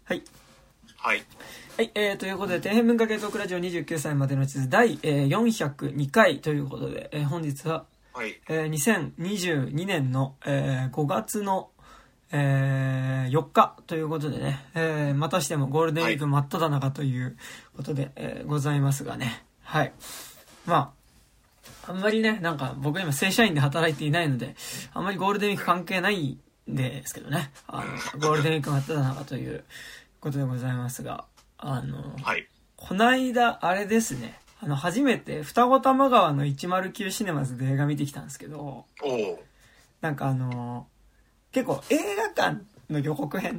はい。 はい。 はい、ということで、底辺文化系トークラジオ29歳までの地図第、402回ということで、本日は、 はい。 2022年の、5月の、4日ということでね、またしてもゴールデンウィーク真っ只中ということで、ございますがね。はい。まあ、あんまりね、なんか僕今正社員で働いていないので、あんまりゴールデンウィーク関係ないんですけどね。ゴールデンウィーク真っ只中ということでございますが、 はい。 こないだ、あれですね。初めて、双子玉川の109シネマズで映画見てきたんですけど、なんか結構映画館の予告編って、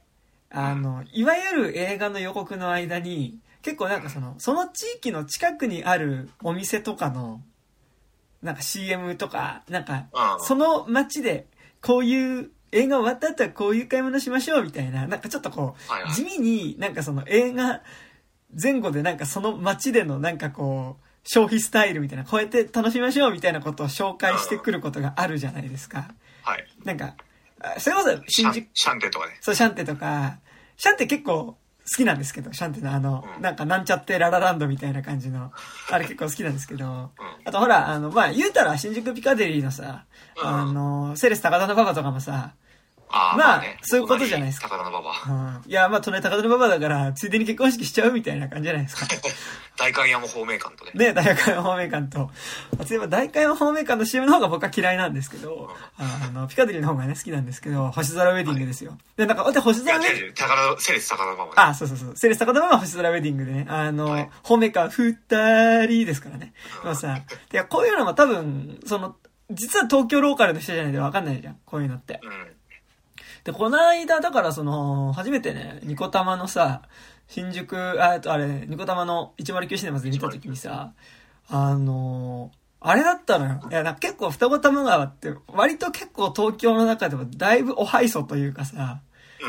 いわゆる映画の予告の間に、結構なんかその地域の近くにあるお店とかの、なんか CM とか、なんか、その街で、こういう映画終わった後はこういう買い物しましょうみたいな、なんかちょっとこう、地味になんかその映画前後でなんかその街でのなんかこう、消費スタイルみたいな、こうやって楽しみましょうみたいなことを紹介してくることがあるじゃないですか。 はい。 なんか、それこそ新宿シャンテとかね。 そう、シャンテとか、シャンテ結構好きなんですけど、シャンテのなんかなんちゃってララランドみたいな感じの、あれ結構好きなんですけど、あとほら、まあ、言うたら新宿ピカデリーのさ、セレス高田の馬場とかもさ、まあ、そういうことじゃないですか。 高田の馬場。 いや、まあ、隣高田の馬場だから、ついでに結婚式しちゃうみたいな感じじゃないですか。 代官山方面館とね。 ね、代官山方面館と。例えば、代官山方面館の CM の方が僕は嫌いなんですけど、ピカデリーの方がね、好きなんですけど、星空ウェディングですよ。で、なんか、星空ウェディング。 セレス高田の馬場ね。 あ、そう。セレス高田の馬場星空ウェディングでね、方面館二人ですからね。でもさ、いや、こういうのも多分、実は東京ローカルの人じゃないとわかんないじゃん、こういうのって。で、この間、だから初めてね、ニコタマのさ、新宿、あれ、ニコタマの109シネマズで見たときにさ、あれだったのよ。いや、なんか結構双子玉川って、割と結構東京の中でもだいぶおはいそというかさ、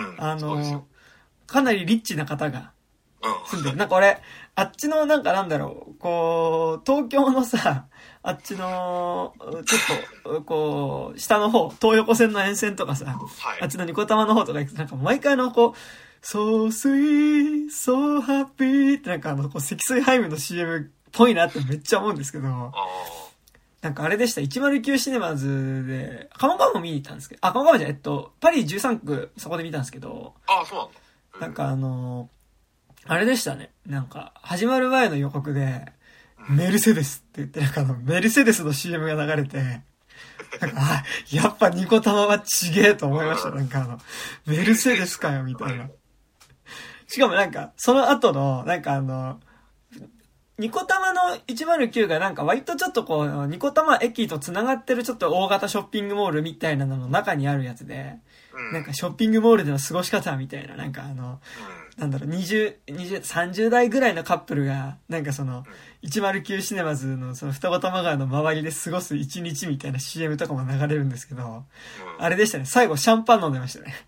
かなりリッチな方が住んでる。なんか俺、あっちのなんかなんだろう、こう、東京のさ、あっちの、ちょっと、こう、下の方、東横線の沿線とかさ、あっちのニコタマの方とか行くと、なんか毎回こう、So sweet, so happy ってなんかこう、積水ハイムの CM っぽいなってめっちゃ思うんですけど、なんかあれでした、109シネマズで、鴨川も見に行ったんですけど、鴨川じゃパリ13区、そこで見たんですけど、 そうなんかあれでしたね。なんか、始まる前の予告で、メルセデスって言って、なんかメルセデスの CM が流れて、なんか、やっぱニコタマはちげえと思いました。なんかメルセデスかよ、みたいな。しかもなんか、その後の、なんかニコタマの109がなんか割とちょっとこう、ニコタマ駅と繋がってるちょっと大型ショッピングモールみたいなのの中にあるやつで、なんかショッピングモールでの過ごし方みたいな、なんかなんだろう、30代ぐらいのカップルが、なんか109シネマズの双子玉川の周りで過ごす一日みたいな CM とかも流れるんですけど、あれでしたね、最後シャンパン飲んでましたね。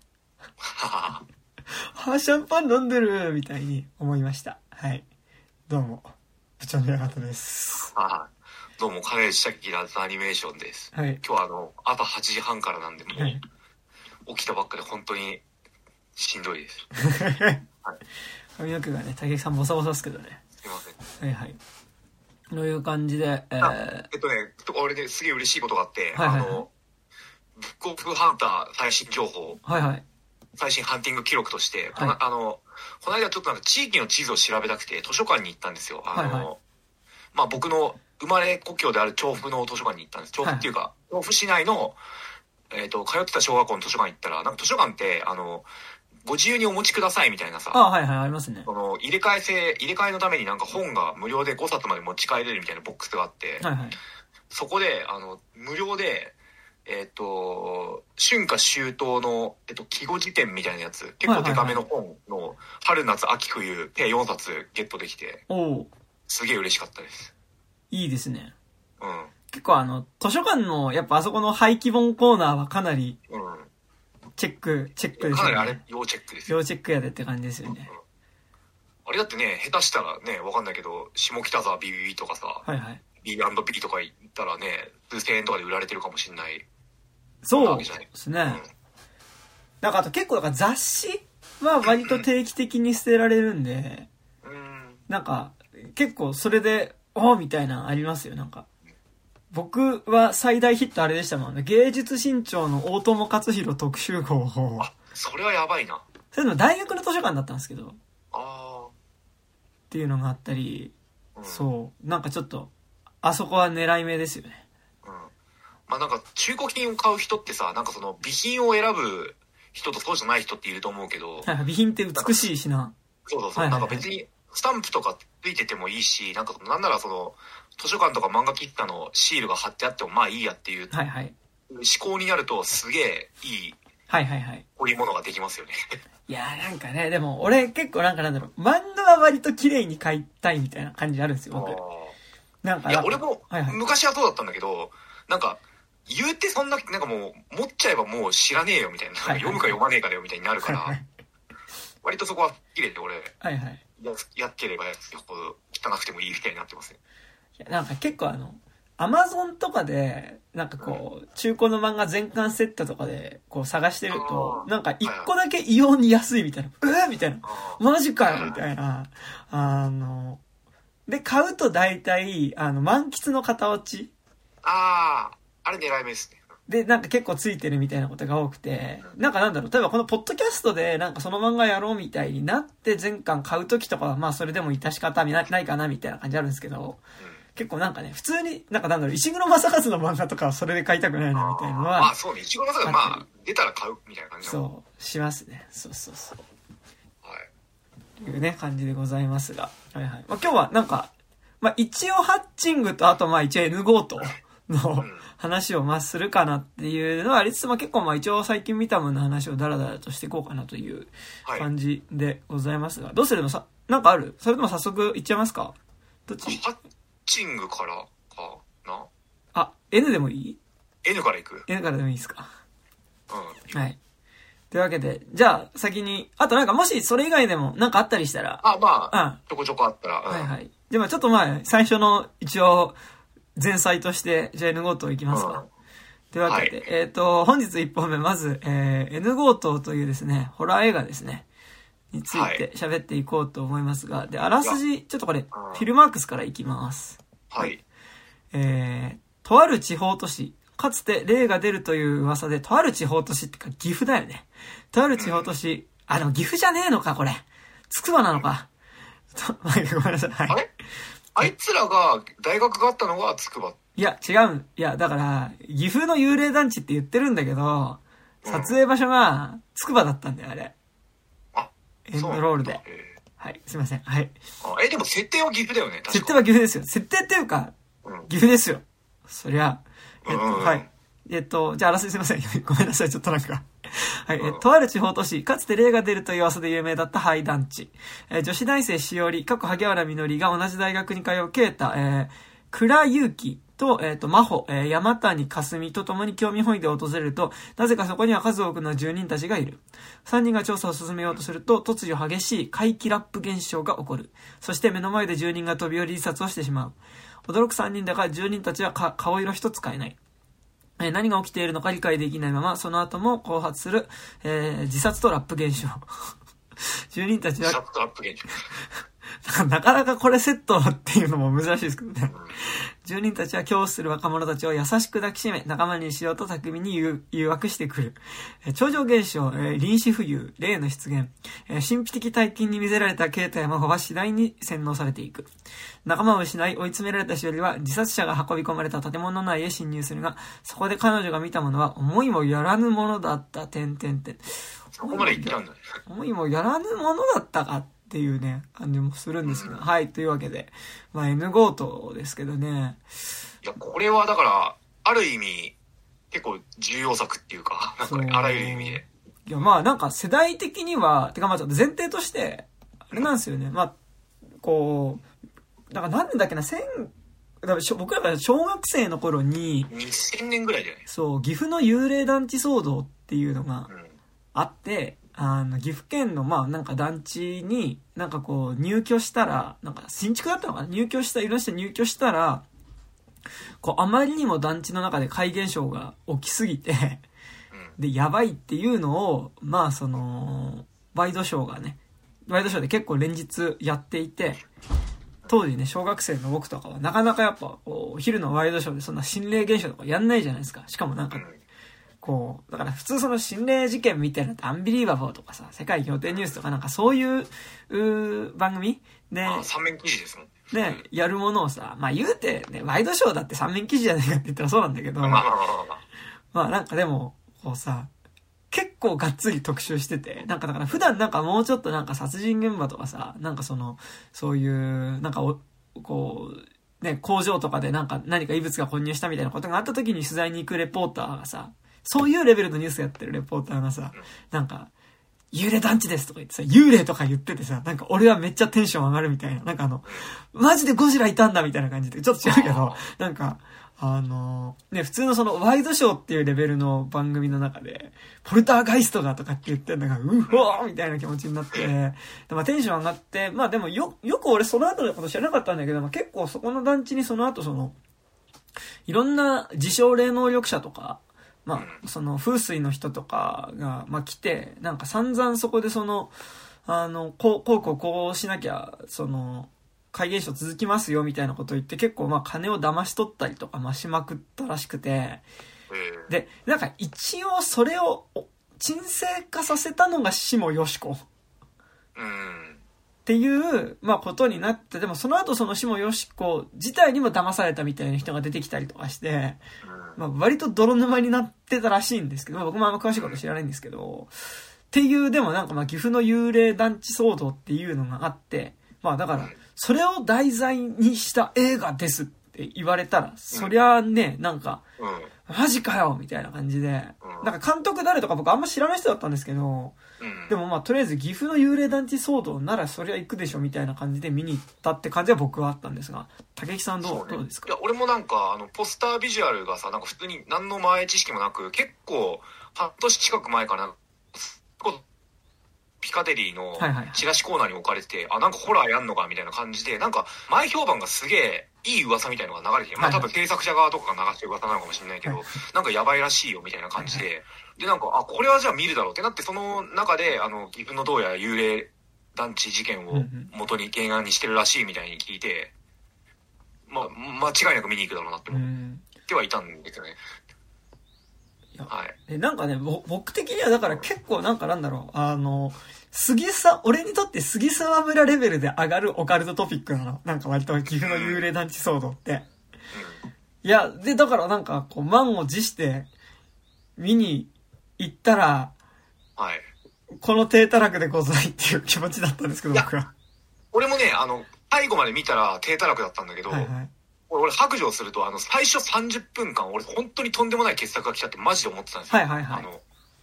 シャンパン飲んでるみたいに思いました。はい。どうも、部長の館です。 どうも、金内咲ラズアニメーションです。 はい。 今日は朝8時半からなんで、もう、起きたばっかで本当にしんどいです。はい、 髪の毛がね、竹木さんボサボサですけどね。 すいません。 はい。という感じで、 俺ですげえ嬉しいことがあって、 ブックオフハンター最新情報。最新ハンティング記録として、この間ちょっとなんか地域の地図を調べたくて図書館に行ったんですよ。まあ僕の生まれ故郷である調布の図書館に行ったんです。調布っていうか、調布市内の、通ってた小学校の図書館に行ったら、なんか図書館って、ご自由にお持ちくださいみたいなさ。 ありますね。 入れ替えのためになんか本が無料で5冊まで持ち帰れるみたいなボックスがあって、そこで、無料で、春夏秋冬の、季語辞典みたいなやつ、結構デカめの本の、春夏秋冬計4冊ゲットできて、すげえ嬉しかったです。 いいですね。結構図書館の、やっぱあそこの廃棄本コーナーはかなり、チェックですよね。 かなりあれ、要チェックですよ。要チェックやでって感じですよね。 あれだってね、下手したらね、わかんないけど、下北沢 BBB とかさ、B&B とか行ったらね、数千円とかで売られてるかもしれない。 そうですね。なんかあと結構雑誌は割と定期的に捨てられるんで、なんか、結構それで、おーみたいなのありますよ、なんか。僕は最大ヒットあれでしたもんね。芸術新潮の大友克洋特集号を。 あ、それはやばいな。 それでも大学の図書館だったんですけど。 ああ。 っていうのがあったり、そう。なんかちょっと、あそこは狙い目ですよね。 まあなんか中古品を買う人ってさ、なんかその備品を選ぶ人とそうじゃない人っていると思うけど。 はい、備品って美しいしな。 そうそうそう。なんか別にスタンプとかついててもいいし、なんかなんならその、図書館とか漫画喫茶のシールが貼ってあってもまあいいやっていうはいはい、 思考になるとすげえいいはいはいはいこういうものができますよね。 いやーなんかね、でも俺結構なんかなんだろう、漫画は割と綺麗に描いたいみたいな感じあるんですよ、僕。なんかいや俺も昔はそうだったんだけど、なんか言うてそんな、なんかもう持っちゃえばもう知らねえよみたいな、読むか読まねえかだよみたいになるから、割とそこは綺麗で俺、 はいはい、 やっければやつほど汚くてもいいみたいになってますね。 いやなんか結構アマゾンとかでなんかこう中古の漫画全巻セットとかでこう探してるとなんか一個だけ異様に安いみたいな、みたいな、マジかよみたいな、で買うと大体満喫の型落ち、 あれ狙い目ですね。 で、なんか結構ついてるみたいなことが多くて、なんかなんだろう、例えばこのポッドキャストでなんかその漫画やろうみたいになって全巻買うときとかはまあそれでも致し方ないかなみたいな感じあるんですけど、結構なんかね、普通になんかなんだろう、石黒正和の漫画とかはそれで買いたくないなみたいなのは。 あ、そうね、石黒正和まあ出たら買うみたいな感じだもん。 そう、しますね。そうそうそう。 はい。 というね、感じでございますが。はいはい。まあ今日はなんか、まあ一応ハッチングとあとまあ一応 N ゴートの話をまあするかなっていうのはありつつ、まあ結構まあ一応最近見たものの話をダラダラとしていこうかなという感じでございますが、どうするのさ、なんかある？それとも早速いっちゃいますか？どっち？ ハッチングからかな？ あ、N でもいい？ N からいく？ N からでもいいですか？ うん。 はい。というわけで、じゃあ先に、あとなんかもしそれ以外でもなんかあったりしたら。 あ、まあ、ちょこちょこあったら。 はいはい。でもちょっとまあ、最初の一応、前菜として、じゃあ N ゴートいきますか。というわけで、本日1本目、まず、N ゴートというですね、ホラー映画ですね、について喋っていこうと思いますが、で、あらすじ、ちょっとこれ、フィルマークスからいきます。 はい。 とある地方都市、かつて霊が出るという噂で、とある地方都市ってか岐阜だよね。とある地方都市、でも岐阜じゃねえのか、これ。つくばなのか。ごめんなさい。はい。 あれあいつらが、大学があったのがつくば。 いや、違う。いや、だから、岐阜の幽霊団地って言ってるんだけど、撮影場所が、つくばだったんだよ、あれ。 あ、 エンドロールで。はい、すいません。はい。 でも設定は岐阜だよね、確か。 設定は岐阜ですよ。設定っていうか、岐阜ですよ。そりゃ。はい。じゃあ、あらすじすいません。ごめんなさい、ちょっとなんか。はい。とある地方都市、かつて霊が出るという噂で有名だった廃団地。女子大生しおり、萩原みのりが同じ大学に通うケータ、倉祐希と、真帆、山谷かすみと共に興味本位で訪れると、なぜかそこには数多くの住人たちがいる。3人が調査を進めようとすると、突如激しい怪奇ラップ現象が起こる。そして目の前で住人が飛び降り自殺をしてしまう。驚く3人だが、住人たちは顔色一つ変えない。何が起きているのか理解できないまま、その後も後発する、自殺とラップ現象。住人たちは、 自殺とラップ現象。 なかなかこれセットっていうのも珍しいですけどね。住人たちは恐怖する若者たちを優しく抱きしめ、仲間にしようと巧みに誘惑してくる。超常現象、臨死浮遊、霊の出現、神秘的体験に見せられたケイタや真帆は次第に洗脳されていく。仲間を失い追い詰められたしおりは自殺者が運び込まれた建物内へ侵入するが、そこで彼女が見たものは思いもやらぬものだった。 そこまで言ったんだね。 思いもやらぬものだったかっていうね、感じもするんですけど。はい、というわけで。まあ N ゴートですけどね。 いや、これはだから、ある意味、結構重要作っていうか、なんかあらゆる意味で。 いや、まあなんか世代的には、てかまあちょっと前提として、あれなんですよね。まあ、こう、なんかなんだっけな、僕らが小学生の頃に、 2000年ぐらいじゃない？ そう、岐阜の幽霊団地騒動っていうのがあって、岐阜県の、まあ、なんか団地に、なんかこう、入居したら、なんか新築だったのかな？いろんな人入居したら、こう、あまりにも団地の中で怪現象が起きすぎて、で、やばいっていうのを、まあ、 ワイドショーで結構連日やっていて、当時ね、小学生の僕とかはなかなかやっぱ、こう、昼のワイドショーでそんな心霊現象とかやんないじゃないですか。しかもなんか、こう、だから普通その心霊事件みたいなアンビリーバボーとかさ、世界仰天ニュースとかなんかそういう番組で、 三面記事ですもん。 ね、やるものをさ、まあ言うてね、ワイドショーだって三面記事じゃないかって言ったらそうなんだけど、まあなんかでも、こうさ、結構がっつり特集してて、なんかだから普段なんかもうちょっとなんか殺人現場とかさ、なんかそういう、なんかこう、ね、工場とかでなんか何か異物が混入したみたいなことがあった時に取材に行くレポーターがさ、そういうレベルのニュースやってるレポーターがさ、なんか、幽霊団地ですとか言ってさ、幽霊とか言っててさ、なんか俺はめっちゃテンション上がるみたいな、なんかマジでゴジラいたんだみたいな感じで、ちょっと違うけど、なんか、ね、普通のそのワイドショーっていうレベルの番組の中で、ポルターガイストがとかって言ってんのが、うわーみたいな気持ちになって、でまあテンション上がって、まあでもよく俺その後のこと知らなかったんだけど、まあ、結構そこの団地にその後いろんな自称霊能力者とか、まあ、その風水の人とかが、まあ来て、なんか散々そこでこうしなきゃ、怪現象続きますよみたいなことを言って結構まあ金を騙し取ったりとかましまくったらしくて、で、なんか一応それを沈静化させたのが下よしこ。っていう、まあことになって、でもその後その下よしこ自体にも騙されたみたいな人が出てきたりとかして、まあ割と泥沼になってたらしいんですけど、まあ、僕もあんま詳しいこと知らないんですけど、っていう、でもなんかまあ岐阜の幽霊団地騒動っていうのがあって、まあだから、それを題材にした映画ですって言われたら、そりゃあね、なんか、マジかよみたいな感じで、なんか監督誰とか僕あんま知らない人だったんですけど、でもまあとりあえず岐阜の幽霊団地騒動ならそりゃ行くでしょみたいな感じで見に行ったって感じは僕はあったんですが、竹木さんどうですか？ いや、俺もなんかポスタービジュアルがさ、なんか普通に何の前知識もなく、結構半年近く前からピカデリーのチラシコーナーに置かれてて、なんかホラーやんのかみたいな感じで、なんか前評判がすげえいい噂みたいなのが流れて、まあ多分制作者側とかが流してる噂なのかもしれないけど、なんかやばいらしいよみたいな感じで、でなんかこれはじゃあ見るだろうってなって、その中で岐阜のどうやら幽霊団地事件を元に原案にしてるらしいみたいに聞いて、まあ間違いなく見に行くだろうなって思ってはいたんですよね。 はい。なんかね、僕的にはだから結構なんかなんだろう、俺にとって杉沢村レベルで上がるオカルトトピックなの。なんか割と岐阜の幽霊団地騒動って。いや、で、だからなんかこう満を持して見に行ったら、はい。この低たらくでございっていう気持ちだったんですけど、僕は。 俺もね、最後まで見たら低たらくだったんだけど、はいはい、俺白状すると、最初30分間、俺本当にとんでもない傑作が来たってマジで思ってたんですよ。はいはいはい。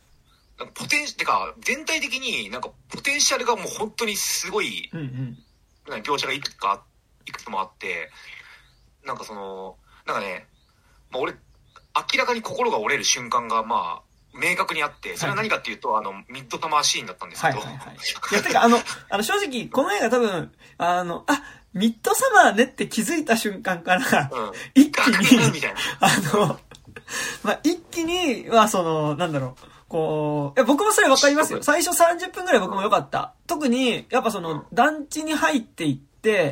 全体的になんかポテンシャルがもう本当にすごい、描写がいくつもあって、なんかなんかね、まあ、俺、明らかに心が折れる瞬間がまあ、明確にあって、それは何かっていうと、ミッドサマーシーンだったんですけど。はいはいはい。 いや、てか正直、この映画多分、ミッドサマーねって気づいた瞬間から、一気に、みたいな。まあ、一気には、なんだろう、こう、僕もそれわかりますよ。最初30分くらい僕も良かった。特に、やっぱ団地に入っていって、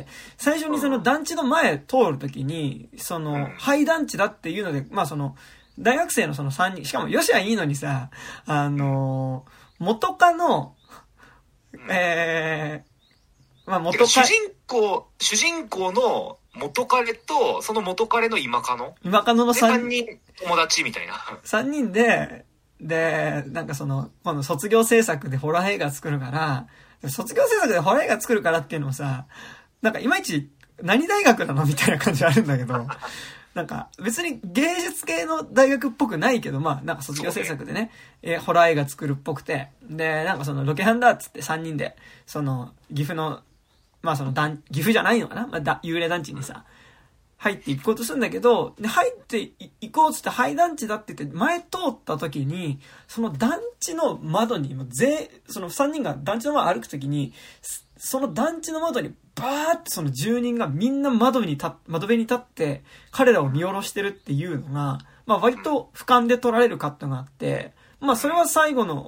最初に団地の前通るときに、廃団地だっていうので、まあ大学生の3人、しかもよしはいいのにさ、元カノ、まあ元カ主人公の元彼と、その元彼の今カノの 3人友達みたいな。 3人で、なんか今度卒業制作でホラー映画作るから、卒業制作でホラー映画作るからっていうのもさ、なんかいまいち何大学なのみたいな感じあるんだけど、なんか別に芸術系の大学っぽくないけど、まあなんか卒業制作でね、ホラー映画作るっぽくて、で、なんかロケハンだっつって3人で、岐阜の、まあ岐阜じゃないのかな、まあ、幽霊団地にさ、入っていこうとするんだけど、で、入っていこうっつって廃団地だって言って前通った時に、その団地の窓に、その3人が団地の前歩く時に、その団地の窓にバーってその住人がみんな窓辺に立って彼らを見下ろしてるっていうのが、まあ割と俯瞰で撮られるカットがあって、まあそれは最後の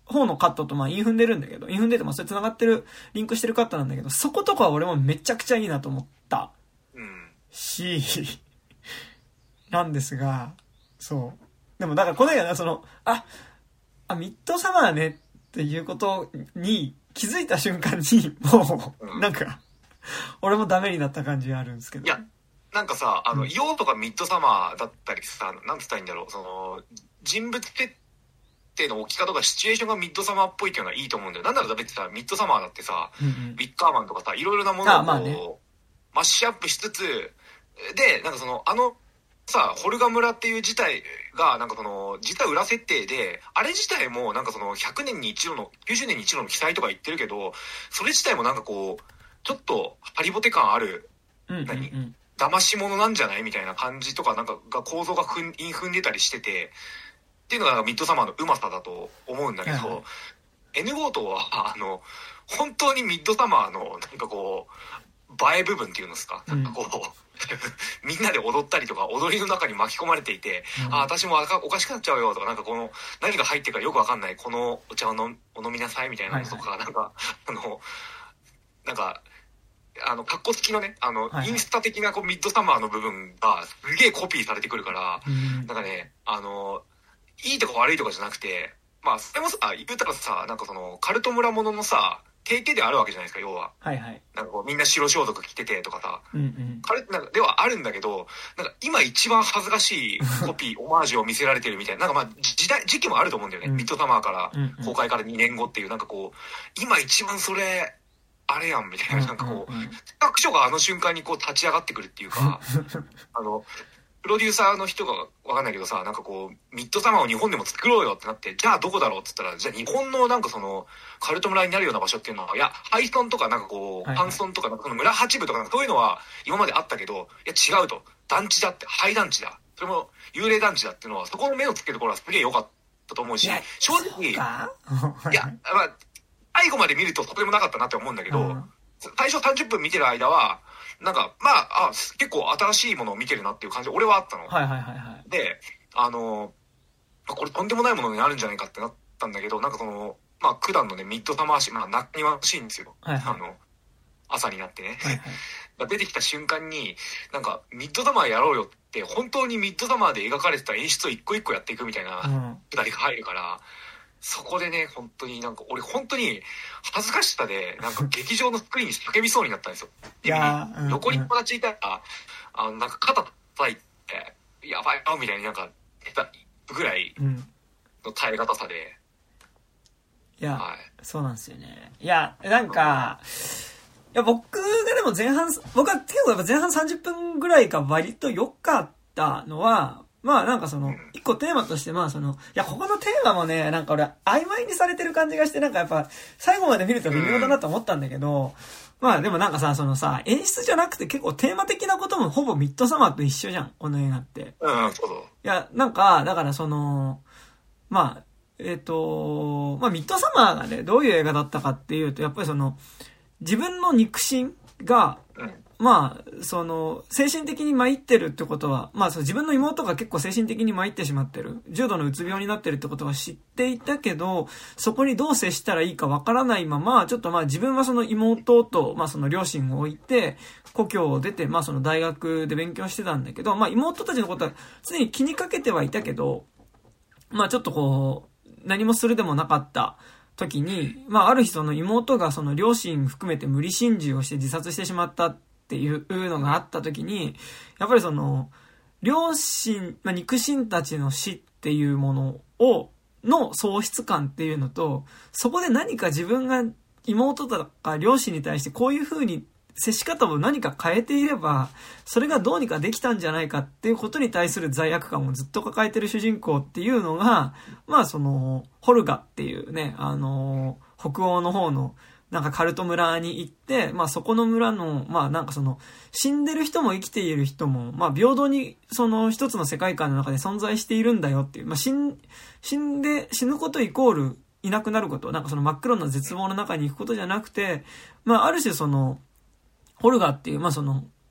方のカットとまあインフンでるんだけど、インフンでてまあそれ繋がってる、リンクしてるカットなんだけど、そことかは俺もめちゃくちゃいいなと思った。し、なんですが、そう。でもだからこの映画な、ミッドサマーねっていうことに気づいた瞬間に、もう、なんか、俺もダメになった感じがあるんですけど。 いや、なんかさ、ヨウとかミッドサマーだったりさ、なんつったらいいんだろう、人物設定の置き方とかシチュエーションがミッドサマーっぽいっていうのはいいと思うんだよ。なんだろう、別にさ、ミッドサマーだってさ、ウィッカーマンとかさ、いろいろなものをこう、マッシュアップしつつ、で、なんかさ、ホルガ村っていう自体が、なんか実は裏設定で、あれ自体もなんか100年に一度の、90年に一度の記載とか言ってるけど、それ自体もなんかこう、ちょっとハリボテ感ある、騙し物なんじゃないみたいな感じとか、なんかが構造がインフンでたりしてて、っていうのがミッドサマーのうまさだと思うんだけど、N ゴートは、本当にミッドサマーの、なんかこう、映え部分っていうんですか、なんかこう、みんなで踊ったりとか踊りの中に巻き込まれていて、私もおかしくなっちゃうよとか、なんか何が入ってるかよくわかんないこのお茶をお飲みなさいみたいなのとか、なんかなんかカッコつきのねインスタ的なミッドサマーの部分がすげえコピーされてくるから、なんかねいいとか悪いとかじゃなくて、まあそれもさ言ったらさ、なんかカルト村もののさ定型であるわけじゃないですか、要は。なんかこうみんな白装束着ててとかさ、なんかではあるんだけど、なんか今一番恥ずかしいコピーオマージュを見せられてるみたいな、なんかまあ時期もあると思うんだよね、ミッドサマーから公開から2年後っていう、なんかこう今一番それあれやんみたいな、なんかこう企画書があの瞬間にこう立ち上がってくるっていうかプロデューサーの人がわかんないけどさ、なんかこうミッドサマーを日本でも作ろうよってなって、じゃあどこだろうって言ったら、じゃあ日本のなんかカルト村になるような場所っていうのは、いやハイソンとかなんかこうハンソンとかなんか村八部とかなんかそういうのは今まであったけど、いや違うと、団地だって、廃団地だ、それも幽霊団地だっていうのは、そこの目をつけるところはすげえ良かったと思うし、正直いやまあ最後まで見るととてもなかったなって思うんだけど、最初30分見てる間はなんかまあ結構新しいものを見てるなっていう感じ俺はあったの。でこれとんでもないものになるんじゃないかってなったんだけど、なんかまあ九段のねミッドサマーシーン、まあ中庭シーンですよ、朝になってね、出てきた瞬間になんかミッドサマーやろうよって、本当にミッドサマーで描かれてた演出を一個一個やっていくみたいなくだりが入るから、そこでね本当になんか俺本当に恥ずかしさでなんか劇場のスクリーンに叫びそうになったんですよ。横に友達いたらなんか肩叩いてやばいよみたいになんか出たぐらいの耐え難さで、 いや、そうなんですよね。いやなんかいや僕がでも僕は結構やっぱ前半30分ぐらいが割と良かったのは、まあなんか一個テーマとしていやここのテーマもねなんか俺曖昧にされてる感じがして、なんかやっぱ最後まで見ると微妙だなと思ったんだけど、まあでもなんかさ演出じゃなくて結構テーマ的なこともほぼミッドサマーと一緒じゃん、この映画って。 そういやなんかだからまあまあミッドサマーがねどういう映画だったかっていうと、やっぱり自分の肉親がまあ、精神的に参ってるってことは、まあ、自分の妹が結構精神的に参ってしまってる。重度のうつ病になってるってことは知っていたけど、そこにどう接したらいいかわからないまま、ちょっとまあ自分は妹と、まあ両親を置いて、故郷を出て、まあ大学で勉強してたんだけど、まあ妹たちのことは常に気にかけてはいたけど、まあちょっとこう、何もするでもなかった時に、まあある日妹が両親含めて無理心中をして自殺してしまったっていうのがあった時に、やっぱり両親、まあ、肉親たちの死っていうものの喪失感っていうのと、そこで何か自分が妹とか両親に対してこういう風に接し方を何か変えていれば、それがどうにかできたんじゃないかっていうことに対する罪悪感をずっと抱えてる主人公っていうのが、まあホルガっていうね、北欧の方のなんかカルト村に行って、まあそこの村の、まあなんか死んでる人も生きている人も、まあ平等に一つの世界観の中で存在しているんだよっていう、まあ死ぬことイコールいなくなること、なんか真っ黒な絶望の中に行くことじゃなくて、まあある種ホルガっていう、まあ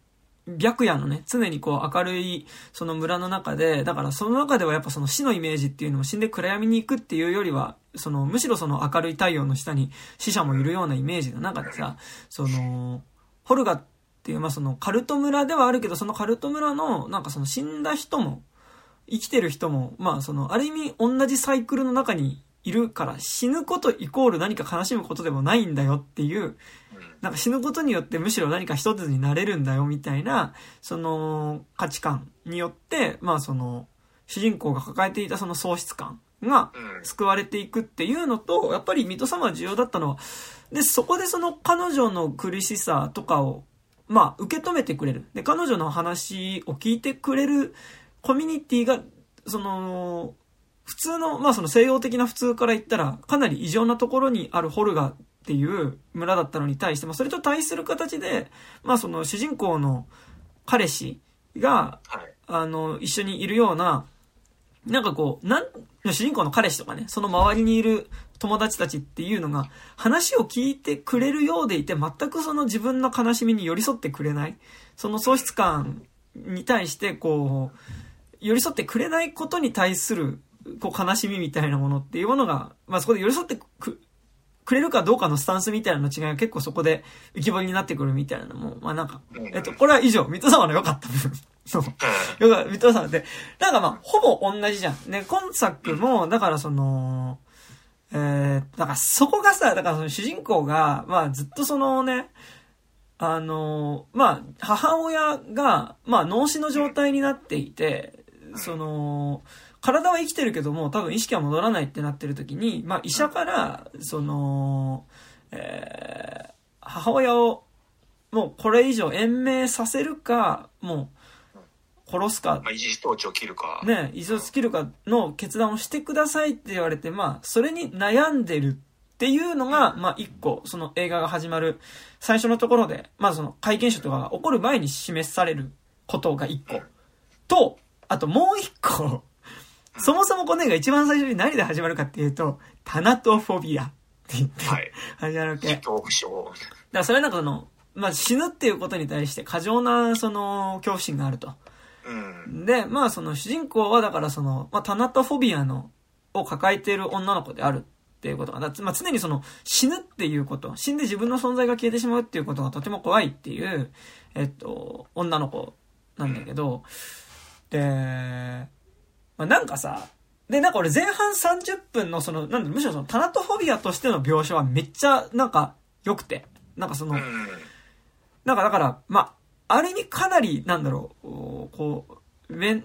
白夜のね、常にこう明るいその村の中で、だからその中ではやっぱその死のイメージっていうのも死んで暗闇に行くっていうよりは、そのむしろその明るい太陽の下に死者もいるようなイメージの中でさ、その、ホルガっていう、まあそのカルト村ではあるけど、そのカルト村のなんかその死んだ人も、生きてる人も、まあその、ある意味同じサイクルの中にいるから、死ぬことイコール何か悲しむことでもないんだよっていう、なんか死ぬことによってむしろ何か一つになれるんだよみたいな、その価値観によって、まあその、主人公が抱えていたその喪失感が救われていくっていうのと、やっぱり水戸様は重要だったのは、で、そこでその彼女の苦しさとかを、まあ受け止めてくれる。で、彼女の話を聞いてくれるコミュニティが、その、普通の、まあその西洋的な普通から言ったら、かなり異常なところにあるホルガっていう村だったのに対して、まあそれと対する形で、まあその主人公の彼氏が、一緒にいるような、なんかこう、主人公の彼氏とかね、その周りにいる友達たちっていうのが、話を聞いてくれるようでいて、全くその自分の悲しみに寄り添ってくれない。その喪失感に対して、こう、寄り添ってくれないことに対する、こう、悲しみみたいなものっていうものが、まあそこで寄り添ってくれるかどうかのスタンスみたいなの違いが結構そこで浮き彫りになってくるみたいなのも、まあなんか、これは以上、水戸様の良かった部分。そう。水戸様って、なんかまあ、ほぼ同じじゃん。ね、今作も、だからその、だからそこがさ、だからその主人公が、まあずっとそのね、まあ、母親が、まあ脳死の状態になっていて、その、体は生きてるけども多分意識は戻らないってなってる時に、まあ医者から、その、母親をもうこれ以上延命させるか、もう殺すか。 まあ、維持装置を切るか。 ね、維持装置を切るかの決断をしてくださいって言われて、まあそれに悩んでるっていうのが、まあ一個、その映画が始まる最初のところで、まあその会見書とかが起こる前に示されることが一個。と、あともう一個、そもそもこの映画一番最初に何で始まるかっていうと、タナトフォビアって言って、始まるわけ。 恐怖症。 だからそれなんかまあ死ぬっていうことに対して過剰なその恐怖心があると。で、まあその主人公はだからその、まあタナトフォビアを抱えている女の子であるっていうことが、まあ常にその死ぬっていうこと、死んで自分の存在が消えてしまうっていうことがとても怖いっていう、女の子なんだけど、で、まあ、なんかさ、で、なんか俺前半30分のその、むしろそのタナトフォビアとしての描写はめっちゃなんか良くて、なんかその、なんかだから、まあ、ある意味かなり、なんだろう、こう、この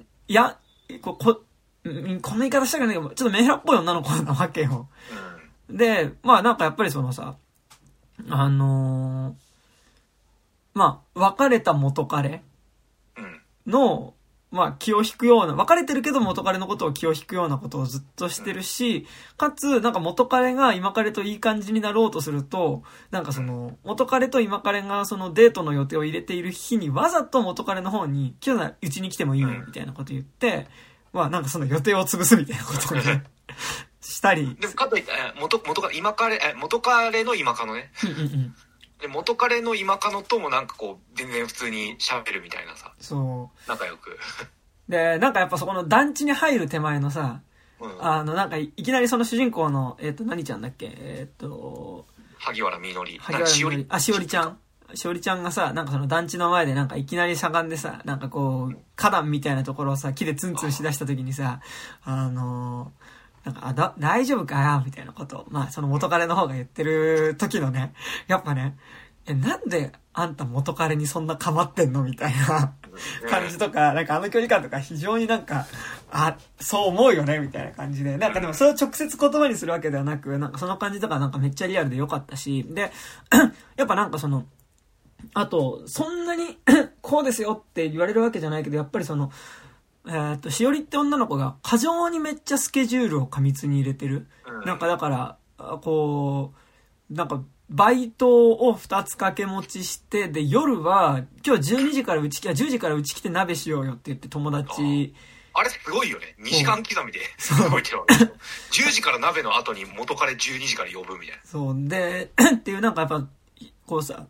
言い方したくないけど、ちょっとメンヘラっぽい女の子なわけよ。で、まあなんかやっぱりそのさ、まあ、別れた元彼の、まあ気を引くような、別れてるけど元彼のことを気を引くようなことをずっとしてるし、かつ、なんか元彼が今彼といい感じになろうとすると、なんかその、元彼と今彼がそのデートの予定を入れている日にわざと元彼の方に、今日ならうちに来てもいいよ、みたいなこと言って、まあなんかその予定を潰すみたいなことをね、したり。 でもかといって、元彼の今彼ね。で元彼の今彼ともなんかこう全然普通に喋るみたいなさ、 そう仲良くで、なんかやっぱそこの団地に入る手前のさ、なんかいきなりその主人公の何ちゃんだっけ、 萩原みのり、 しおりちゃんがさ、なんかその団地の前でなんかいきなりしゃがんでさ、なんかこう花壇みたいなところをさ木でツンツンしだした時にさ、なんか大丈夫かよみたいなことを、まあその元彼の方が言ってる時のね、やっぱね、なんであんた元彼にそんな構ってんのみたいな感じとか、なんか距離感とか非常になんか、そう思うよねみたいな感じで、なんかでもそれを直接言葉にするわけではなく、なんかその感じとかなんかめっちゃリアルで良かったし、で、やっぱなんかその、あと、そんなにこうですよって言われるわけじゃないけど、やっぱりその、しおりって女の子が過剰にめっちゃスケジュールを過密に入れてる。なんかだから、こう、なんか、バイトを2つ掛け持ちして、で、夜は、今日10時からうち来て鍋しようよって言って友達。 あれすごいよね。2時間刻みで。すごいけど。10時から鍋の後に元彼12時から呼ぶみたいな。 そう。で、っていうなんかやっぱ、こうさ、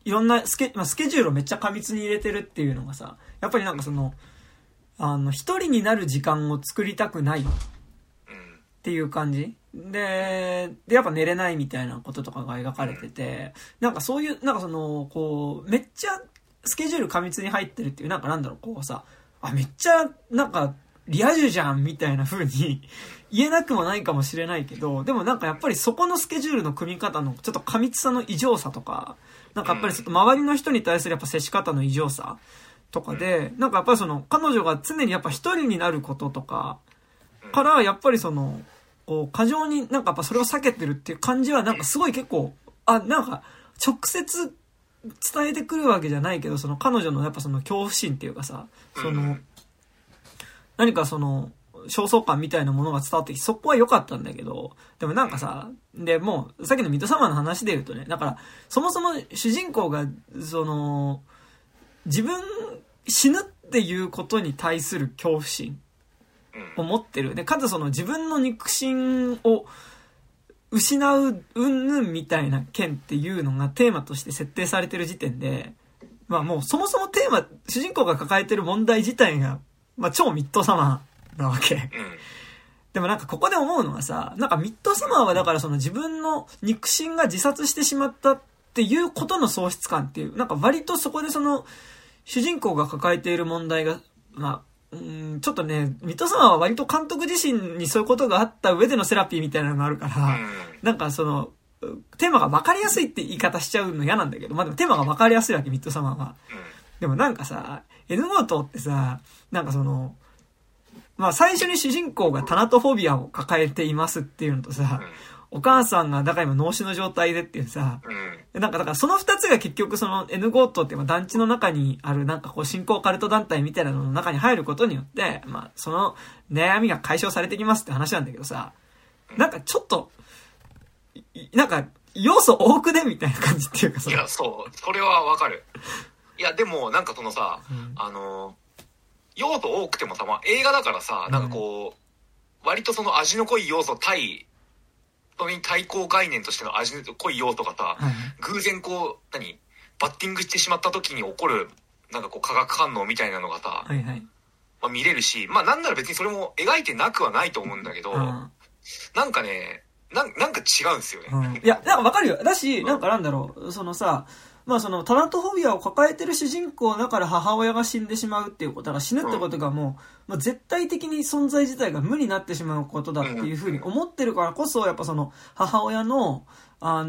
いろんなスケジュールをめっちゃ過密に入れてるっていうのがさ、やっぱりなんかその、一人になる時間を作りたくないっていう感じで、やっぱ寝れないみたいなこととかが描かれてて、なんかそういう、なんかその、こう、めっちゃスケジュール過密に入ってるっていう、なんかなんだろう、こうさ、めっちゃ、なんか、リア充じゃんみたいな風に言えなくもないかもしれないけど、でもなんかやっぱりそこのスケジュールの組み方のちょっと過密さの異常さとか、なんかやっぱりちょっと周りの人に対するやっぱ接し方の異常さとかで、なんかやっぱりその彼女が常にやっぱ一人になることとかからやっぱりその、こう過剰になんかやっぱそれを避けてるっていう感じはなんかすごい結構、なんか直接伝えてくるわけじゃないけど、その彼女のやっぱその恐怖心っていうかさ、その、何かその、焦燥感みたいなものが伝わってきて、そこは良かったんだけど、でもなんかさ、で、もう、さっきのミッドサマーの話で言うとね、だから、そもそも主人公が、その、自分、死ぬっていうことに対する恐怖心を持ってる。で、かつその自分の肉親を失う、うんぬんみたいな件っていうのがテーマとして設定されてる時点で、まあもうそもそもテーマ、主人公が抱えてる問題自体が、まあ超ミッドサマーなわけ。でもなんかここで思うのはさ、なんかミッドサマーはだからその自分の肉親が自殺してしまったっていうことの喪失感っていう、なんか割とそこでその主人公が抱えている問題が、まあ、ちょっとね、ミッドサマーは割と監督自身にそういうことがあった上でのセラピーみたいなのがあるから、なんかその、テーマが分かりやすいって言い方しちゃうの嫌なんだけど、まあでもテーマが分かりやすいわけ、ミッドサマーは。でもなんかさ、N ゴートってさ、なんかその、まあ最初に主人公がタナトフォビアを抱えていますっていうのとさ、お母さんがだから今脳死の状態でっていうさ、なんかだからその二つが結局その N ゴートっていう団地の中にあるなんかこう新興カルト団体みたいなのの中に入ることによって、まあその悩みが解消されてきますって話なんだけどさ、なんかちょっと、なんか要素多くねみたいな感じっていうかさ。 いや、そう。それはわかる。いや、でもなんかそのさ、要素多くてもさ、まあ、映画だからさ、なんかこう、割とその味の濃い要素対、それに対抗概念としての味の濃い要素がさ、偶然こう、バッティングしてしまった時に起こる、なんかこう化学反応みたいなのがさ、まあ、見れるし、まあなんなら別にそれも描いてなくはないと思うんだけど、なんかね、なんか違うんですよね。 いや、なんかわかるよ。だし、なんかなんだろう、そのさ、まあそのタナトフォビアを抱えてる主人公だから母親が死んでしまうっていうことだから死ぬってことがもう、まあ、絶対的に存在自体が無になってしまうことだっていうふうに思ってるからこそやっぱその母親のま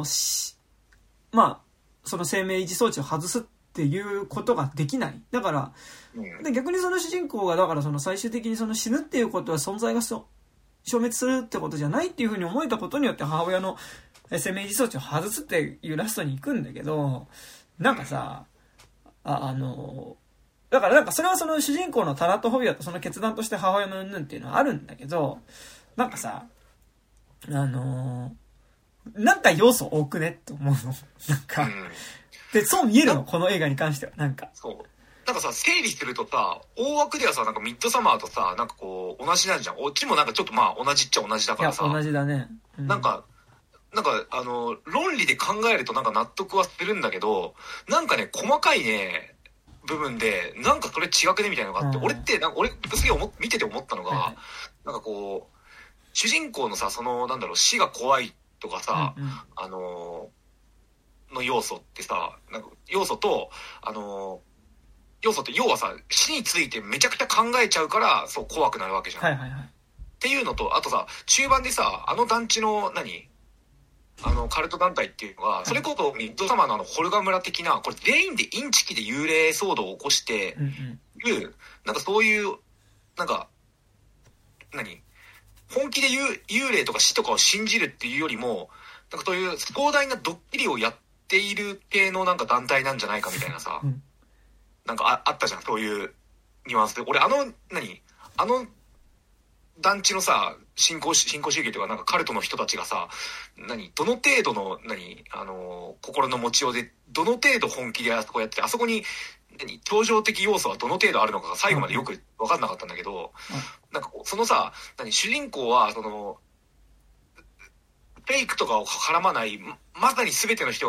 あその生命維持装置を外すっていうことができない。だからで逆にその主人公がだからその最終的にその死ぬっていうことは存在が消滅するってことじゃないっていうふうに思えたことによって母親の生命維持装置を外すっていうラストに行くんだけど、なんかさ、だからなんかそれはその主人公のタナトフォビアとその決断として母親のうんぬんっていうのはあるんだけど、なんかさ、なんか要素多くねって思うの。なんか、で、そう見えるの、この映画に関しては。なんか。 そう。なんかさ、整理するとさ、大枠ではさ、なんかミッドサマーとさ、なんかこう、同じなんじゃん。こっちもなんかちょっとまあ同じっちゃ同じだからさ。 いや、同じだね。 なんか論理で考えるとなんか納得はするんだけど、なんかね、細かいね、部分で、なんかそれ違くねみたいなのがあって、俺すげえ見てて思ったのが、なんかこう、主人公のさ、その、なんだろう、死が怖いとかさ、の要素ってさ、なんか要素と、要はさ、死についてめちゃくちゃ考えちゃうから、そう怖くなるわけじゃん。っていうのと、あとさ、中盤でさ、団地のカルト団体っていうのが、それこそミッドサマーのホルガ村的な、これ全員でインチキで幽霊騒動を起こしてなんかそういう、なんか、本気で幽霊とか死とかを信じるっていうよりも、なんかそういう壮大なドッキリをやっている系のなんか団体なんじゃないかみたいなさ、なんかあったじゃん、そういうニュアンスで。俺団地のさ、新興宗教というかなんかカルトの人たちがさ、どの程度の心の持ちようで、どの程度本気であそこやってて、あそこに超常的要素はどの程度あるのかが最後までよく分かんなかったんだけど、なんかそのさ、主人公はそのフェイクとかを絡まない、まさに全ての人が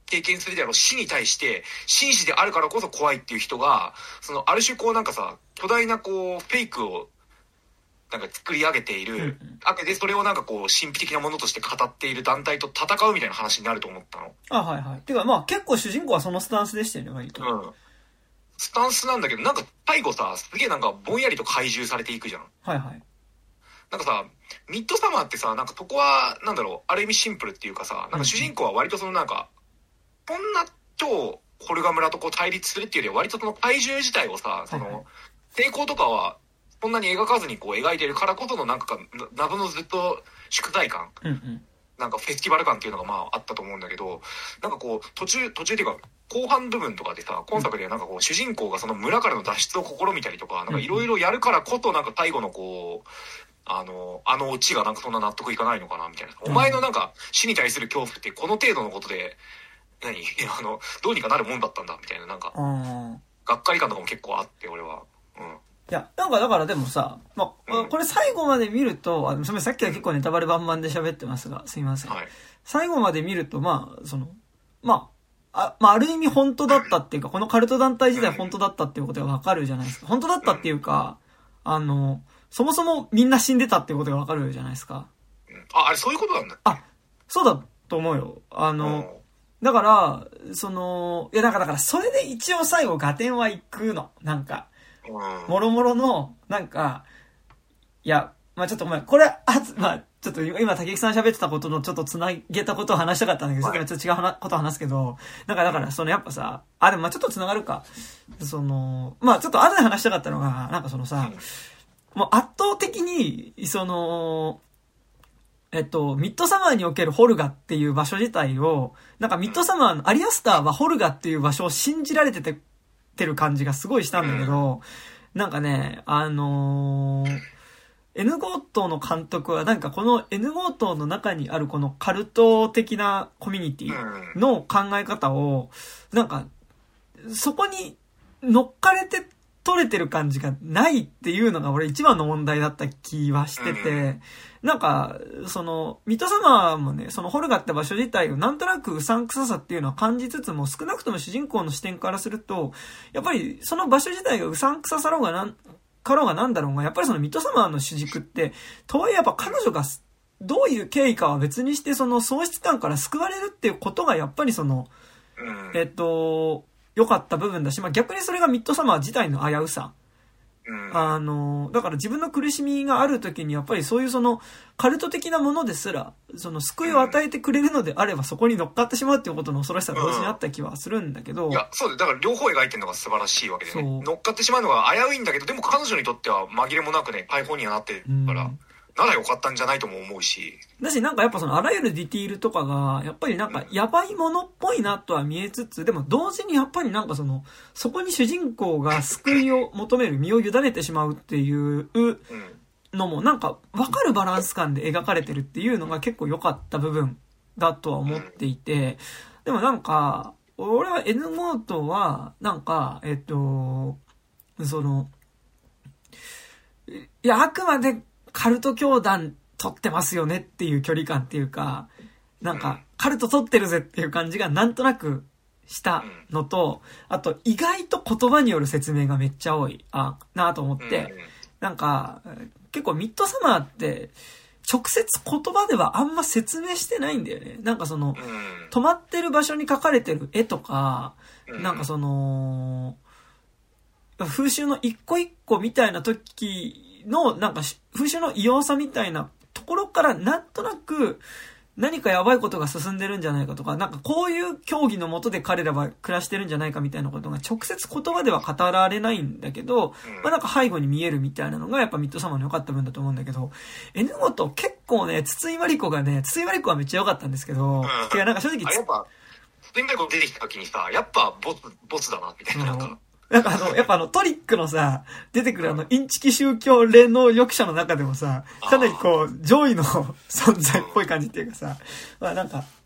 経験するであろう死に対して真摯であるからこそ怖いっていう人が、そのある種こうなんかさ、巨大なこうフェイクをなんか作り上げているわけで、それをなんかこう神秘的なものとして語っている団体と戦うみたいな話になると思ったの。 あ、はいはい。てかまあ結構主人公はそのスタンスでしたよね、割と。 うん。スタンスなんだけど、なんか最後さ、すげえなんかぼんやりと怪獣されていくじゃん。 はいはい。 なんかさ、ミッドサマーってさ、なんかそこは、なんだろう、ある意味シンプルっていうかさ、なんか主人公は割とそのなんか、こんな超ホルガ村とこう対立するっていうよりは割とその怪獣自体をさ、その、抵抗とかは、そんなに描かずにこう描いてるからこそのなんか謎のずっと宿題感、なんかフェスティバル感っていうのがまああったと思うんだけど、なんかこう途中っていうか後半部分とかでさ、今作ではなんかこう主人公がその村からの脱出を試みたりとか、なんかいろいろやるからこそなんか最後のこう、あのオチがなんかそんな納得いかないのかなみたいな。お前のなんか死に対する恐怖ってこの程度のことで、どうにかなるもんだったんだみたいな、なんか、がっかり感とかも結構あって、俺は。 いや、なんかだからでもさ、まあ、これ最後まで見ると、すみません、さっきは結構ネタバレバンバンで喋ってますが、すいません。はい、最後まで見ると、まあ、その、まあ、ある意味本当だったっていうか、このカルト団体自体本当だったっていうことがわかるじゃないですか。本当だったっていうか、そもそもみんな死んでたっていうことがわかるじゃないですか。 あれそういうことなんだ。 あ、そうだと思うよ。だから、いや、だから、それで一応最後合点は行くの。なんか。もろもろの、なんか、いや、まあちょっとごめん、これ、まあちょっと今竹木さん喋ってたことのちょっと繋げたことを話したかったんだけど、それはちょっと違うことを話すけど、だから、そのやっぱさ、でもまあちょっと繋がるか。まあちょっと後で話したかったのが、なんかそのさ、もう圧倒的に、ミッドサマーにおけるホルガっていう場所自体を、なんかミッドサマーのアリアスターはホルガっていう場所を信じられてる感じがすごいしたんだけど、なんかね、N ゴートの監督はなんかこの N ゴートの中にあるこのカルト的なコミュニティの考え方を、なんか、そこに乗っかれて取れてる感じがないっていうのが俺一番の問題だった気はしてて、なんか、ミッドサマーもね、そのホルガって場所自体をなんとなくうさんくささっていうのは感じつつも、少なくとも主人公の視点からすると、やっぱりその場所自体がうさんくささろうがなんだろうが、やっぱりそのミッドサマーの主軸って、とはいえやっぱ彼女がどういう経緯かは別にして、その喪失感から救われるっていうことがやっぱり良かった部分だし、まあ逆にそれがミッドサマー自体の危うさ。だから自分の苦しみがある時にやっぱりそういうそのカルト的なものですら、その救いを与えてくれるのであればそこに乗っかってしまうっていうことの恐ろしさが同時にあった気はするんだけど。 いや、そうだから両方描いてるのが素晴らしいわけでね。乗っかってしまうのが危ういんだけど、でも彼女にとっては紛れもなくね、解放にはなってるから。ならよかったんじゃないとも思うし。 だしなんかやっぱそのあらゆるディティールとかが、やっぱりなんかやばいものっぽいなとは見えつつ、でも同時にやっぱりなんかそこに主人公が救いを求める身を委ねてしまうっていうのもなんかわかるバランス感で描かれてるっていうのが結構良かった部分だとは思っていて、でもなんか、俺は N ゴートは、なんか、いや、あくまでカルト教団取ってますよねっていう距離感っていうか、なんか、カルト取ってるぜっていう感じがなんとなくしたのと、あと意外と言葉による説明がめっちゃ多い、なと思って、なんか、結構ミッドサマーって、直接言葉ではあんま説明してないんだよね。なんか泊まってる場所に描かれてる絵とか、なんか風習の一個一個みたいな時の、なんか風習の異様さみたいなところからなんとなく何かやばいことが進んでるんじゃないかとか、なんかこういう競技のもとで彼らは暮らしてるんじゃないかみたいなことが直接言葉では語られないんだけど、まあなんか背後に見えるみたいなのがやっぱミッドサマーの良かった分だと思うんだけど、N ゴト結構ね、筒井真理子はめっちゃ良かったんですけど、いやなんか正直やっぱ筒井真理子出てきた時にさ、やっぱボスだなみたいな、 なんかやっぱトリックのさ、出てくるインチキ宗教霊能力者の中でもさ、かなりこう、上位の存在っぽい感じっていうかさ、まあなんか、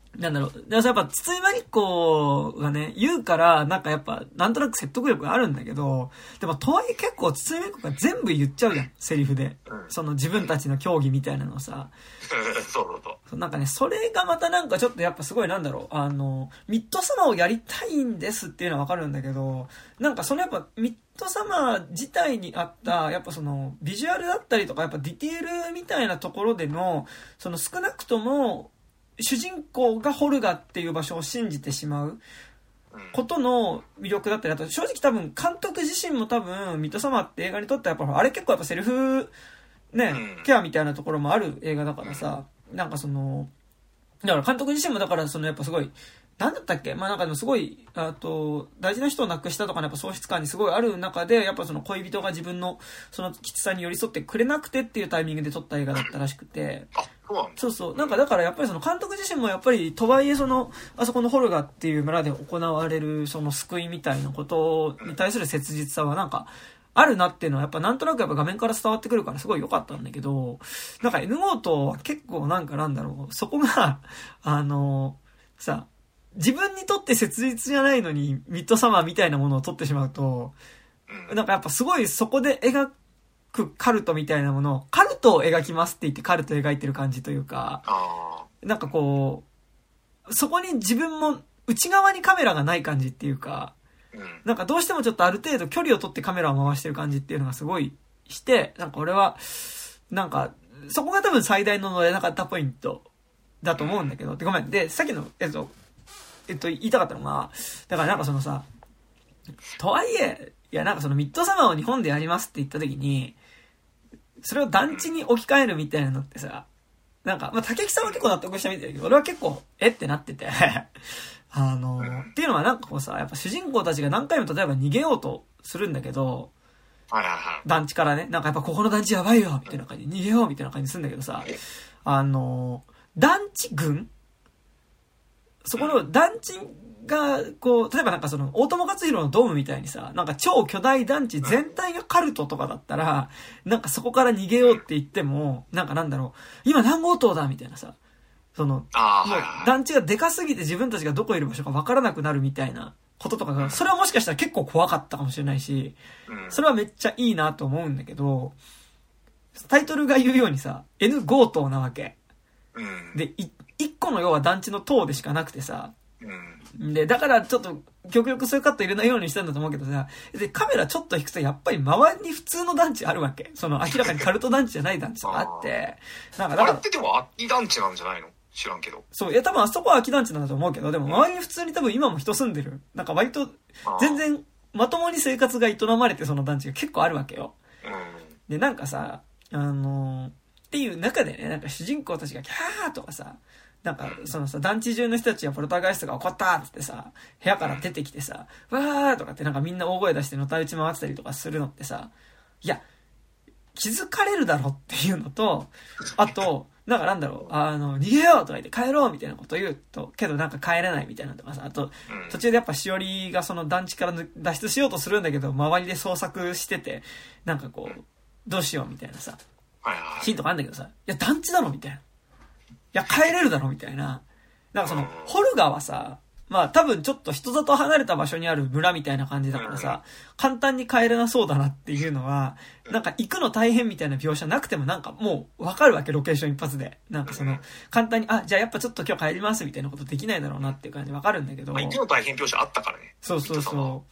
なんだろう。でもさ、やっぱ、筒井真理子がね、言うから、なんかやっぱ、なんとなく説得力があるんだけど、でも、とはいえ結構、筒井真理子が全部言っちゃうじゃん、セリフで。その自分たちの競技みたいなのをさ。そうなんかね、それがまたなんかちょっとやっぱすごいなんだろう、ミッドサマーをやりたいんですっていうのはわかるんだけど、なんかそのやっぱ、ミッドサマー自体にあった、やっぱその、ビジュアルだったりとか、やっぱディテールみたいなところでの、その少なくとも、主人公がホルガっていう場所を信じてしまうことの魅力だったり、あと正直多分監督自身も多分ミッドサマーって映画にとってはやっぱあれ結構やっぱセルフね、ケアみたいなところもある映画だからさ、なんかその、だから監督自身もだからそのやっぱすごい、なんだったっけ、まあなんかでもすごい、大事な人を亡くしたとかのやっぱ喪失感にすごいある中で、やっぱその恋人が自分のそのきつさに寄り添ってくれなくてっていうタイミングで撮った映画だったらしくて。そうそう。なんかだからやっぱりその監督自身もやっぱり、とはいえその、あそこのホルガっていう村で行われるその救いみたいなことに対する切実さはなんか、あるなっていうのはやっぱなんとなくやっぱ画面から伝わってくるからすごい良かったんだけど、なんか N ゴートは結構なんかなんだろう、そこが、さ、自分にとって切実じゃないのにミッドサマーみたいなものを撮ってしまうと、なんかやっぱすごいそこで描くカルトみたいなものを、カルトを描きますって言ってカルトを描いてる感じというか、なんかこう、そこに自分も内側にカメラがない感じっていうか、なんかどうしてもちょっとある程度距離を取ってカメラを回してる感じっていうのがすごいして、なんか俺は、なんか、そこが多分最大の乗れなかったポイントだと思うんだけど、ごめん。で、さっきの、言いたかったのが、だからなんかそのさ、とはいえ、いやなんかそのミッドサマーを日本でやりますって言った時に、それを団地に置き換えるみたいなのってさ、なんか、まあ、竹木さんは結構納得したみたいだけど、俺は結構、ってなってて、っていうのはなんかこうさ、やっぱ主人公たちが何回も例えば逃げようとするんだけど、団地からね、なんかやっぱここの団地やばいよ、みたいな感じで逃げよう、みたいな感じするんだけどさ、団地群そこの団地が、こう、例えばなんかその、大友克洋のドームみたいにさ、なんか超巨大団地全体がカルトとかだったら、なんかそこから逃げようって言っても、なんかなんだろう、今何号棟だみたいなさ、その、もう団地がでかすぎて自分たちがどこいる場所か分からなくなるみたいなこととかが、それはもしかしたら結構怖かったかもしれないし、それはめっちゃいいなと思うんだけど、タイトルが言うようにさ、N 号棟なわけ。で、一個の要は団地の棟でしかなくてさ、で、だからちょっと、極力そういうカット入れないようにしたんだと思うけどさ、で、カメラちょっと引くとやっぱり周りに普通の団地あるわけ。その明らかにカルト団地じゃない団地とかあって、 なんかだから。あれってでも空き団地なんじゃないの？知らんけど。 そう、いや多分あそこは空き団地なんだと思うけど、でも周りに普通に多分今も人住んでる。なんか割と、全然まともに生活が営まれてその団地が結構あるわけよ。で、なんかさ、っていう中でね、なんか主人公たちがキャーとかさ、なんか、そのさ、団地中の人たちはポルターガイストが起こったっつってさ、部屋から出てきてさ、わーとかってなんかみんな大声出してのたうち回ってたりとかするのってさ、いや、気づかれるだろっていうのと、あと、なんかなんだろう、逃げようとか言って帰ろうみたいなこと言うと、けどなんか帰れないみたいなとかさ、あと、途中でやっぱしおりがその団地から脱出しようとするんだけど、周りで捜索してて、なんかこう、どうしようみたいなさ、シーンとかあるんだけどさ、いや団地だろみたいな。いや、帰れるだろみたいな。なんかその、ホルガはさ、まあ多分ちょっと人里離れた場所にある村みたいな感じだからさ、簡単に帰れなそうだなっていうのは、なんか行くの大変みたいな描写なくてもなんかもうわかるわけ、ロケーション一発で。なんかその、簡単に、じゃあやっぱちょっと今日帰りますみたいなことできないだろうなっていう感じわかるんだけど。 まあ行くの大変描写あったからね。 そうそうそう。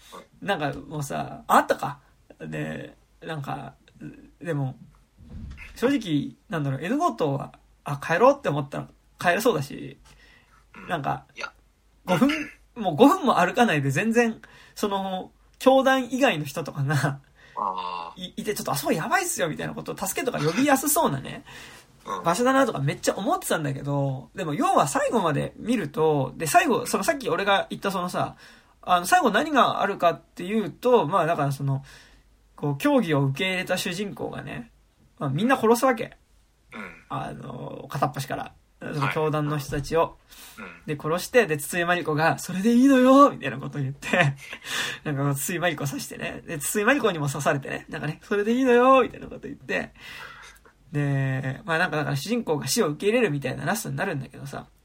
なんかもうさ、あったか。で、なんか、でも、正直、なんだろう、N ゴートは、帰ろうって思ったら帰れそうだし、なんか、5分、もう5分も歩かないで全然、その、教団以外の人とかが、いて、ちょっとあそこやばいっすよみたいなことを助けとか呼びやすそうなね、場所だなとかめっちゃ思ってたんだけど、でも要は最後まで見ると、で、最後、そのさっき俺が言ったそのさ、最後何があるかっていうと、まあだからその、こう、競技を受け入れた主人公がね、まあみんな殺すわけ。片っ端から、その教団の人たちを、で、殺して、で、筒井真理子が、それでいいのよみたいなことを言って、なんか、筒井真理子刺してね、で、筒井真理子にも刺されてね、なんかね、それでいいのよみたいなこと言って、で、まあなんかだから主人公が死を受け入れるみたいなラストになるんだけどさ、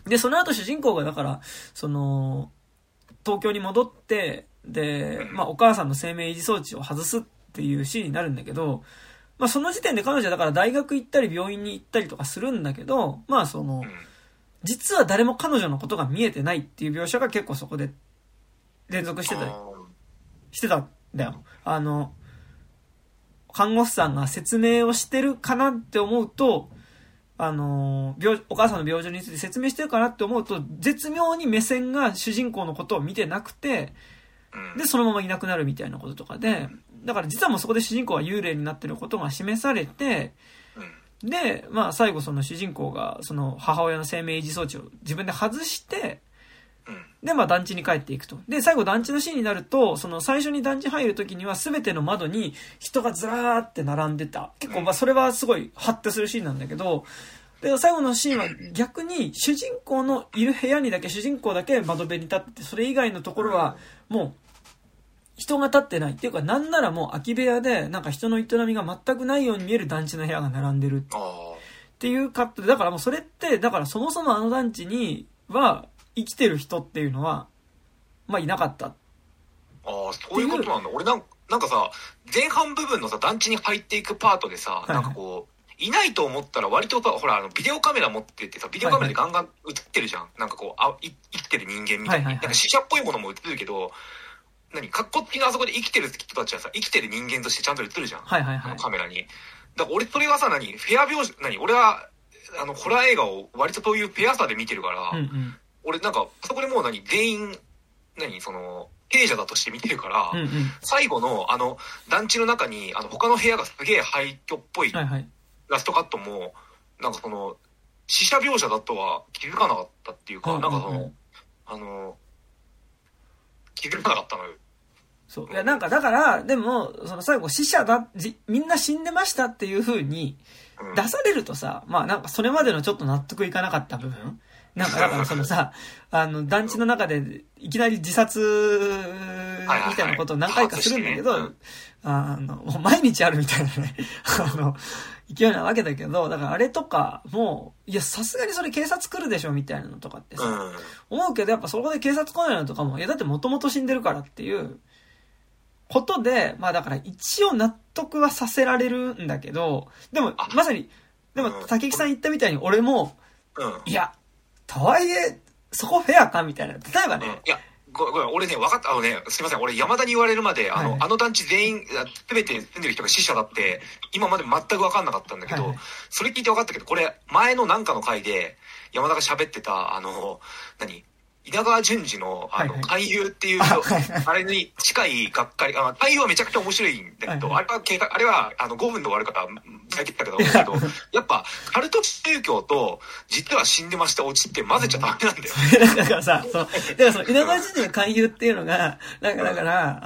で、その後主人公がだから、その、東京に戻って、で、まあお母さんの生命維持装置を外すっていうシーンになるんだけど、まあその時点で彼女はだから大学行ったり病院に行ったりとかするんだけど、まあその、実は誰も彼女のことが見えてないっていう描写が結構そこで連続してたりしてたんだよ。看護師さんが説明をしてるかなって思うと、お母さんの病状について説明してるかなって思うと、絶妙に目線が主人公のことを見てなくて、で、そのままいなくなるみたいなこととかで、だから実はもうそこで主人公は幽霊になってることが示されて、で、まあ最後その主人公がその母親の生命維持装置を自分で外して、で、まあ団地に帰っていくと。で、最後団地のシーンになると、その最初に団地入るときには全ての窓に人がずらーって並んでた。結構まあそれはすごいハッとするシーンなんだけど、で、最後のシーンは逆に主人公のいる部屋にだけ主人公だけ窓辺に立ってて、それ以外のところはもう人が立ってない。っていうかなんならもう空き部屋でなんか人の営みが全くないように見える団地の部屋が並んでるっていうカットで、だからもうそれって、だからそもそもあの団地には生きてる人っていうのは、まあいなかった。 ああ、そういうことなんだ。俺なんかさ、前半部分のさ、団地に入っていくパートでさ、はいはい、なんかこう、いないと思ったら割とさ、ほら、ビデオカメラ持っててさ、ビデオカメラでガンガン映ってるじゃん。はいはい、なんかこう、生きてる人間みたいに。はいはいはい、なんか死者っぽいものも映ってるけど、カッコつきのあそこで生きてる人たちはさ、生きてる人間としてちゃんと映るじゃん。 はいはいはい。 カメラに。だから俺、それはさ、フェア描写、俺は、ホラー映画を割とそういうフェアさで見てるから、うんうん、俺なんか、そこでもう全員、弊社だとして見てるから、うんうん、最後の団地の中に他の部屋がすげえ廃墟っぽいラストカットも、はいはい、なんかその死者描写だとは気づかなかったっていうか、なんかその気づかなかったのよ。 そういやなんかだからでもその最後死者だみんな死んでましたっていう風に出されるとさ、まあなんかそれまでのちょっと納得いかなかった部分。なんかだからそのさ、団地の中でいきなり自殺みたいなことを何回かするんだけど、もう毎日あるみたいなね、勢いなわけだけど、だからあれとかもう、いやさすがにそれ警察来るでしょみたいなのとかってさ、思うけどやっぱそこで警察来ないのとかも、いやだってもともと死んでるからっていうことで、まあだから一応納得はさせられるんだけど、でもまさに、でも竹木さん言ったみたいに俺も、いや、とはいえ、そこフェアかみたいな。例えばね。 いや、ごめん、俺ね、分かった。すいません。俺、山田に言われるまで、はい、団地全員、すべて住んでる人が死者だって、今まで全く分かんなかったんだけど、はいはい、それ聞いて分かったけど、これ、前のなんかの回で、山田が喋ってた、稲川淳二の、勧誘っていう、あれに近いがっかり、勧誘はめちゃくちゃ面白いんだけど、あれは5分で終わるから、大体だけど、やっぱ、カルト宗教と、実は死んでましたオチって混ぜちゃダメなんだよ。 だからさ、だからその、稲川淳二の勧誘っていうのが、だから、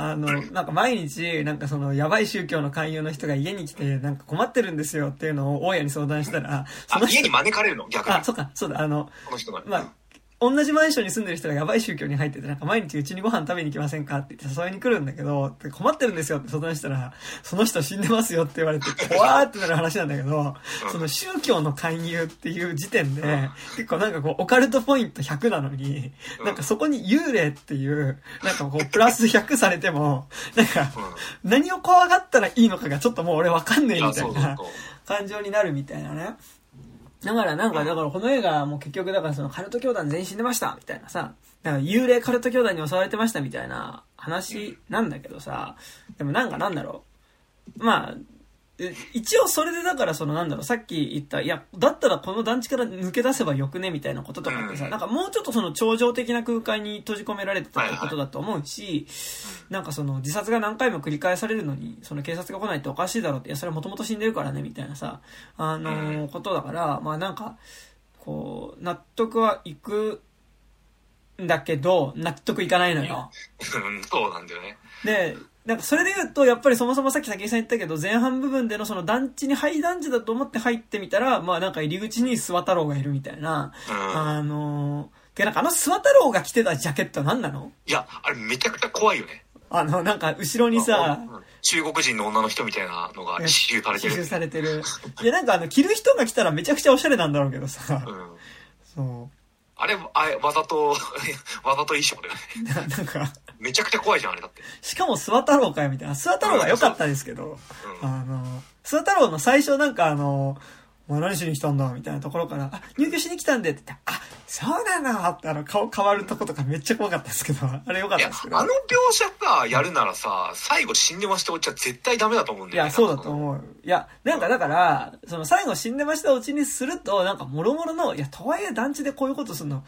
なんか毎日、なんかその、やばい宗教の勧誘の人が家に来て、なんか困ってるんですよっていうのを大家に相談したら、 家に招かれるの逆に。 そうか、そうだ、この人が。まあ同じマンションに住んでる人がやばい宗教に入ってて、なんか毎日うちにご飯食べに来ませんかって言って誘いに来るんだけど、困ってるんですよって相談したら、その人死んでますよって言われて、怖ーってなる話なんだけど、その宗教の勧誘っていう時点で、結構なんかこう、オカルトポイント100なのに、なんかそこに幽霊っていう、なんかこう、プラス100されても、なんか、何を怖がったらいいのかがちょっともう俺わかんねえみたいな感情になるみたいなね。だからこの映画も結局だからそのカルト教団全員死んでましたみたいなさ、だから幽霊カルト教団に襲われてましたみたいな話なんだけどさ、でもなんだろう、まあ一応それでだからそのさっき言ったいやだったらこの団地から抜け出せばよくねみたいなこととかってさ、なんかもうちょっとその超常的な空間に閉じ込められてたってことだと思うし、なんかその自殺が何回も繰り返されるのにその警察が来ないっておかしいだろうって、いやそれはもともと死んでるからねみたいなさことだから、まあなんかこう納得はいくんだけど納得いかないのよ。 そうなんだよね。 でなんかそれで言うとやっぱりそもそもさっき武井さん言ったけど前半部分でのその団地に廃団地だと思って入ってみたら、まあなんか入り口に諏訪太郎がいるみたいな、なんか諏訪太郎が着てたジャケットは何なの？ いやあれめちゃくちゃ怖いよね。 なんか後ろにさ、 中国人の女の人みたいなのが刺繍されてる。 刺繍されてる。いやなんか着る人が来たらめちゃくちゃおしゃれなんだろうけどさ、そう。 あれ、わざと衣装だよね。 なんか、 めちゃくちゃ怖いじゃん、あれだって。 しかも諏訪太郎かよ、みたいな。諏訪太郎が良かったですけど、諏訪太郎の最初なんかお前何しに来たんだみたいなところから、入居しに来たんでって言って、そうなのって顔変わるとことかめっちゃ怖かったですけど、あれ良かったですけど。 あの描写さ、やるならさ、最後死んでましたおっちゃ絶対ダメだと思うんだよね。 いや、そうだと思う。いや、なんかだから、その最後死んでましたおちにすると、なんかもろもろの、いや、とはいえ団地でこういうことするのって、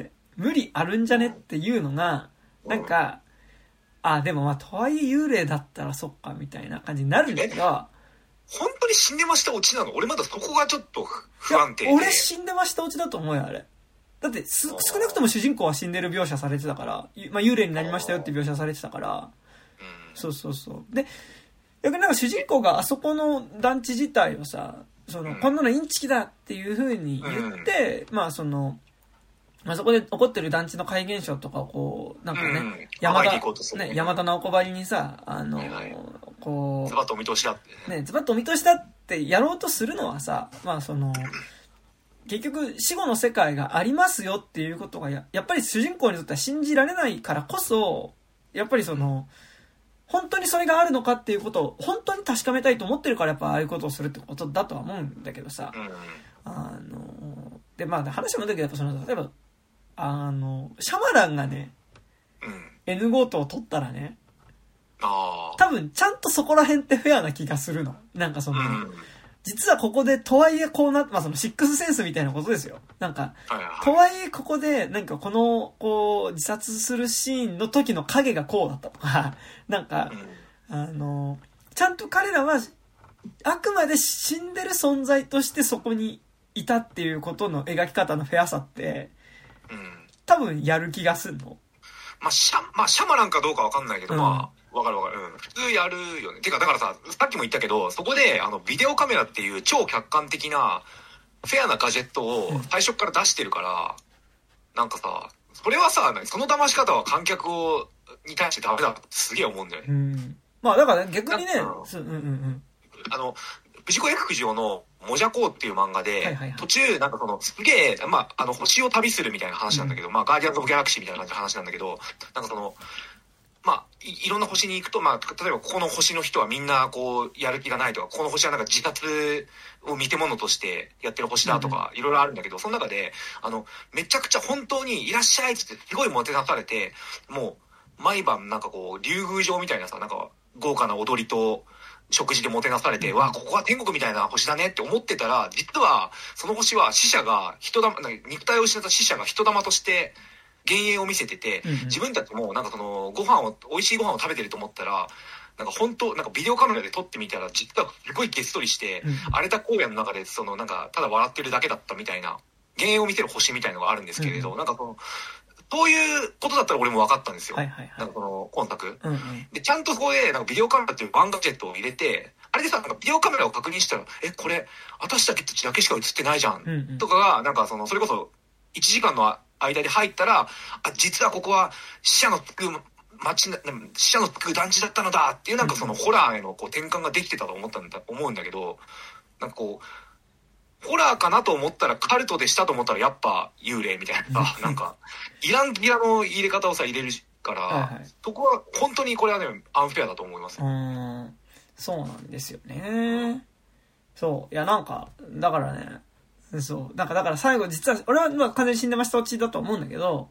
無理あるんじゃねっていうのが、なんか、でもとはいえ幽霊だったらそっか、みたいな感じになるんだけど、 本当に死んでましたオチなの？俺まだそこがちょっと不安定で。 俺死んでましたオチだと思うよ、あれ。だって、少なくとも主人公は死んでる描写されてたから、幽霊になりましたよって描写されてたから、そうそうそう。で、逆になんか主人公があそこの団地自体をさ、こんなのインチキだっていう風に言って、そこで起こってる団地の怪現象とかをこう、なんかね、山田直子ばりにさ、こう、 ズバッとお見通しだって。 ね、ズバッとお見通しだってやろうとするのはさ、結局死後の世界がありますよっていうことがやっぱり主人公にとっては信じられないからこそ、やっぱり本当にそれがあるのかっていうことを本当に確かめたいと思ってるからやっぱああいうことをするってことだとは思うんだけどさ、で、話もだけどやっぱ例えば、シャマランがね、N ゴートを取ったらね、多分ちゃんとそこら辺ってフェアな気がするの。なんか実はここでとはいえこうなって、シックスセンスみたいなことですよ。なんか、とはいえここでなんかこう自殺するシーンの時の影がこうだったとか、なんか、ちゃんと彼らはあくまで死んでる存在としてそこにいたっていうことの描き方のフェアさって、多分やる気がすんの。 シャマランかどうかわかんないけど、わかる。普通やるよね。てか、だからさっきも言ったけど、そこで、ビデオカメラっていう超客観的な、フェアなガジェットを最初から出してるから、なんかさ、それはさ、その騙し方は観客に対してダメだってすげえ思うんだよね。 だから逆にね、 藤子 F 不二雄のモジャコウっていう漫画で、途中、なんかすげえ、星を旅するみたいな話なんだけど、ガーディアンズ・オブ・ギャラクシーみたいな感じの話なんだけど、なんかいろんな星に行くと、例えばここの星の人はみんなこう、やる気がないとか、ここの星はなんか自殺を見て物としてやってる星だとか、いろいろあるんだけど、その中で、めちゃくちゃ本当にいらっしゃいってすごいもてなされて、もう、毎晩なんかこう、竜宮城みたいなさ、なんか豪華な踊りと、食事でもてなされて、わあ、ここは天国みたいな星だねって思ってたら、実は、その星は死者が肉体を失った死者が人玉として、幻影を見せてて、自分たちもなんか美味しいご飯を食べてると思ったら、なんか本当、なんかビデオカメラで撮ってみたら、実はすごいげっそりして、荒れた荒野の中で、なんか、ただ笑ってるだけだったみたいな、幻影を見せる星みたいのがあるんですけれど、なんかそういうことだったら俺も分かったんですよ。なんか今作。で、ちゃんとそこで、なんかビデオカメラっていうワンガジェットを入れて、あれでさ、なんかビデオカメラを確認したら、これ、私たちだけしか映ってないじゃん。とかが、なんかそれこそ、1時間の間で入ったら、実はここは死者のつく死者のつく団地だったのだっていう、なんかホラーへのこう転換ができてたと思うんだけど、なんかこう、ホラーかなと思ったらカルトでしたと思ったらやっぱ幽霊みたいなさ、なんか、イランギラの入れ方をさ、入れるから、そこは本当にこれはね、アンフェアだと思います。 そうなんですよね。そう。いや、なんか、だからね、そう。だから最後、実は、俺は完全に死んでましたオチだと思うんだけど、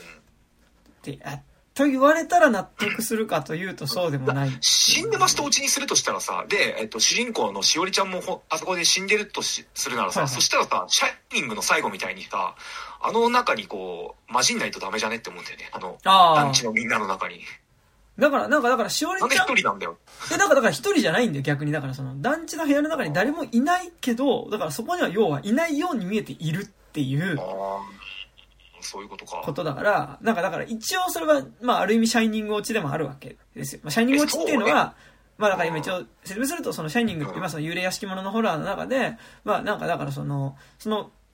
と言われたら納得するかというとそうでもない。 死んでましたオチにするとしたらさ、で、主人公のしおりちゃんもあそこで死んでるとするならさ、そしたらさ、シャイニングの最後みたいにさ、中にこう、混じんないとダメじゃねって思うんだよね。団地のみんなの中に。 だから、しおりちゃん。 なんで一人なんだよ。 だから一人じゃないんだよ、逆に。だから団地の部屋の中に誰もいないけど、だからそこには要はいないように見えているっていう。 そういうことか。 ことだから、だから一応それは、ある意味シャイニング落ちでもあるわけですよ。シャイニング落ちっていうのは、だから今一応説明すると、シャイニングって今幽霊屋敷物のホラーの中で、だから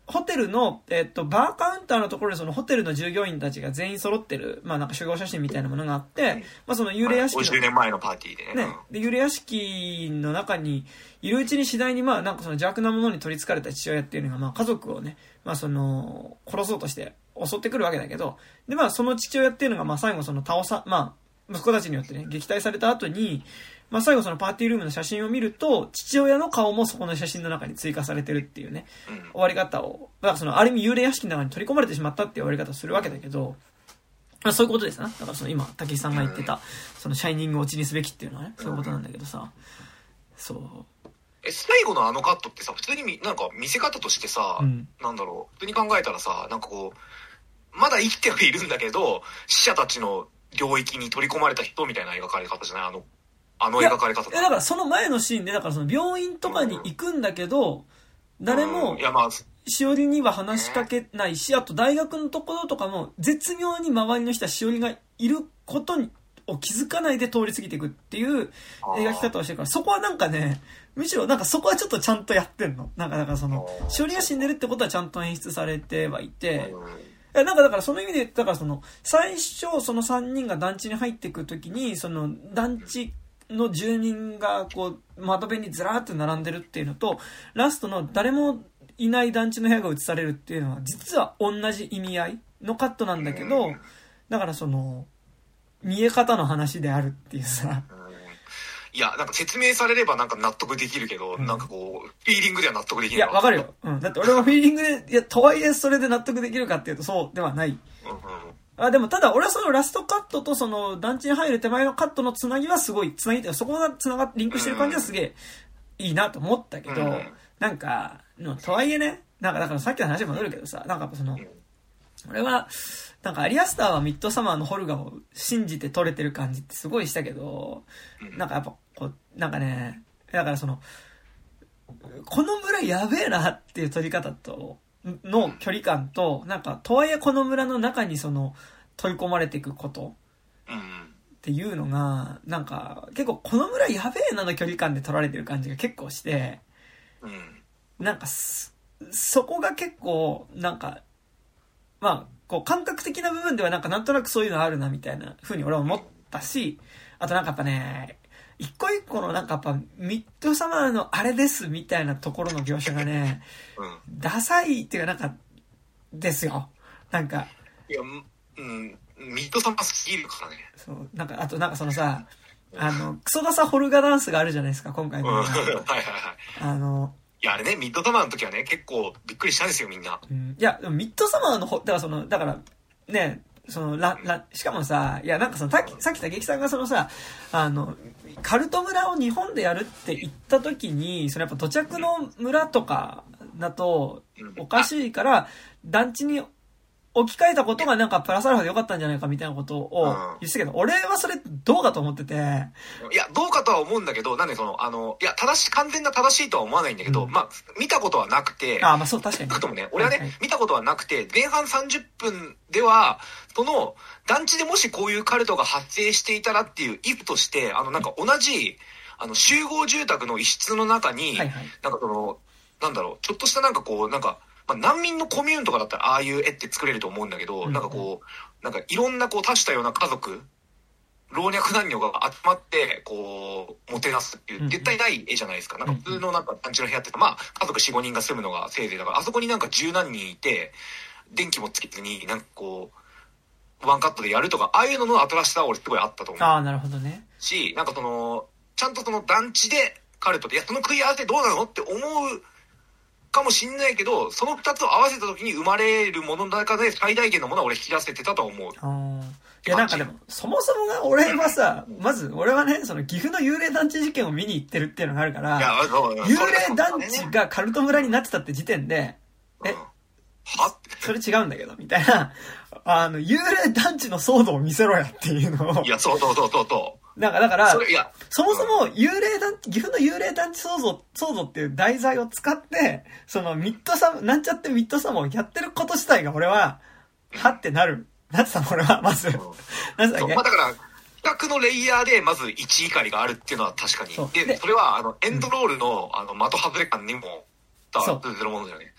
ホテルの、バーカウンターのところでそのホテルの従業員たちが全員揃ってる、まあなんか集合写真みたいなものがあって、まあその幽霊屋敷の。 50年前のパーティーでね。 で、幽霊屋敷の中にいるうちに次第にまあなんかその邪悪なものに取り憑かれた父親っていうのがまあ家族をね、まあその、殺そうとして襲ってくるわけだけど、でまあその父親っていうのがまあ最後そのまあ息子たちによってね、撃退された後に、まあ最後そのパーティールームの写真を見ると、父親の顔もそこの写真の中に追加されてるっていうね、終わり方を、だからそのある意味幽霊屋敷の中に取り込まれてしまったっていう終わり方をするわけだけど、まあそういうことですな。だからその今、竹井さんが言ってた、そのシャイニングを落ちにすべきっていうのはね、そういうことなんだけどさ、そう。 最後のあのカットってさ、普通になんか見せ方としてさ、なんだろう、普通に考えたらさ、なんかこう、まだ生きてはいるんだけど、死者たちの領域に取り込まれた人みたいな描かれ方じゃない？あの描かれ方だからその前のシーンで、だからその病院とかに行くんだけど、誰も、しおりには話しかけないし、あと大学のところとかも、絶妙に周りの人はしおりがいることを気づかないで通り過ぎていくっていう描き方をしてるから、そこはなんかね、むしろなんかそこはちょっとちゃんとやってんの。なんかだからその、しおりが死んでるってことはちゃんと演出されてはいて、なんかだからその意味で言ったからその、最初その3人が団地に入っていくときに、その団地の住人がこう窓辺にずらーって並んでるっていうのと、ラストの誰もいない団地の部屋が映されるっていうのは実は同じ意味合いのカットなんだけど、だからその見え方の話であるっていうさ、 いやなんか説明されればなんか納得できるけど、なんかこうフィーリングでは納得できない。 いやわかるよ、だって俺はフィーリングで、いやとはいえそれで納得できるかっていうとそうではない。でもただ俺はそのラストカットとその団地に入る手前のカットのつなぎはすごい、つなぎってそこがリンクしてる感じはすげえいいなと思ったけど、なんかとはいえね、なんかだからさっきの話に戻るけどさ、なんかその俺はなんかアリアスターはミッドサマーのホルガを信じて撮れてる感じってすごいしたけど、なんかやっぱこうなんかね、だからそのこの村やべえなっていう撮り方との距離感と、なんかとはいえこの村の中にその取り込まれていくことっていうのがなんか結構この村やべえなの距離感で撮られてる感じが結構して、なんかそこが結構なんかまあこう感覚的な部分ではなんとなくそういうのあるなみたいな風に俺は思ったし、あとなんかやっぱね、一個一個のなんかやっぱミッドサマーのあれですみたいなところの描写がね、ダサいっていうかなんかですよ。なんかいやミッドサマーすぎるからね。 そうなんかあとなんかそのさ、クソダサホルガダンスがあるじゃないですか今回の。はいはいはい。いやあれね、ミッドサマーの時はね結構びっくりしたんですよみんな。 いやでもミッドサマーのだからね。そのしかもさ、いやなんかそのさっき竹木さんがそのさ、カルト村を日本でやるって言った時に、それやっぱ土着の村とかだとおかしいから団地に置き換えたことがなんかプラスアルファで良かったんじゃないかみたいなことを言ってたけど、俺はそれどうかと思ってて。いやどうかとは思うんだけど、なんでそのいや完全な正しいとは思わないんだけど、まあ見たことはなくて。 まあそう確かに。 あともね、俺はね、見たことはなくて、前半30分ではその団地でもしこういうカルトが発生していたらっていうイフとして、なんか同じ集合住宅の一室の中に、なんかそのなんだろう、ちょっとしたなんかこうなんか。難民のコミューンとかだったらああいう絵って作れると思うんだけど、なんかこうなんかいろんなこう多種多様な家族、老若男女が集まってこうもてなすっていう絶対ない絵じゃないですか。なんか普通のなんか団地の部屋ってまあ家族 4,5 人が住むのがせいぜいだから、あそこになんか十何人いて電気もつけずになんかこうワンカットでやるとか、ああいうのの新しさは俺すごいあったと思う。 なるほどね。 し、なんかそのちゃんとその団地でカルトで、いやその食い合わせどうなのって思うかもしんないけど、その2つを合わせた時に生まれるものの中で最大限のものは俺引き出せてたと思う。 いやなんかでもそもそもが俺はさ、まず俺はね、その岐阜の幽霊団地事件を見に行ってるっていうのがあるから、幽霊団地がカルト村になってたって時点で、それ違うんだけどみたいな、幽霊団地の騒動を見せろやっていうのを。 いやそうだからそもそも岐阜の幽霊団地騒動っていう題材を使ってそのなんちゃってミッドサマーをやってること自体が俺ははってなってたの。俺はまずなんだっけ、 だから企画のレイヤーでまず一怒りがあるっていうのは確かに。でそれはエンドロールの的外れ感にも通ずるものだよね。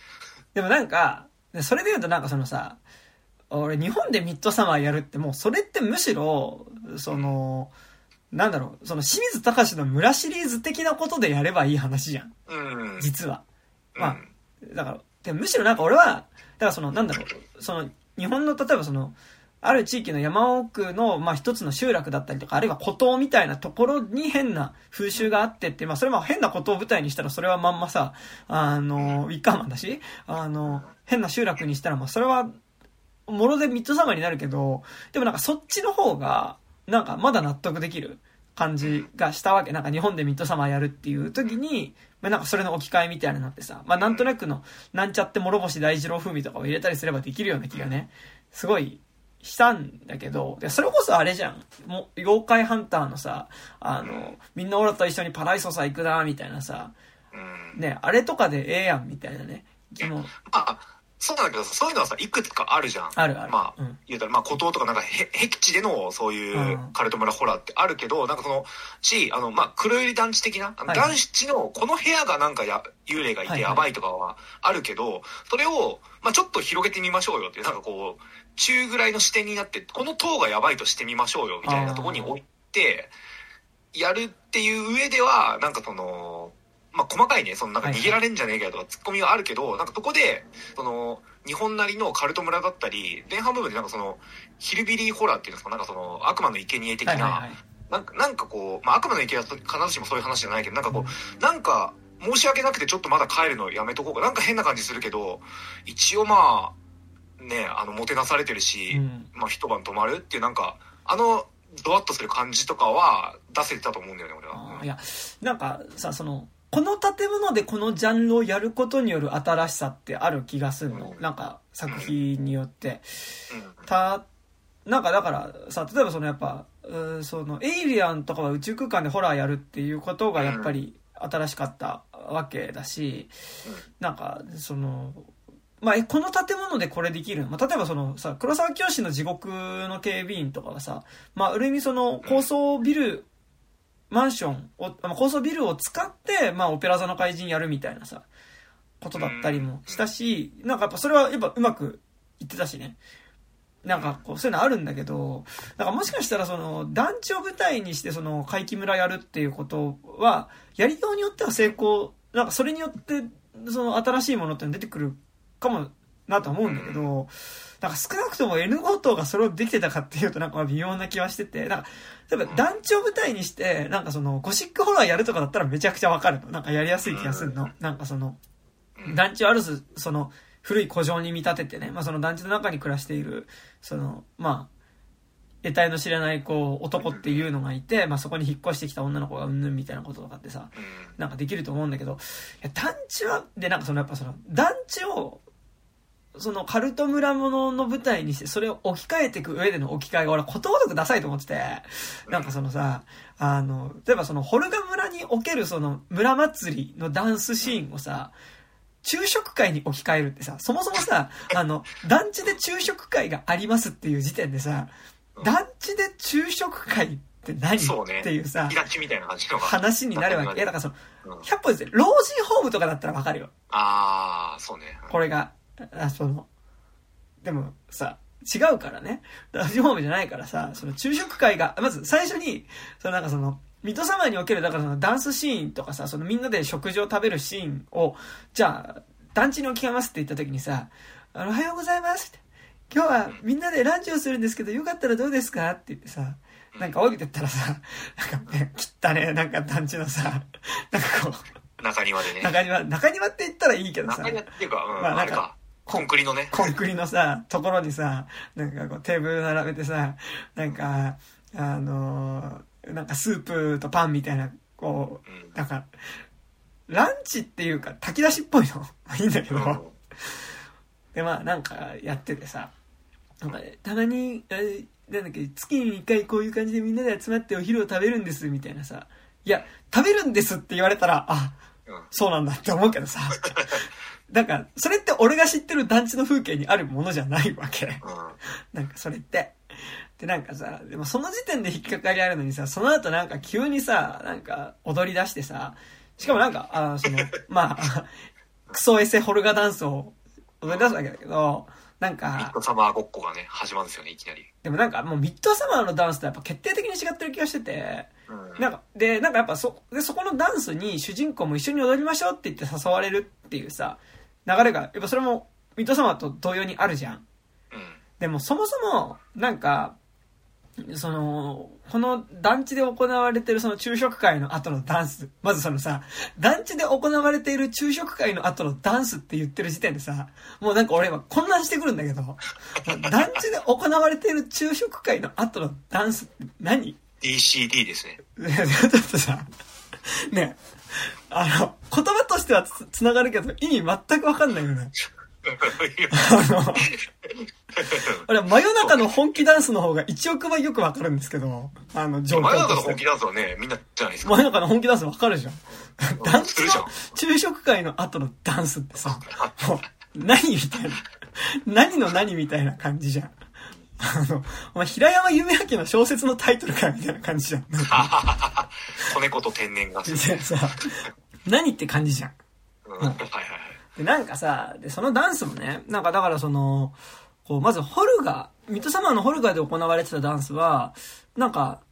でもなんか、それで言うとなんかそのさ、俺日本でミッドサマーやるってもうそれってむしろ、その、なんだろう、その清水隆の村シリーズ的なことでやればいい話じゃん。実は。まあ、だから、でむしろなんか俺は、だからその、なんだろう、その、日本の例えばその、ある地域の山奥の、まあ一つの集落だったりとか、あるいは孤島みたいなところに変な風習があってって、まあそれも変な孤島を舞台にしたらそれはまんまさ、ウィッカーマンだし、変な集落にしたらまあそれは、もろでミッドサマーになるけど、でもなんかそっちの方が、なんかまだ納得できる感じがしたわけ。なんか日本でミッドサマーやるっていう時に、まあなんかそれの置き換えみたいになってさ、まあなんとなくの、なんちゃって諸星大二郎風味とかを入れたりすればできるような気がね、すごいしたんだけど、それこそあれじゃん。もう、妖怪ハンターのさ、みんなオラと一緒にパライソさ行くな、みたいなさ、ね、あれとかでええやん、みたいなね。 そうなんだけどさ、そういうのはさ、いくつかあるじゃん。 あるある。 まあ、言うたら、まあ、孤島とかなんか、僻地での、そういう、カルト村ホラーってあるけど、なんかその、まあ、黒百合団地的な、団地の、この部屋がなんか幽霊がいてやばいとかはあるけど、それを、まあ、ちょっと広げてみましょうよっていう、なんかこう、中ぐらいの視点になって、この塔がやばいとしてみましょうよ、みたいなところに置いて、やるっていう上では、なんかその、まあ、細かいね、そのなんか逃げられんじゃねえかよとかツッコミはあるけど、なんかそこで、その、日本なりのカルト村だったり、前半部分でなんかその、ヒルビリーホラーっていうんですか、なんかその、悪魔の生贄的な、なんかこう、まあ、悪魔の生贄は必ずしもそういう話じゃないけど、なんかこう、なんか、申し訳なくてちょっとまだ帰るのやめとこうか、なんか変な感じするけど、一応まあ、ね、もてなされてるし、まあ一晩泊まるっていうなんか、ドワッとする感じとかは出せてたと思うんだよね、俺は。 いや、なんかさ、その、この建物でこのジャンルをやることによる新しさってある気がするの。なんか作品によって。なんかだからさ、例えばそのやっぱ、そのエイリアンとかは宇宙空間でホラーやるっていうことがやっぱり新しかったわけだし、なんかその、まあ、この建物でこれできる。まあ、例えばそのさ、黒沢清の地獄の警備員とかはさ、まあ、ある意味その高層ビル、マンションを、高層ビルを使って、まあ、オペラ座の怪人やるみたいなさ、ことだったりもしたし、なんかやっぱそれはやっぱうまくいってたしね。なんかこう、そういうのあるんだけど、なんかもしかしたらその、団地を舞台にしてその、怪奇村やるっていうことは、やりようによっては成功、なんかそれによって、その新しいものって出てくるかもなと思うんだけど、なんか少なくとも N 号棟がそれをできてたかっていうとなんか微妙な気はしてて、なんか、例えば団地を舞台にして、なんかそのゴシックホラーやるとかだったらめちゃくちゃわかるの。なんかやりやすい気がするの。なんかその、団地をある種、その、古い古城に見立ててね、まあその団地の中に暮らしている、その、まあ、得体の知れないこう男っていうのがいて、まあそこに引っ越してきた女の子がうんぬんみたいなこととかってさ、なんかできると思うんだけど、いや団地は、でなんかそのやっぱその、団地を、そのカルト村ものの舞台にしてそれを置き換えていく上での置き換えが俺はことごとくダサいと思ってて、なんかそのさ、例えばそのホルガ村におけるその村祭りのダンスシーンをさ、昼食会に置き換えるってさ、そもそもさ、団地で昼食会がありますっていう時点でさ、団地で昼食会って何、っていうさ、話になるわけ。いや、だからその、100歩ですね、老人ホームとかだったらわかるよ。 そうね。 これが。その、でもさ、違うからね。ラジオホームじゃないからさ、その昼食会が、まず最初に、そのなんかその、ミッドサマーにおける、だからそのダンスシーンとかさ、そのみんなで食事を食べるシーンを、じゃあ、団地に置き換えますって言った時にさ、おはようございますって。今日はみんなでランチをするんですけど、よかったらどうですかって言ってさ、なんか降りてったらさ、なんかね、汚ね、なんか団地のさ、なんかこう、中庭でね。 中庭って言ったらいいけどさ。 中庭っていうか、まあなんか、コンクリのね。 コンクリのさ、ところにさ、なんかこうテーブル並べてさ、なんか、なんかスープとパンみたいな、こう、なんか、ランチっていうか炊き出しっぽいのいいんだけど、で、まあなんかやっててさ、なんかたまに、なんだっけ、月に1回こういう感じでみんなで集まってお昼を食べるんです、みたいなさ、いや、食べるんですって言われたら、あ、そうなんだって思うけどさ、なんか、それって俺が知ってる団地の風景にあるものじゃないわけ。なんかそれって。で、なんかさ、でもその時点で引っかかりあるのにさ、その後なんか急にさ、なんか踊り出してさ、しかもなんか、その、まあ、クソエセホルガダンスを踊り出すわけだけど、なんか。 ミッドサマーごっこがね、始まるんですよね、いきなり。 でもなんかもうミッドサマーのダンスとやっぱ決定的に違ってる気がしてて、なんかやっぱそこのダンスに主人公も一緒に踊りましょうって言って誘われるっていうさ、流れが、やっぱそれもミッドサマーと同様にあるじゃん。でもそもそも、なんか、この団地で行われてるその昼食会の後のダンス。まずそのさ、団地で行われている昼食会の後のダンスって言ってる時点でさ、もうなんか俺今混乱してくるんだけど、団地で行われている昼食会の後のダンスって何？ DCD ですね。 ちょっとさ、ね、言葉としてはつながるけど、意味全くわかんないよね。俺真夜中の本気ダンスの方が1億倍よくわかるんですけど、 真夜中の本気ダンスはね、みんなじゃないですか。 真夜中の本気ダンスわかるじゃん。団地の昼食会の後のダンスってさ、もう何みたいな。何の何みたいな感じじゃん。お前平山夢明の小説のタイトルかみたいな感じじゃん。 子猫と天然ガス。 さ、何って感じじゃん。 はいはいはい。 で、なんかさ、で、そのダンスもね、なんかだからまずミッドサマーのホルガーで行われてたダンスは、なんか、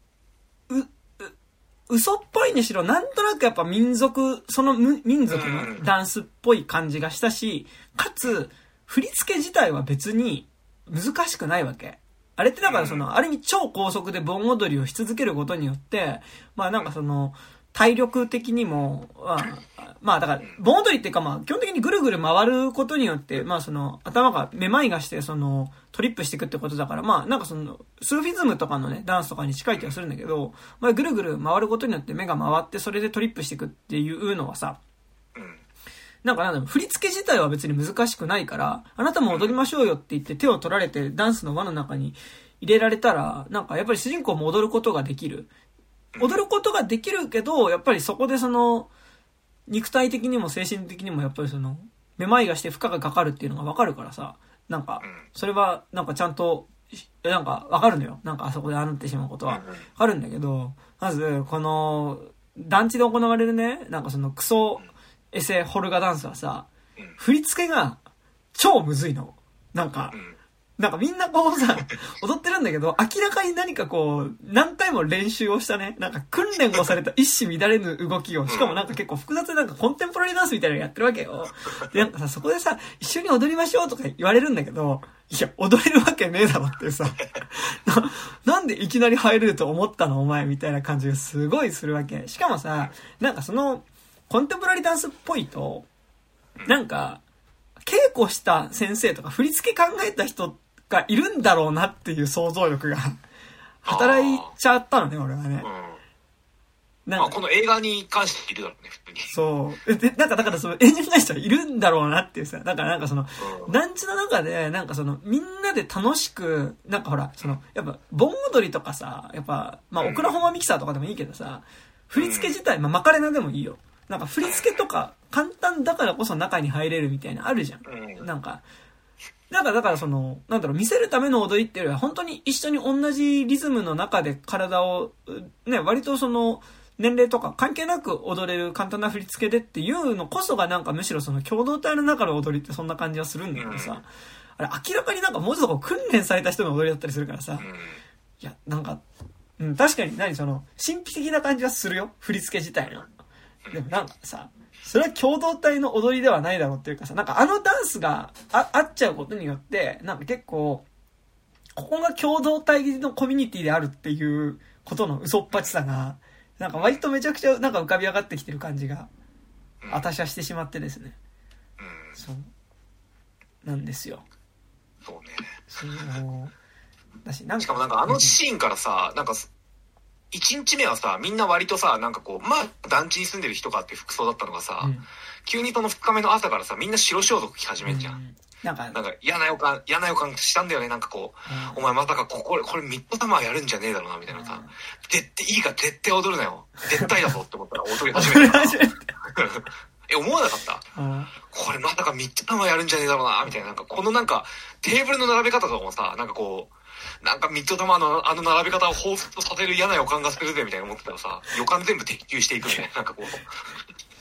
嘘っぽいにしろ、なんとなくやっぱ民族のダンスっぽい感じがしたし、かつ、振り付け自体は別に難しくないわけ。あれってだからある意味超高速で盆踊りをし続けることによって、まあなんか体力的にも、まあだから、盆踊りっていうかまあ基本的にぐるぐる回ることによって、まあ頭がめまいがしてトリップしていくってことだから、まあなんかスーフィズムとかのね、ダンスとかに近い気がするんだけど、まあぐるぐる回ることによって目が回ってそれでトリップしていくっていうのはさ、なんか振り付け自体は別に難しくないから、あなたも踊りましょうよって言って手を取られてダンスの輪の中に入れられたら、なんかやっぱり主人公も踊ることができる。踊ることができるけど、やっぱりそこで肉体的にも精神的にもやっぱりめまいがして負荷がかかるっていうのがわかるからさ、なんか、それはなんかちゃんと、なんかわかるのよ。なんかあそこであってしまうことはわかるんだけど、まず、この、団地で行われるね、なんかクソエセホルガダンスはさ、振り付けが超むずいの。なんかみんなさ、踊ってるんだけど、明らかに何か何回も練習をしたね、なんか訓練をされた一糸乱れぬ動きを、しかもなんか結構複雑でなんかコンテンポラリーダンスみたいなのやってるわけよ。で、なんかさ、そこでさ、一緒に踊りましょうとか言われるんだけど、いや、踊れるわけねえだろっていうさ、なんでいきなり入れると思ったのお前みたいな感じがすごいするわけ。しかもさ、なんかコンテンポラリーダンスっぽいと、なんか、稽古した先生とか振り付け考えた人がいるんだろうなっていう想像力が働いちゃったのね、俺はね。 なんかこの映画に関しているだろうね、普通に。 そう。で、なんかだから演者に関してはいるんだろうなっていうさ、だからなんか団地の中で、なんかみんなで楽しく、なんかほら、やっぱ、盆踊りとかさ、やっぱ、まあ、オクラホマミキサーとかでもいいけどさ、振り付け自体、まあ、マカレナでもいいよ。なんか振り付けとか簡単だからこそ中に入れるみたいなあるじゃん。なんか、だからなんだろう、見せるための踊りっていうよりは本当に一緒に同じリズムの中で体を、ね、割と年齢とか関係なく踊れる簡単な振り付けでっていうのこそがなんかむしろ共同体の中の踊りってそんな感じはするんだけどさ、あれ明らかになんかもうちょっと訓練された人の踊りだったりするからさ、いや、なんか、確かに神秘的な感じはするよ、振り付け自体の。でもなんかさ、それは共同体の踊りではないだろうっていうかさ、なんかダンスが合っちゃうことによって、なんか結構、ここが共同体のコミュニティであるっていうことの嘘っぱちさが、なんか割とめちゃくちゃなんか浮かび上がってきてる感じが、私はしてしまってですね。そう。なんですよ。 そうね。 しかもなんかシーンからさ、なんか、1日目はさ、みんな割とさ、なんかまあ、団地に住んでる人かっていう服装だったのがさ、急に2日目の朝からさ、みんな白装束着始めんじゃん。なんか嫌な予感したんだよね、なんかお前まさかこれミッドサマーやるんじゃねえだろうな、みたいなさ、いいか、絶対踊るなよ。絶対だぞって思ったら踊り始めた。思わなかったこれまさかミッドサマーやるんじゃねえだろうな、みたいな、なんかなんか、テーブルの並べ方とかもさ、なんかなんかミッドサマーの並べ方を彷彿とさせる嫌な予感がするぜみたいな思ってたらさ、予感全部的中していくみたいな、なんか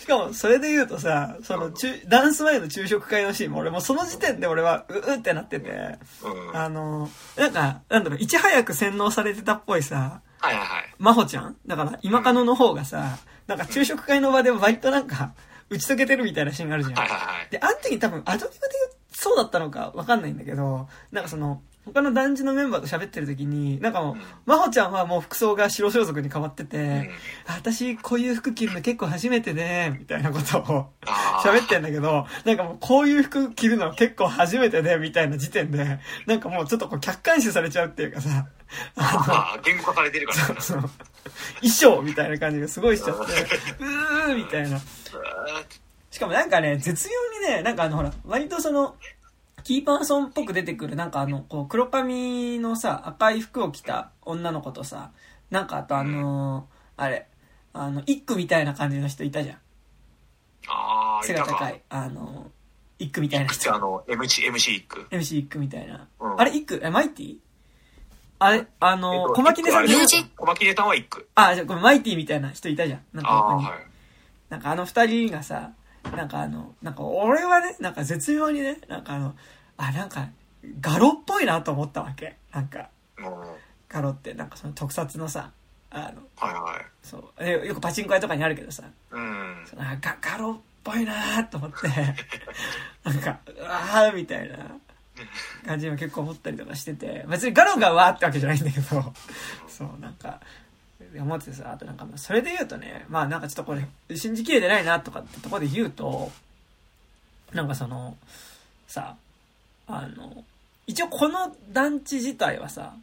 しかも、それで言うとさ、ダンス前の昼食会のシーンも俺もその時点で俺は、ってなってて、なんか、なんだろう、いち早く洗脳されてたっぽいさ、 はいはいはい。 真帆ちゃんだから、今カノの方がさ、なんか昼食会の場で割となんか、打ち解けてるみたいなシーンがあるじゃん。 はいはいはい。 で、あの時多分アドリブでそうだったのかわかんないんだけど、なんか他の団地のメンバーと喋ってる時に、なんかもう、真帆ちゃんはもう服装が白装束に変わってて、私こういう服着るの結構初めてで、みたいなことを喋ってんだけど、なんかもうこういう服着るの結構初めてで、みたいな時点で、なんかもうちょっとこう客観視されちゃうっていうかさ、 言語化されてるから、 ね。そう。衣装みたいな感じがすごいしちゃって、みたいな。しかもなんかね、絶妙にね、なんかほら、割とキーパーソンっぽく出てくる、なんかこう、黒髪のさ、赤い服を着た女の子とさ、なんかあとあれ、イックみたいな感じの人いたじゃん。背が高い。イックみたいな人。 MC イック。 MC イックみたいな。あれ、イックマイティあれ、小牧根さんで小牧根さんはイック。 じゃあこれマイティみたいな人いたじゃん。なんかはい。 なんか二人がさ、なんか俺はね、なんか絶妙にね、なんかなんか、ガロっぽいなと思ったわけ。なんか、ガロって、なんか特撮のさ、 はいはい。 そう。よくパチンコ屋とかにあるけどさ、ガロっぽいなと思って、なんか、みたいな感じも結構思ったりとかしてて、別にガロがってわけじゃないんだけど、そう、なんか、思ってさ、あとなんか、それで言うとね、まあなんかちょっとこれ、信じきれてないなとかってところで言うと、なんかさ、一応この団地自体はさ、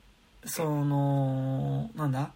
なんだ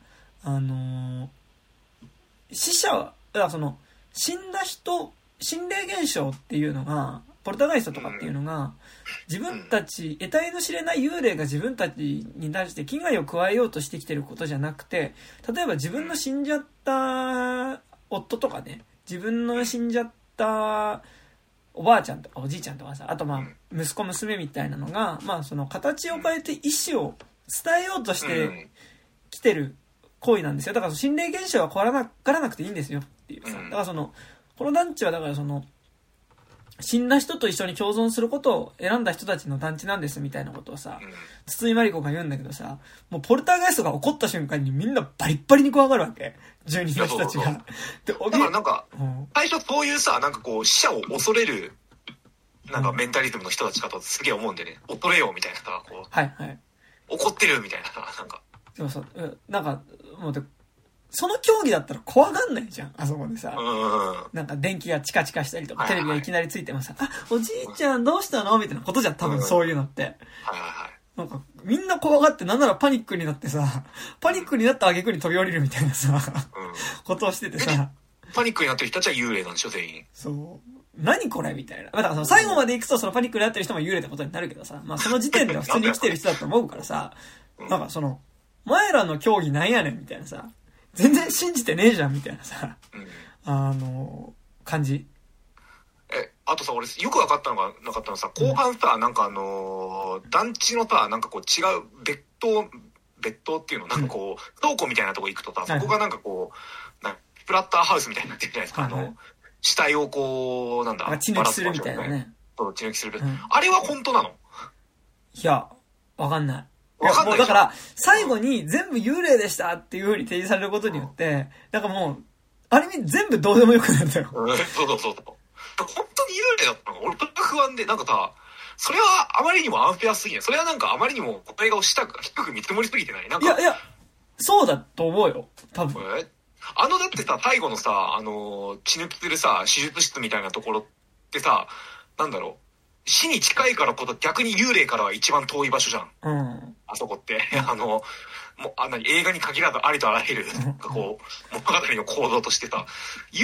死者は、だから死んだ人、心霊現象っていうのが、ポルターガイストとかっていうのが、自分たち、得体の知れない幽霊が自分たちに対して危害を加えようとしてきてることじゃなくて、例えば自分の死んじゃった夫とかね、自分の死んじゃったおばあちゃんとかおじいちゃんとかさ、あと息子娘みたいなのが、形を変えて意思を伝えようとしてきてる行為なんですよ。だから心霊現象は変わらなくていいんですよっていうさ。だからこの団地はだから死んだ人と一緒に共存することを選んだ人たちの団地なんですみたいなことをさ、筒井真理子が言うんだけどさ、もうポルターガイストが起こった瞬間にみんなバリッバリに怖がるわけ。住人の人たちが。 だからなんか、最初そういうさ、なんかこう死者を恐れる、なんかメンタリズムの人たちかとすげえ思うんでね、恐れようみたいなさ、こう。 はいはい。 怒ってるみたいなさ、なんか。 そう、なんか、もうその競技だったら怖がんないじゃん、あそこでさ。なんか電気がチカチカしたりとか、テレビがいきなりついてもさ、おじいちゃんどうしたのみたいなことじゃん、多分そういうのって。なんか、みんな怖がって、なんならパニックになってさ、パニックになった挙句に飛び降りるみたいなさ、ことをしててさ。 パニックになってる人たちは幽霊なんでしょ、全員。 そう。何これみたいな。だから最後まで行くとパニックになってる人も幽霊ってことになるけどさ、その時点では普通に生きてる人だと思うからさ、なんか前らの競技なんやねんみたいなさ、全然信じてねえじゃんみたいなさ、感じ。 あとさ、俺よく分かったのがなかったのさ、後半さ、なんか団地のさ、なんかこう違う別棟っていうの、なんかこう、倉庫みたいなとこ行くとさ、そこがなんかこう、スプラッターハウスみたいになってるじゃないですか、死体をこう、なんだ、 血抜きするみたいなね。 そう、血抜きする。あれは本当なの？ いや、わかんない。もうだから、最後に全部幽霊でしたっていう風に提示されることによって、なんかもう、ある意味全部どうでもよくなるんだよ。 そう。本当に幽霊だったの？俺と不安で、なんかさ、それはあまりにもアンフェアすぎない？それはなんかあまりにもこの映画を低く見積もりすぎてない？なんかいや、そうだと思うよ。多分。 だってさ、最後のさ、血抜きするさ、手術室みたいなところってさ、なんだろう。死に近いからこそ逆に幽霊からは一番遠い場所じゃん。あそこって。もう、映画に限らずありとあらゆる、こう、物語の構造としてさ、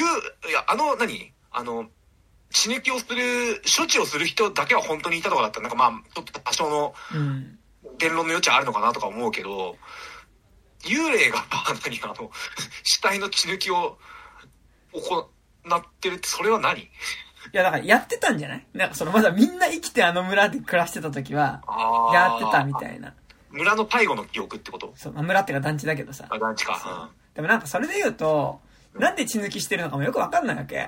血抜きをする、処置をする人だけは本当にいたとかだったら、なんかちょっと多少の、言論の余地はあるのかなとか思うけど、幽霊が、死体の血抜きを行ってるって、それは何？ いや、だからやってたんじゃない？なんかまだみんな生きて村で暮らしてた時は、やってたみたいな。 村の最後の記憶ってこと？ そう、村ってか団地だけどさ。 団地か。 でもなんかそれで言うと、なんで血抜きしてるのかもよくわかんないわけ。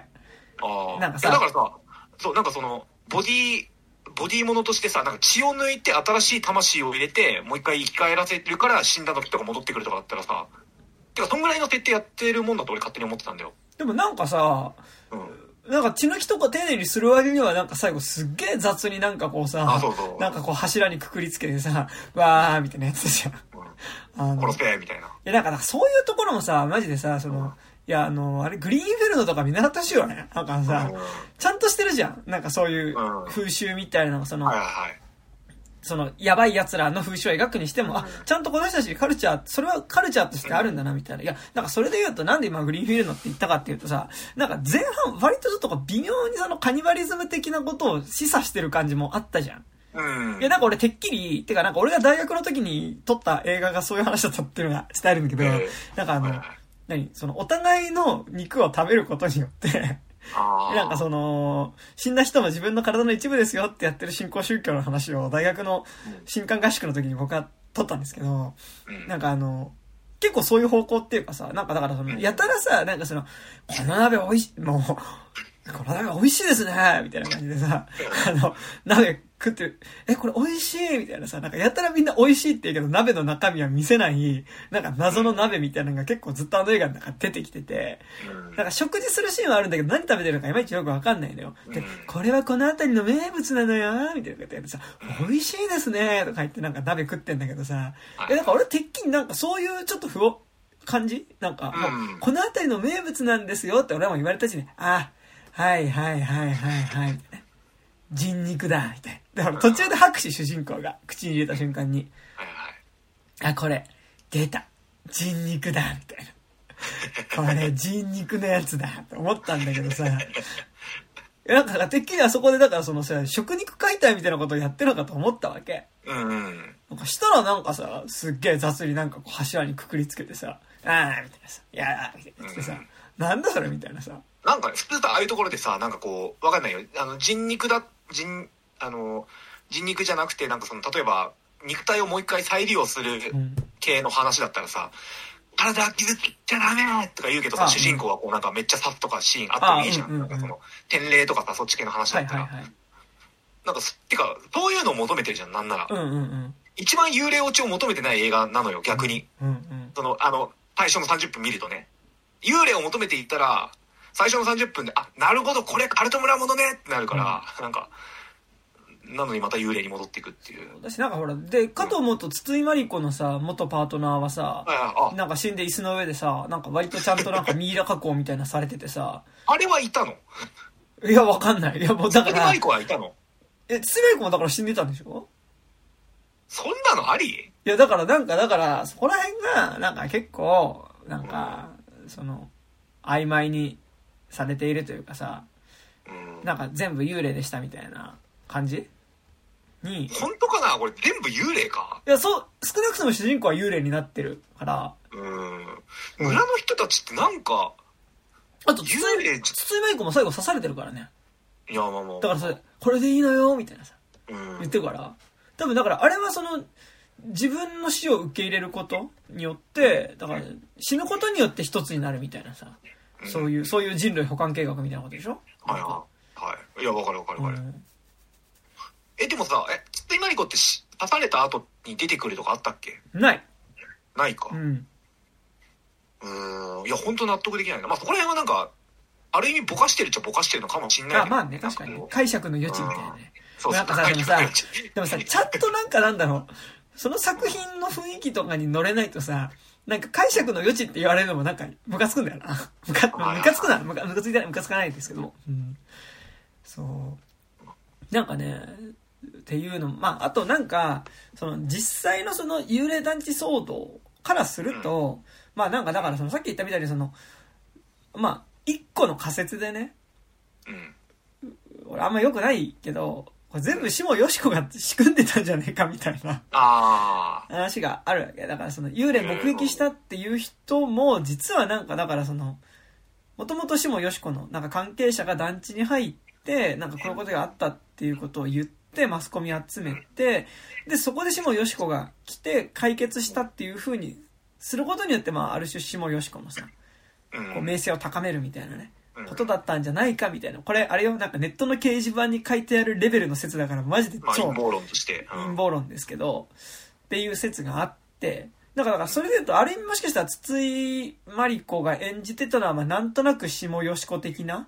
ああ。 なんかさ、 だからさ、そう、なんかその、ボディものとしてさ、なんか血を抜いて新しい魂を入れて、もう一回生き返らせるから死んだ時とか戻ってくるとかだったらさ、てかそんぐらいの設定やってるもんだと俺勝手に思ってたんだよ。 でもなんかさ、なんか血抜きとか丁寧にする割にはなんか最後すっげえ雑になんかこうさ、なんかこう柱にくくりつけてさ、わーみたいなやつじゃん。 殺せみたいな。いやなんかそういうところもさ、マジでさ、その、いやあれグリーンフェルドとか見習ってほしいよね。なんかさ、ちゃんとしてるじゃん。なんかそういう風習みたいなの、その、その、やばい奴らの風習を描くにしても、あ、ちゃんとこの人たちカルチャー、それはカルチャーとしてあるんだな、みたいな。いや、なんかそれで言うと、なんで今グリーンフィールドって言ったかっていうとさ、なんか前半、割とちょっと微妙にそのカニバリズム的なことを示唆してる感じもあったじゃん。いや、なんか俺てっきり、てかなんか俺が大学の時に撮った映画がそういう話だったっていうのが伝えるんだけど、なんかそのお互いの肉を食べることによってなんかその、死んだ人も自分の体の一部ですよってやってる新興宗教の話を大学の新刊合宿の時に僕は撮ったんですけど、なんか結構そういう方向っていうかさ、なんかだからその、やたらさ、なんかその、この鍋美味しい、もう、この鍋美味しいですねみたいな感じでさ、鍋食ってる、これ美味しいみたいなさ、なんかやたらみんな美味しいって言うけど、鍋の中身は見せない、なんか謎の鍋みたいなのが結構ずっと映画の中出てきてて、なんか食事するシーンはあるんだけど、何食べてるのかいまいちよくわかんないのよ。で、これはこの辺りの名物なのよみたいなこと言ってさ、美味しいですねとか言ってなんか鍋食ってんだけどさ、なんか俺てっきりなんかそういうちょっと感じなんか、もう、この辺りの名物なんですよって俺はもう言われたしね、はいはいはいはいはい、みたいな。人肉だ、みたいな。だから途中で拍手主人公が口に入れた瞬間に、これ、出た。人肉だ、みたいな。これ、人肉のやつだ、と思ったんだけどさ、なんかてっきりあそこでだからそのさ、食肉解体みたいなことをやってるのかと思ったわけ。なんかしたらなんかさ、すっげえ雑になんかこう柱にくくりつけてさ、みたいなさ、いやー、みたいなってさ、なんだそれみたいなさ。 なんか普通さ、ああいうところでさ、なんかこう、わかんないよ。人肉じゃなくて、なんかその、例えば、肉体をもう一回再利用する系の話だったらさ、体傷つけちゃダメとか言うけどさ、主人公はこうなんかめっちゃ刺すとかシーンあってもいいじゃん。なんかその、天霊とかさ、そっち系の話だったら。なんか、てか、そういうのを求めてるじゃん、なんなら。一番幽霊落ちを求めてない映画なのよ、逆に。その、最初の30分見るとね。幽霊を求めていったら、最初の30分で、なるほど、これカルト村ものねってなるから、なんか、なのにまた幽霊に戻っていくっていう。 私なんかほら、で、かと思うと、筒井真理子のさ、元パートナーはさ、なんか死んで椅子の上でさ、なんか割とちゃんとなんかミイラ加工みたいなされててさ。 あれはいたの？ いや、わかんない。いや、もうだから。 筒井真理子はいたの？ 筒井真理子もだから死んでたんでしょ？ そんなのあり？いや、だから、そこら辺が、なんか結構、なんか、その、曖昧にされているというかさ、なんか全部幽霊でしたみたいな感じに。 本当かな？これ全部幽霊か？ いや、そう、少なくとも主人公は幽霊になってるから。 村の人たちってなんか、 あと、筒井真理子も最後刺されてるからね。 いや、まあ。 だからそれ、これでいいのよ、みたいなさ、言ってるから。多分だからあれはその、自分の死を受け入れることによって、だから死ぬことによって一つになるみたいなさ、そういう人類補完計画みたいなことでしょ？ はい。いや、わかる。でもさ、筒井真理子って刺された後に出てくるとかあったっけ？ ないか。いや、本当納得できないな。まあ、そこら辺はなんか、ある意味ぼかしてるっちゃぼかしてるのかもしんないけど。 まあね、確かに。解釈の余地みたいなね。 そうなんかさ、でもさ、ちゃんとなんかなんだろう、その作品の雰囲気とかに乗れないとさ、なんか解釈の余地って言われるのもなんかムカつくんだよな。ムカつかないですけど。そう。なんかね、っていうの、まあ、あとなんか、その実際のその幽霊団地騒動からすると、まあなんかだからそのさっき言ったみたいにその、まあ、一個の仮説でね、俺あんま良くないけど、これ全部下よしこが仕組んでたんじゃねえかみたいな話があるわけ。だからその幽霊目撃したっていう人も実はなんかだからそのもともと下よしこのなんか関係者が団地に入ってなんかこういうことがあったっていうことを言ってマスコミ集めてでそこで下よしこが来て解決したっていう風にすることによってまあある種下よしこのさこう名声を高めるみたいなねことだったんじゃないかみたいな。これ、あれよ、なんかネットの掲示板に書いてあるレベルの説だから、マジで超、陰謀論として。 陰謀論ですけど、っていう説があって、だからそれで言うと、ある意味もしかしたら筒井真理子が演じてたのは、まあなんとなく下よしこ的な、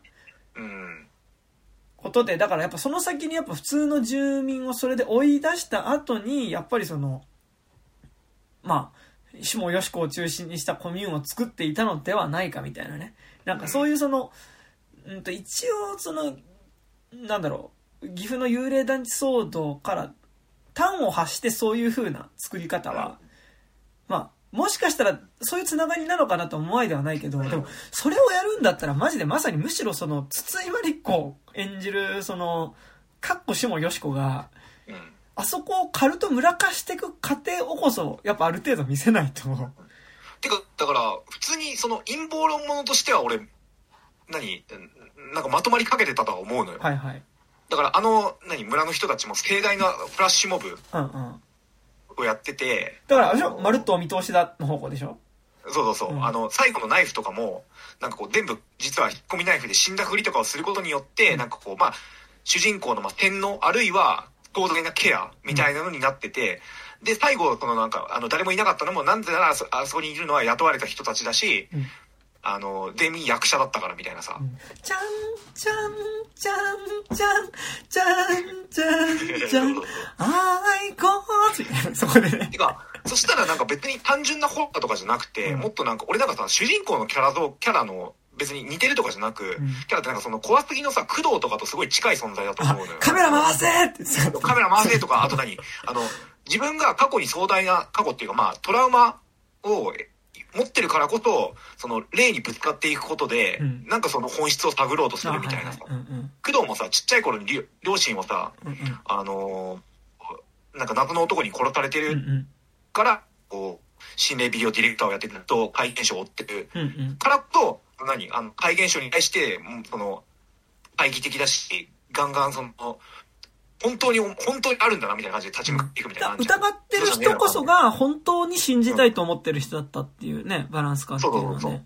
ことで、だからやっぱその先にやっぱ普通の住民をそれで追い出した後に、やっぱりその、まあ、下よしこを中心にしたコミューンを作っていたのではないかみたいなね。なんかそういうその、一応その、なんだろう、岐阜の幽霊団地騒動から端を発してそういう風な作り方は、まあ、もしかしたらそういうつながりなのかなと思わいではないけど、でもそれをやるんだったらマジでまさにむしろその筒井真理子演じるそのかっこ下よしこが、あそこをカルト村化していく過程をこそやっぱある程度見せないと。 てかだから普通にその陰謀論ものとしては俺なんかまとまりかけてたとは思うのよ。 はいはい。 だから村の人たちも盛大なフラッシュモブをやってて、 だからあれでしょ、まるっとお見通しだの方向でしょ。 そう、最後のナイフとかもなんかこう全部実は引っ込みナイフで死んだふりとかをすることによって、なんかこうまあ主人公の洗脳あるいは広大なケアみたいなのになってて、で最後そのなんか誰もいなかったのもなんでならあそこにいるのは雇われた人たちだし、全員役者だったからみたいなさ、 ちゃんちゃんちゃんちゃんちゃんちゃんちゃんあいこーそこでね。 てかそしたらなんか別に単純なホラーとかじゃなくて、もっとなんか俺なんかさ主人公のキャラの別に似てるとかじゃなく、キャラってなんかその怖すぎのさ工藤とかとすごい近い存在だと思うのよ。 カメラ回せってカメラ回せとか、あと自分が過去に壮大な過去っていうかまあトラウマを持ってるからこそその霊にぶつかっていくことで、なんかその本質を探ろうとするみたいなさ、工藤もさちっちゃい頃に両親をさ、なんか謎の男に殺されてるから、こう心霊ビデオディレクターをやってると怪現象を追ってるからこそ、怪現象に対してその懐疑的だし、ガンガンその本当にあるんだなみたいな感じで立ち向かっていくみたいな、 疑ってる人こそが本当に信じたいと思ってる人だったっていうね、バランス感っていうのはね。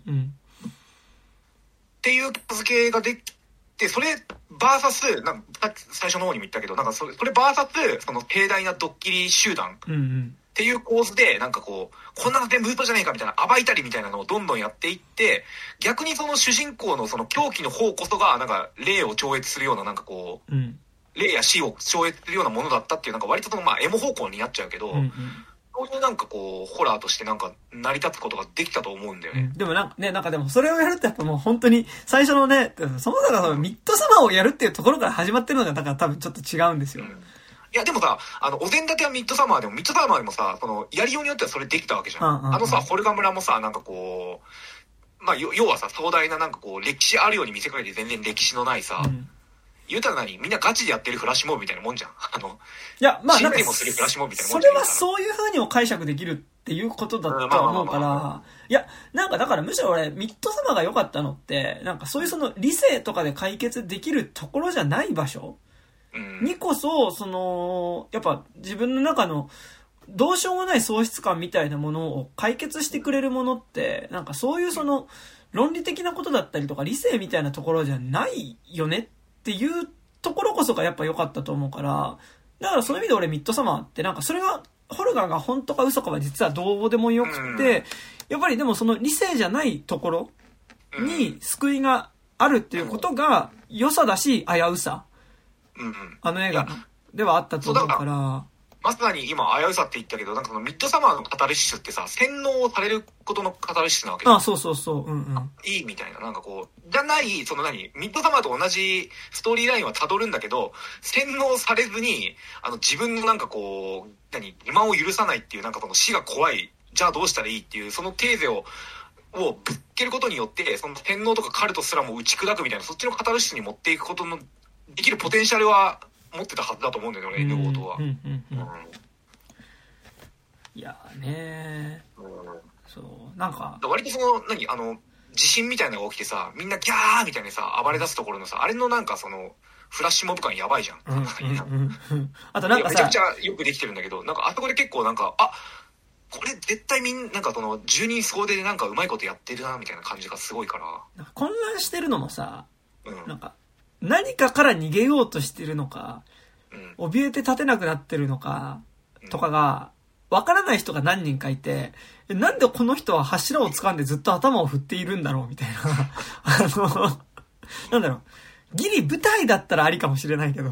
っていう付けができて、それバーサスなんか最初の方にも言ったけど、なんかそれバーサスその盛大なドッキリ集団っていう構図で、なんかこんなの全部嘘じゃねえかみたいな暴いたりみたいなのをどんどんやっていって、逆にその主人公のその狂気の方こそがなんか霊を超越するようななんかこう、霊や死を超越するようなものだったっていう、なんか割とそのまあエモ方向になっちゃうけど、そういうなんかこうホラーとしてなんか成り立つことができたと思うんだよね。 でもなんかね、なんかでもそれをやるってやっぱもう本当に最初のね、そもそもミッドサマーをやるっていうところから始まってるのがだから多分ちょっと違うんですよ。 いやでもさ、お膳立てはミッドサマーでもさ、そのやりようによってはそれできたわけじゃん。さホルガ村もさ、なんかこうまあ要はさ壮大ななんかこう歴史あるように見せかけて全然歴史のないさ、言うたらみんなガチでやってるフラッシュモブみたいなもんじゃん。 いや、まあなんか、 もするフラッシュモブみたいなもんじゃん。 それはそういう風にも解釈できるっていうことだと思うから、いや、なんかだからむしろ俺、ミッドサマーが良かったのって、なんかそういうその理性とかで解決できるところじゃない場所にこそ、その、やっぱ自分の中のどうしようもない喪失感みたいなものを解決してくれるものって、なんかそういうその論理的なことだったりとか理性みたいなところじゃないよねっていうところこそがやっぱ良かったと思うから、だからその意味で俺ミッドサマーってなんかそれがホルガーが本当か嘘かは実はどうでもよくて、やっぱりでもその理性じゃないところに救いがあるっていうことが良さだし危うさ、あの映画ではあったと思うから、 まさに今危うさって言ったけど、なんかそのミッドサマーのカタルシスってさ、洗脳をされることのカタルシスなわけだ。 そう、 いいみたいな、なんかこうじゃない、そのミッドサマーと同じストーリーラインは辿るんだけど、洗脳されずに自分のなんかこう今を許さないっていう、なんかその死が怖い、じゃあどうしたらいいっていうそのテーゼをぶっけることによって、その洗脳とかカルトすらも打ち砕くみたいな、そっちのカタルシスに持っていくことのできるポテンシャルは持ってたはずだと思うんだよね、N とは。 いやね、そうなんか割とその地震みたいなのが起きてさ、みんなギャーみたいにさ暴れ出すところのさ、あれのなんかそのフラッシュモブ感やばいじゃん。 あとなんかさ、 めちゃくちゃよくできてるんだけど、なんかあそこで結構なんかこれ絶対なんかその住人総出でなんかうまいことやってるなみたいな感じがすごいから。 なんか混乱してるのもさ、なんか何かから逃げようとしてるのか、怯えて立てなくなってるのかとかがわからない人が何人かいて、なんでこの人は柱を掴んでずっと頭を振っているんだろうみたいななんだろう、ギリ舞台だったらありかもしれないけど、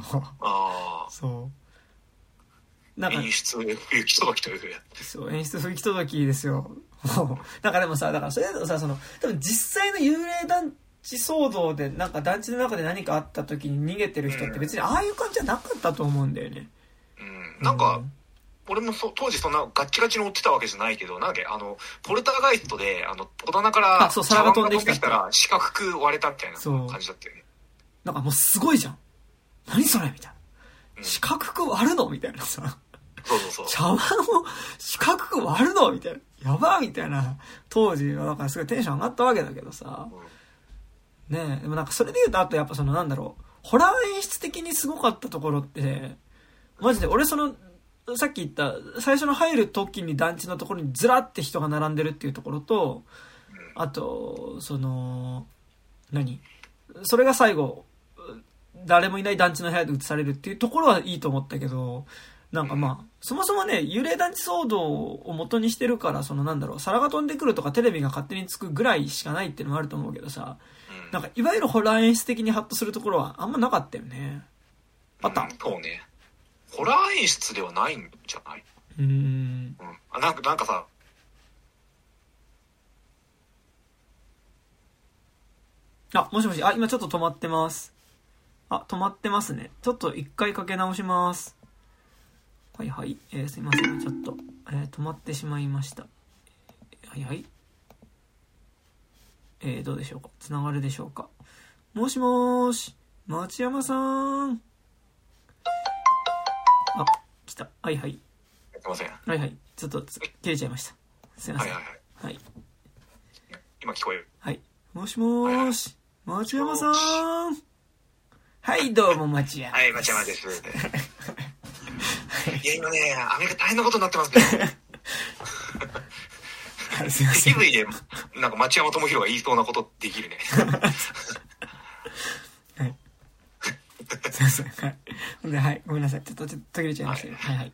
そうなんか演出不行き届きという。 そう、演出不行き届きですよ。なんかでもさ、だからそれだとさ、多分実際の幽霊団地騒動でなんか団地の中で何かあった時に逃げてる人って別にああいう感じじゃなかったと思うんだよね。 なんか、俺も当時そんなガッチガチに追ってたわけじゃないけど、なんだっけ、ポルターガイストで、戸棚から皿が飛んできたら四角く割れたみたいな感じだったよね。 なんかもうすごいじゃん。何それみたいな。四角く割るのみたいなさ。 そう。 茶碗を四角く割るのみたいな。やばみたいな。当時はだからすごいテンション上がったわけだけどさ。ねえ、でもなんかそれで言うと、あとやっぱなんだろう。ホラー演出的にすごかったところって、マジで俺さっき言った最初の入る時に団地のところにずらって人が並んでるっていうところと、あとそれが最後誰もいない団地の部屋で映されるっていうところはいいと思ったけど、なんかまあそもそもね、幽霊団地騒動を元にしてるから、なんだろう、皿が飛んでくるとかテレビが勝手につくぐらいしかないっていうのもあると思うけどさ、なんかいわゆるホラー演出的にハッとするところはあんまなかったよね。あった？ そうね。ホラー演出ではないんじゃない？なんかさ、 もしもし、今ちょっと止まってます。止まってますね。ちょっと一回かけ直します。はい、すいません、ちょっと、止まってしまいました。はい。どうでしょうか、つながるでしょうか。もしもーし、町山さん。来た。はい。 すいません。 はい。ちょっと切れちゃいました。すいません。はい。 今聞こえる？ はい。もしもーし、町山さん。はい、どうも町山。 はい、町山です。いや、今ね、アメリカ大変なことになってますね。 すいません。 手ぶいで、なんか町山智博が言いそうなことできるね。 はい。すいません。はい。ごめんなさい。ちょっと途切れちゃいましたけど。はい。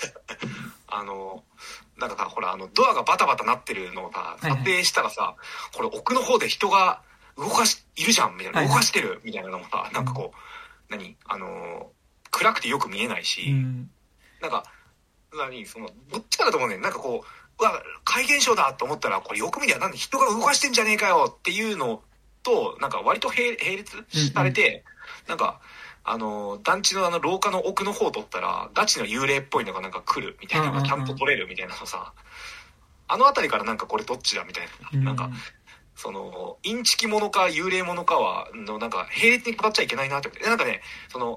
なんかさ、ほら、ドアがバタバタなってるのをさ、撮影したらさ、これ奥の方で人がいるじゃんみたいな、動かしてるみたいなのもさ、なんかこう、暗くてよく見えないし、なんか、どっちかだと思うね。なんかこう、怪現象だと思ったら、これよく見りゃなんで人が動かしてんじゃねえかよっていうのと、なんか割と並列されて、なんか、団地の廊下の奥の方を撮ったら、ガチの幽霊っぽいのがなんか来るみたいなのがちゃんと撮れるみたいなのさ、あのあたりからなんかこれどっちだみたいな、なんか、インチキものか幽霊ものかは、なんか並列に語っちゃいけないなって思って、なんかね、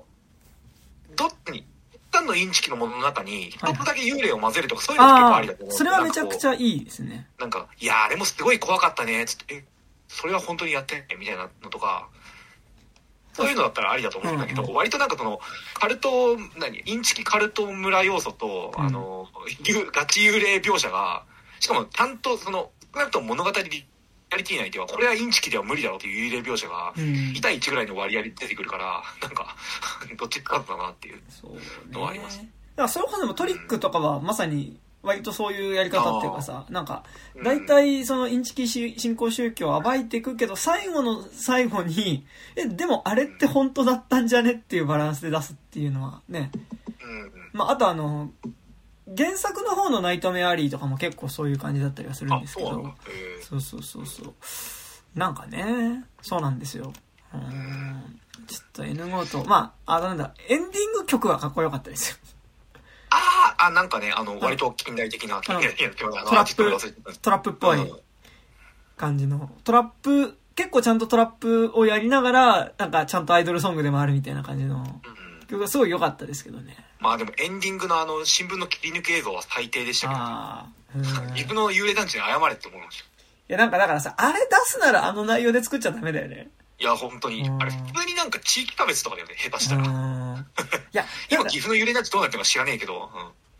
一旦のインチキのものの中に、一つだけ幽霊を混ぜるとか、そういうの結構ありだと思う。 それはめちゃくちゃいいですね。 なんか、いやーでもすごい怖かったね、つって、それは本当にやってんねみたいなのとか、そういうのだったらありだと思うんだけど、割となんかインチキカルト村要素と、ガチ幽霊描写が、しかもちゃんと少なくとも物語リアリティ内では、これはインチキでは無理だろうっていう幽霊描写が、1対1ぐらいの割合で出てくるから、なんか、どっちかだなっていうのはあります。だからそれこそでもトリックとかはまさに、割とそういうやり方っていうかさ、なんか、大体インチキ新興宗教を暴いていくけど、最後の最後に、でもあれって本当だったんじゃねっていうバランスで出すっていうのはね。あと原作の方のナイトメアリーとかも結構そういう感じだったりはするんですけど。そう。なんかね、そうなんですよ。ちょっと N ゴート、エンディング曲はかっこよかったですよ。 なんかね、割と近代的な、トラップっぽい感じの、結構ちゃんとトラップをやりながら、なんかちゃんとアイドルソングでもあるみたいな感じの曲がすごい良かったですけどね。 でもエンディングの新聞の切り抜け映像は最低でしたけど、岐阜の幽霊団地に謝れって思いました。 いや、なんかだからさ、あれ出すならあの内容で作っちゃダメだよね。 いや、本当に。あれ、普通になんか地域差別とかだよね、下手したら。いや、今岐阜の幽霊団地どうなってるか知らねえけど。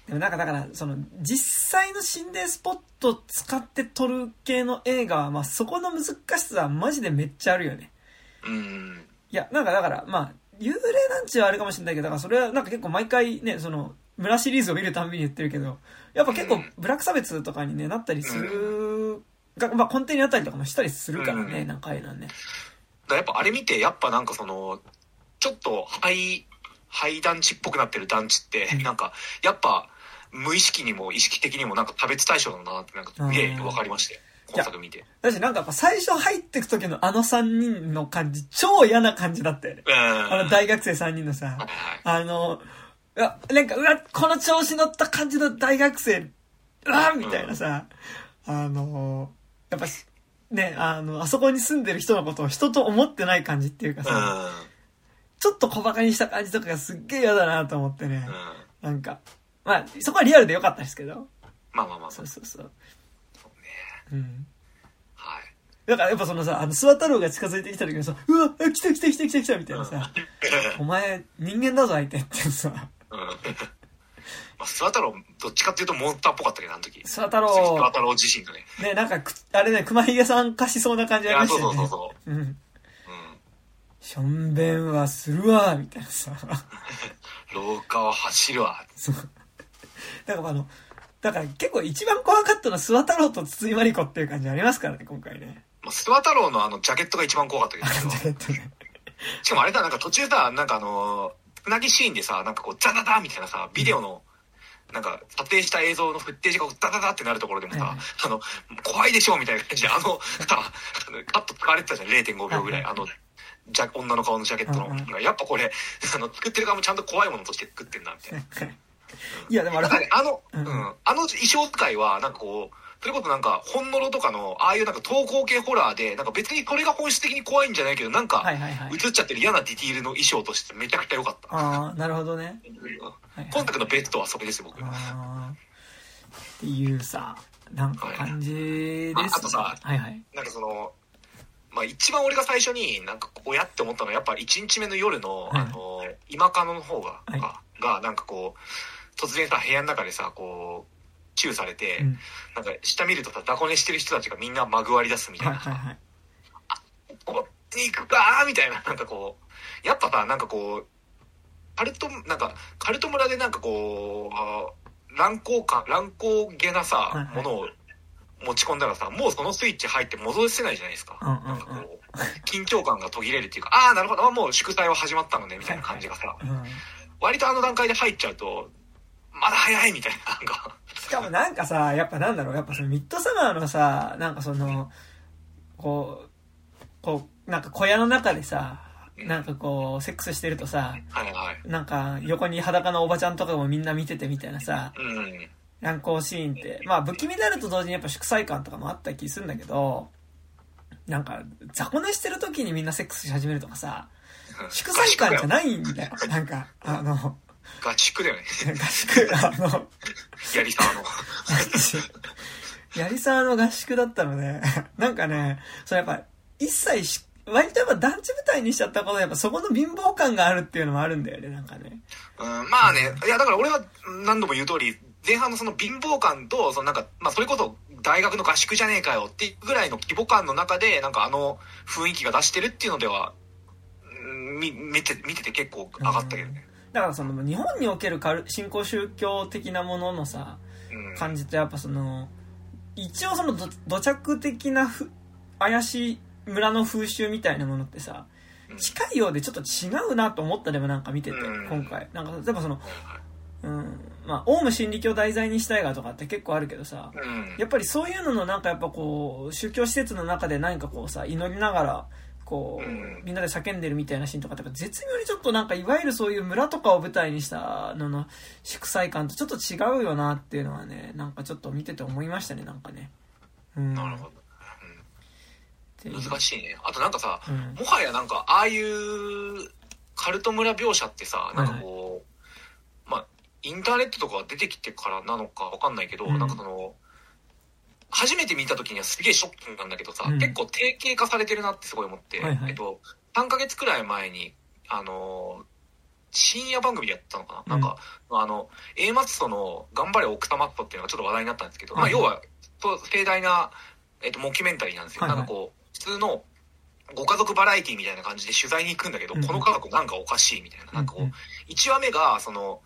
でもなんかだから、その、実際の心霊スポットを使って撮る系の映画は、まあそこの難しさはマジでめっちゃあるよね。いや、なんかだから、まあ、幽霊団地はあるかもしれないけど、だからそれはなんか結構毎回ね、その、村シリーズを見るたんびに言ってるけど、やっぱ結構ブラック差別とかにね、なったりする、まあ根底にあったりとかもしたりするからね、なんかああいうのはね。 だやっぱあれ見て、やっぱなんかその、ちょっと廃団地っぽくなってる団地って、なんか、やっぱ、無意識にも意識的にもなんか差別対象だなって、なんかすげえ分かりましたよ。今作見て。 だしなんかやっぱ最初入ってく時のあの3人の感じ、超嫌な感じだったよね。大学生3人のさ、なんか、この調子乗った感じの大学生、みたいなさ、やっぱ、ね、あそこに住んでる人のことを人と思ってない感じっていうかさ、ちょっと小馬鹿にした感じとかがすっげえ嫌だなと思ってね、なんか、まあ、そこはリアルでよかったですけど。 まあ。 そう。そうね。 はい。 だからやっぱそのさ、諏訪太郎が近づいてきた時にさ、うわ、来たみたいなさ、お前人間だぞ相手ってさ。 まあ、諏訪太郎、どっちかっていうとモンスターっぽかったけど、あの時。 諏訪太郎自身がね。 ね、なんか、あれね、熊ひげさん化しそうな感じありましたよね。 そう。 しょんべんはするわ、みたいなさ。 廊下は走るわ。 そう。だから結構一番怖かったのは諏訪太郎と筒井真理子っていう感じありますからね、今回ね。 まあ、諏訪太郎のジャケットが一番怖かったけど。 ジャケットね。 しかもあれだ、なんか途中さ、なんかつなぎシーンでさ、なんかこう、ダダダみたいなさ、ビデオの、なんか、撮影した映像のフッテージがダダダってなるところでもさ、怖いでしょみたいな感じで、カット使われてたじゃん、0.5 秒ぐらい。女の顔のジャケットの。やっぱこれ、作ってる側もちゃんと怖いものとして作ってんな、みたいな。 いや、でもあの衣装使いは、なんかこう、それこそなんか、本物とかの、ああいうなんか投稿系ホラーで、なんか別にこれが本質的に怖いんじゃないけど、なんか、映っちゃってる嫌なディティールの衣装としてめちゃくちゃ良かった。 ああ、なるほどね。 今作のベストはそれですよ、僕。 っていうさ、なんか感じです。 あとさ、なんかその、まあ一番俺が最初になんかこうやって思ったのは、やっぱ1日目の夜の、今カノの方が、なんかこう、突然さ、部屋の中でさ、こう、チューされて、なんか下見るとさ、雑魚寝してる人たちがみんなまぐわり出すみたいなさ、こっちに行くかーみたいな、なんかこう、やっぱさ、なんかこう、カルト村でなんかこう、乱高下なさ、ものを持ち込んだらさ、もうそのスイッチ入って戻せないじゃないですか。なんかこう、緊張感が途切れるっていうか、なるほど、もう祝祭は始まったのね、みたいな感じがさ、割と段階で入っちゃうと、まだ早いみたいな、なんか。 しかもなんかさ、やっぱなんだろう、やっぱそのミッドサマーのさ、なんかその、こう、なんか小屋の中でさ、なんかこう、セックスしてるとさ、なんか横に裸のおばちゃんとかもみんな見ててみたいなさ、乱行シーンって、まあ不気味であると同時にやっぱ祝祭感とかもあった気するんだけど、なんか雑魚寝してる時にみんなセックスし始めるとかさ、祝祭感じゃないんだよ。なんか、 合宿だよね。 合宿、 槍沢の。 槍沢の合宿だったので、なんかね、それやっぱ、割とやっぱ団地舞台にしちゃったことで、やっぱそこの貧乏感があるっていうのもあるんだよね、なんかね。 まあね、いやだから俺は何度も言う通り、前半のその貧乏感と、そのなんか、まあそれこそ大学の合宿じゃねえかよっていうぐらいの規模感の中で、なんか雰囲気が出してるっていうのでは、見てて結構上がったけどね。 だからその日本における新興宗教的なもののさ、感じとやっぱその一応その土着的な怪しい村の風習みたいなものってさ、近いようでちょっと違うなと思ったでもなんか見てて、今回なんか例えばその、まあオウム真理教を題材にした映画とかって結構あるけどさ、やっぱりそういうののなんかやっぱこう宗教施設の中で何かこうさ祈りながらこうみんなで叫んでるみたいなシーンとかって絶妙にちょっとなんかいわゆるそういう村とかを舞台にしたのの祝祭感とちょっと違うよなっていうのはね、なんかちょっと見てて思いましたね、なんかね。 なるほど。難しいね。あとなんかさ、もはやなんかああいうカルト村描写ってさ、なんかこう、まあインターネットとかが出てきてからなのかわかんないけど、なんかその初めて見た時にはすげえショッキングなんだけどさ、結構定型化されてるなってすごい思って、3ヶ月くらい前に、 深夜番組でやったのかな、なんか、A マッソの頑張れ奥多マットっていうのがちょっと話題になったんですけど、まあ要は、盛大な、モキュメンタリーなんですよ。なんかこう、普通の、ご家族バラエティみたいな感じで取材に行くんだけど、この家族なんかおかしいみたいな。なんかこう、1話目が、その、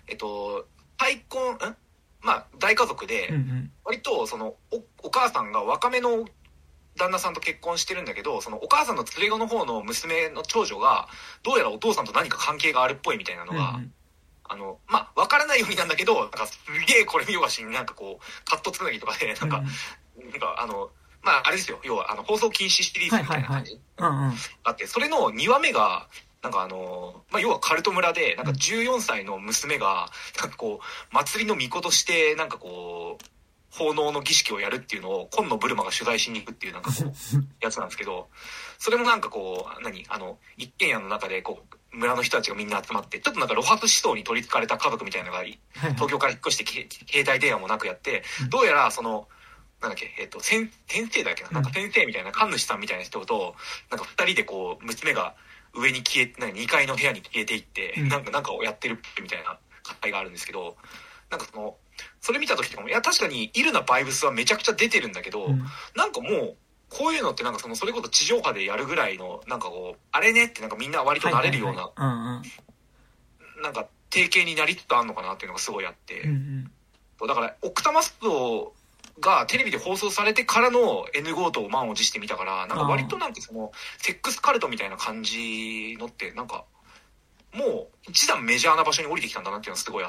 まあ、大家族で、割と、その、お母さんが若めの旦那さんと結婚してるんだけど、そのお母さんの連れ子の方の娘の長女が、どうやらお父さんと何か関係があるっぽいみたいなのが、まあ、わからないようになんだけど、なんかすげえこれ見よがしになんかこう、カットつなぎとかで、なんかまあ、あれですよ、要は、放送禁止シリーズみたいな感じがあって、それの2話目が、なんかまあ、要はカルト村で、なんか14歳の娘が、なんかこう、祭りの巫女として、なんかこう、奉納の儀式をやるっていうのを、今野ブルマが取材しに行くっていうなんかこう、やつなんですけど、それもなんかこう、一軒家の中でこう、村の人たちがみんな集まって、ちょっとなんか露発思想に取り憑かれた家族みたいなのが、東京から引っ越して携帯電話もなくやって、どうやらその、なんだっけ、先生だっけな、なんか先生みたいな神主さんみたいな人と、なんか二人でこう、娘が上になんか2階の部屋に消えていって、なんかをやってるみたいな回があるんですけど、なんかそれ見た時とかも、いや確かにイルなバイブスはめちゃくちゃ出てるんだけど、なんかもう、こういうのってなんかそれこそ地上波でやるぐらいの、なんかこう、あれねってなんかみんな割と慣れるような、なんか定型になりつつあるのかなっていうのがすごいあって、だから奥多摩ストがテレビで放送されてからの N ゴートを満を持してみたから、なんか割となんかセックスカルトみたいな感じのってなんかもう一段メジャーな場所に降りてきたんだなっていうのはすごいあった。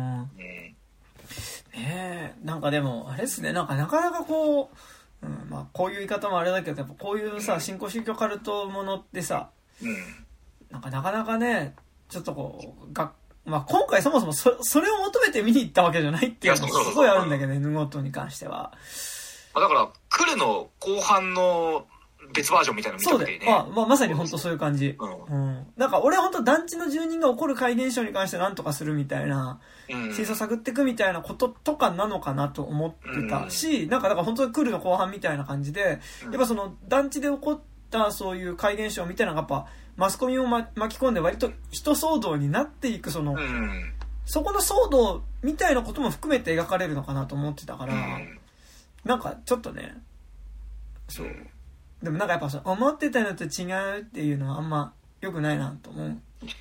なんかでもあれですね、なんかなかなかこう、まあこういう言い方もあれだけど、やっぱこういうさ、新興宗教カルトものってさ、なんかなかなかね、ちょっとこうまあ、今回そもそもそれを求めて見に行ったわけじゃないっていうのもすごいあるんだけどね、N ゴートに関しては。 だから、来るの後半の別バージョンみたいなの見たくてね。 そうで、まさに本当そういう感じ。なんか俺は本当団地の住人が起こる怪現象に関して何とかするみたいな、真相探っていくみたいなこととかなのかなと思ってたし、なんかだから本当に来るの後半みたいな感じで、やっぱその団地で起こったそういう怪現象みたいなのがやっぱ、マスコミを巻き込んで割と人騒動になっていくそこの騒動みたいなことも含めて描かれるのかなと思ってたから、なんかちょっとね、そう。でもなんかやっぱ思ってたのと違うっていうのはあんま良くないなと思う。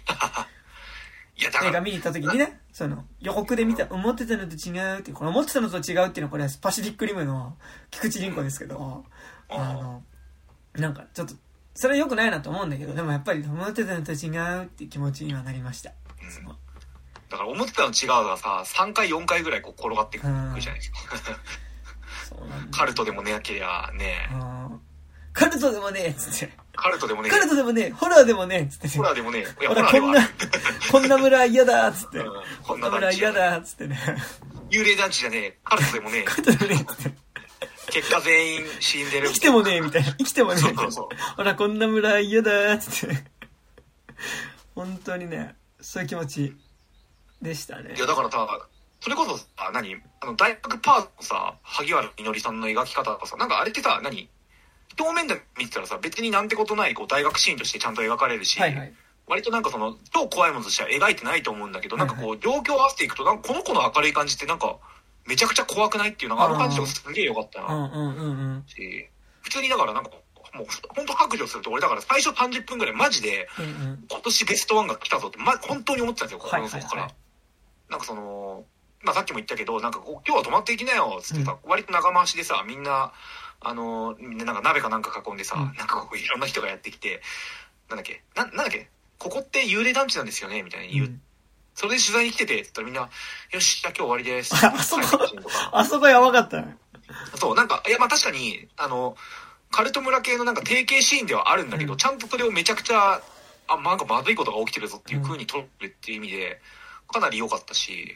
映画見に行った時にね、予告で見た、思ってたのと違うって、この思ってたのと違うっていうのはこれはパシフィックリムの菊池凛子ですけど、なんかちょっと、それは良くないなと思うんだけど、でもやっぱり思ってたのと違うっていう気持ちにはなりました。 だから思ってたの違うがさ、3回4回ぐらいこう転がってくるじゃないですか。そうなんだ。カルトでもねけりゃね。 カルトでもねえっつって。 カルトでもねえ。 カルトでもねえ。ホラーでもねえっつって。 ホラーでもねえ。 ほらこんな村嫌だっつって。こんな村嫌だっつってね。 幽霊団地じゃねえ。カルトでもねえ。 カルトでもねえっつって。 結果全員死んでる。 生きてもねえみたいな。生きてもねえみたいな。ほらこんな村嫌だっつって。本当にね、そういう気持ちでしたね。 いやだからさ、それこそさ、大学パートのさ、萩原みのりさんの描き方とかさ、なんかあれってさ、表面で見てたらさ、別になんてことないこう大学シーンとしてちゃんと描かれるし、割となんか超怖いものとしては描いてないと思うんだけど、なんかこう状況を合わせていくと、なんかこの子の明るい感じってなんかめちゃくちゃ怖くないっていうのが、感じがすげえ良かったな。普通にだからなんか、もう本当白状すると俺だから最初30分ぐらいマジで、今年ベストワンが来たぞって、本当に思ってたんですよ、心の底から。なんかまあさっきも言ったけど、なんか今日は泊まっていきなよ、つってさ、割と長回しでさ、みんな、なんか鍋かなんか囲んでさ、なんかこういろんな人がやってきて、なんだっけ、ここって幽霊団地なんですよねみたいに言う。それで取材に来てて、って言ったらみんな、よし、じゃあ今日終わりです。 あそこやばかったね。 そう、なんか、いやまあ確かに、カルト村系のなんか定型シーンではあるんだけど、ちゃんとそれをめちゃくちゃ、なんかまずいことが起きてるぞっていう風に撮るっていう意味で、かなり良かったし、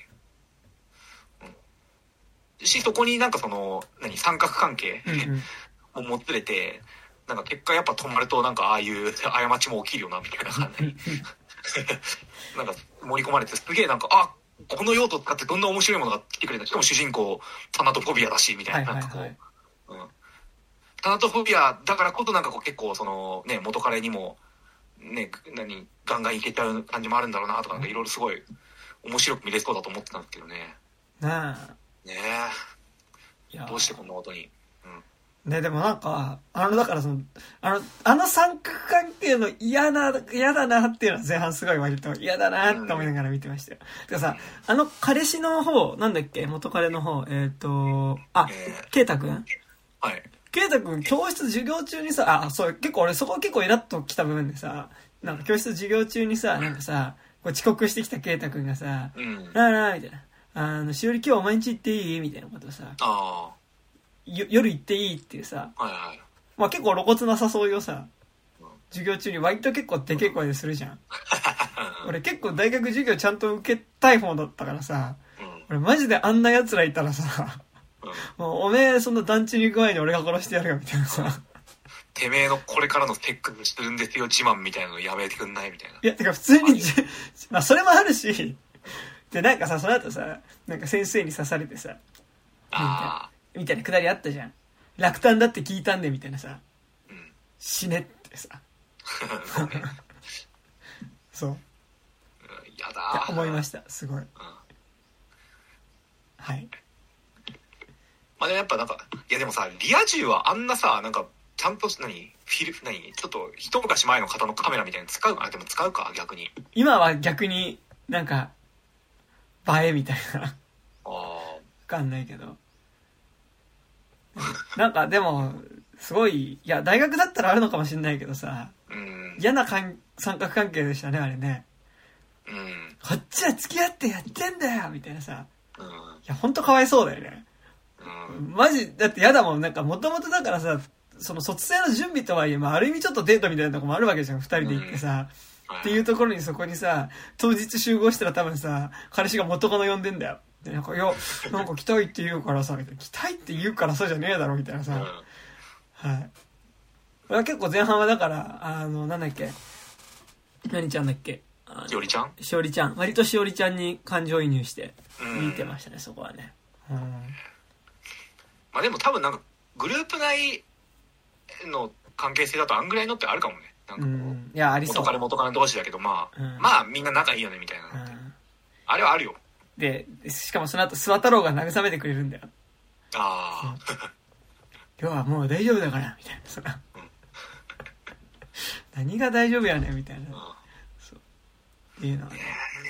そこになんか三角関係をもつれて、なんか結果やっぱ止まるとなんかああいう過ちも起きるよなみたいな感じなんか盛り込まれて、すげえなんか、この用途使ってどんな面白いものが来てくれた。しかも主人公タナトフォビアだしみたいな、なんかこう、タナトフォビアだからこそなんかこう結構元彼にもね、ガンガンいけちゃう感じもあるんだろうなとか、なんかいろいろすごい面白く見れそうだと思ってたんですけどね。 なあ。 ねえ。どうしてこんなことに。 ね、でもなんか、だから三角関係の嫌だなっていうのは前半すごい割と嫌だなって思いながら見てましたよ。てかさ、彼氏の方、なんだっけ元彼の方、ケイタくん？ はい。 ケイタくん、教室授業中にさ、そう、結構俺そこ結構イラッときた部分でさ、なんか教室授業中にさ、なんかさ、こう遅刻してきたケイタくんがさ、なあみたいな。しおり今日お前んち行っていいみたいなことをさ、夜行っていいっていうさ、 はいはい。 まあ結構露骨な誘いをさ、授業中に割と結構でけえ声でするじゃん。俺結構大学授業ちゃんと受けたい方だったからさ、俺マジであんな奴らいたらさ、もうおめえそんな団地に行く前に俺が殺してやるよみたいなさ。 てめえのこれからのテックしてるんですよ自慢みたいなのやめてくんないみたいな。 いや、てか普通に、まあそれもあるし、でなんかさ、その後さ、なんか先生に刺されてさ、みたいなくだりあったじゃん。落胆だって聞いたんでみたいなさ、死ねってさ。そう。 やだ思いました、すごい。はい。 まあでもやっぱなんか、いやでもさ、リア充はあんなさ、なんか、ちゃんとちょっと一昔前の方のカメラみたいに使うか？でも使うか逆に。 今は逆になんか、映えみたいな。わかんないけど。なんかでも、すごい、いや、大学だったらあるのかもしれないけどさ、嫌な三角関係でしたね、あれね。こっちは付き合ってやってんだよみたいなさ。いや、ほんとかわいそうだよね。マジ、だって嫌だもん。なんか、もともとだからさ、その卒生の準備とはいえ、まあ、ある意味ちょっとデートみたいなとこもあるわけじゃん、二人で行ってさ。っていうところにそこにさ、当日集合したら多分さ、彼氏が元カノ呼んでんだよ。で、なんか、いや、なんか来たいって言うからさ、みたいな。来たいって言うからそうじゃねえだろ、みたいなさ。はい。俺は結構前半はだから、なんだっけ。何ちゃんだっけ。 しおりちゃん？ しおりちゃん。割としおりちゃんに感情移入して見てましたね、そこはね。 まあでも多分なんか、グループ内の関係性だとあんぐらいのってあるかもね。なんかこう、 いや、ありそう。 元彼同士だけど、まあみんな仲いいよねみたいな、あれはあるよ。 で、しかもその後諏訪太郎が慰めてくれるんだよ。 今日はもう大丈夫だからみたいなさ、何が大丈夫やねんみたいな、そうっていうのはね。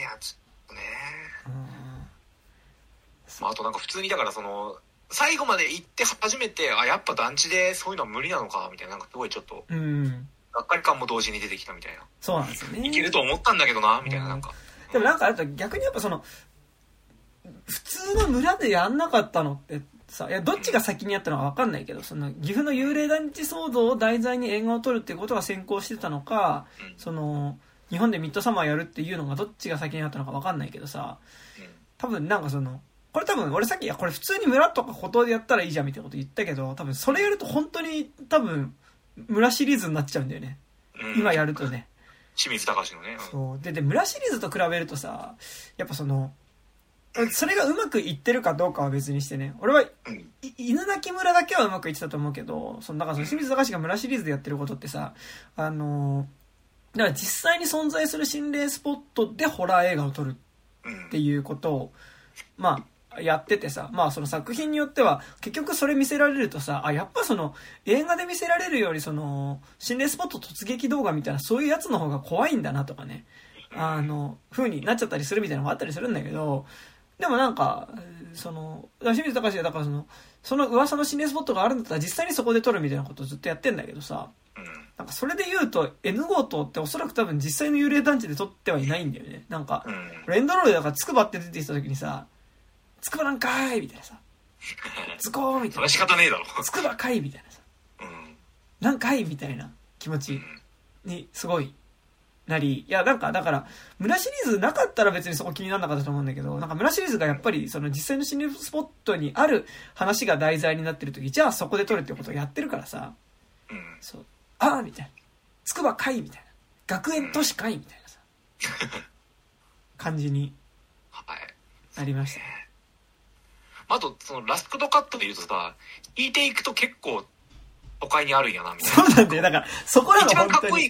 まああとなんか普通にだからその最後まで行って初めてやっぱ団地でそういうのは無理なのかみたいな、なんかすごいちょっとがっかり感も同時に出てきたみたいな。 そうなんですよね。 いけると思ったんだけどなみたいな、なんか。 でもなんかあと逆にやっぱその普通の村でやんなかったのってさ、いやどっちが先にやったのか分かんないけど、その岐阜の幽霊団地騒動を題材に映画を撮るっていうことが先行してたのか、その日本でミッドサマーやるっていうのがどっちが先にやったのか分かんないけどさ、多分なんかそのこれ多分俺さっき、いやこれ普通に村とか孤島でやったらいいじゃんみたいなこと言ったけど、多分それやると本当に多分村シリーズになっちゃうんだよね、今やるとね。 清水隆のね。 そうで村シリーズと比べるとさ、やっぱそのそれがうまくいってるかどうかは別にしてね、俺は、犬鳴村だけはうまくいってたと思うけど、だからその清水隆が村シリーズでやってることってさ、だから実際に存在する心霊スポットでホラー映画を撮るっていうことを、まあやっててさ、まあその作品によっては結局それ見せられるとさ、やっぱその映画で見せられるよりその心霊スポット突撃動画みたいなそういうやつの方が怖いんだなとかね、風になっちゃったりするみたいなのがあったりするんだけど、でもなんかその清水隆がだからその噂の心霊スポットがあるんだったら実際にそこで撮るみたいなことをずっとやってんだけどさ、なんかそれで言うと N 号棟っておそらく多分実際の幽霊団地で撮ってはいないんだよね。なんかエンドロールだからつくばって出てきた時にさ、つくばなんかーいみたいなさ、つこーみたいな、 それは仕方ねえだろ、 つくばかいみたいなさ、なんかいみたいな気持ちにすごいなり、いやなんかだから村シリーズなかったら別にそこ気にならなかったと思うんだけど、なんか村シリーズがやっぱりその実際の心霊スポットにある話が題材になってる時、じゃあそこで撮るってことをやってるからさ、そうみたいな、つくばかいみたいな、学園都市かいみたいなさ感じになりましたね。 あとそのラストカットで言うとさ、聞いていくと結構都会にあるんやなみたいな。 そうなんだよ、だからそこらが一番かっこいい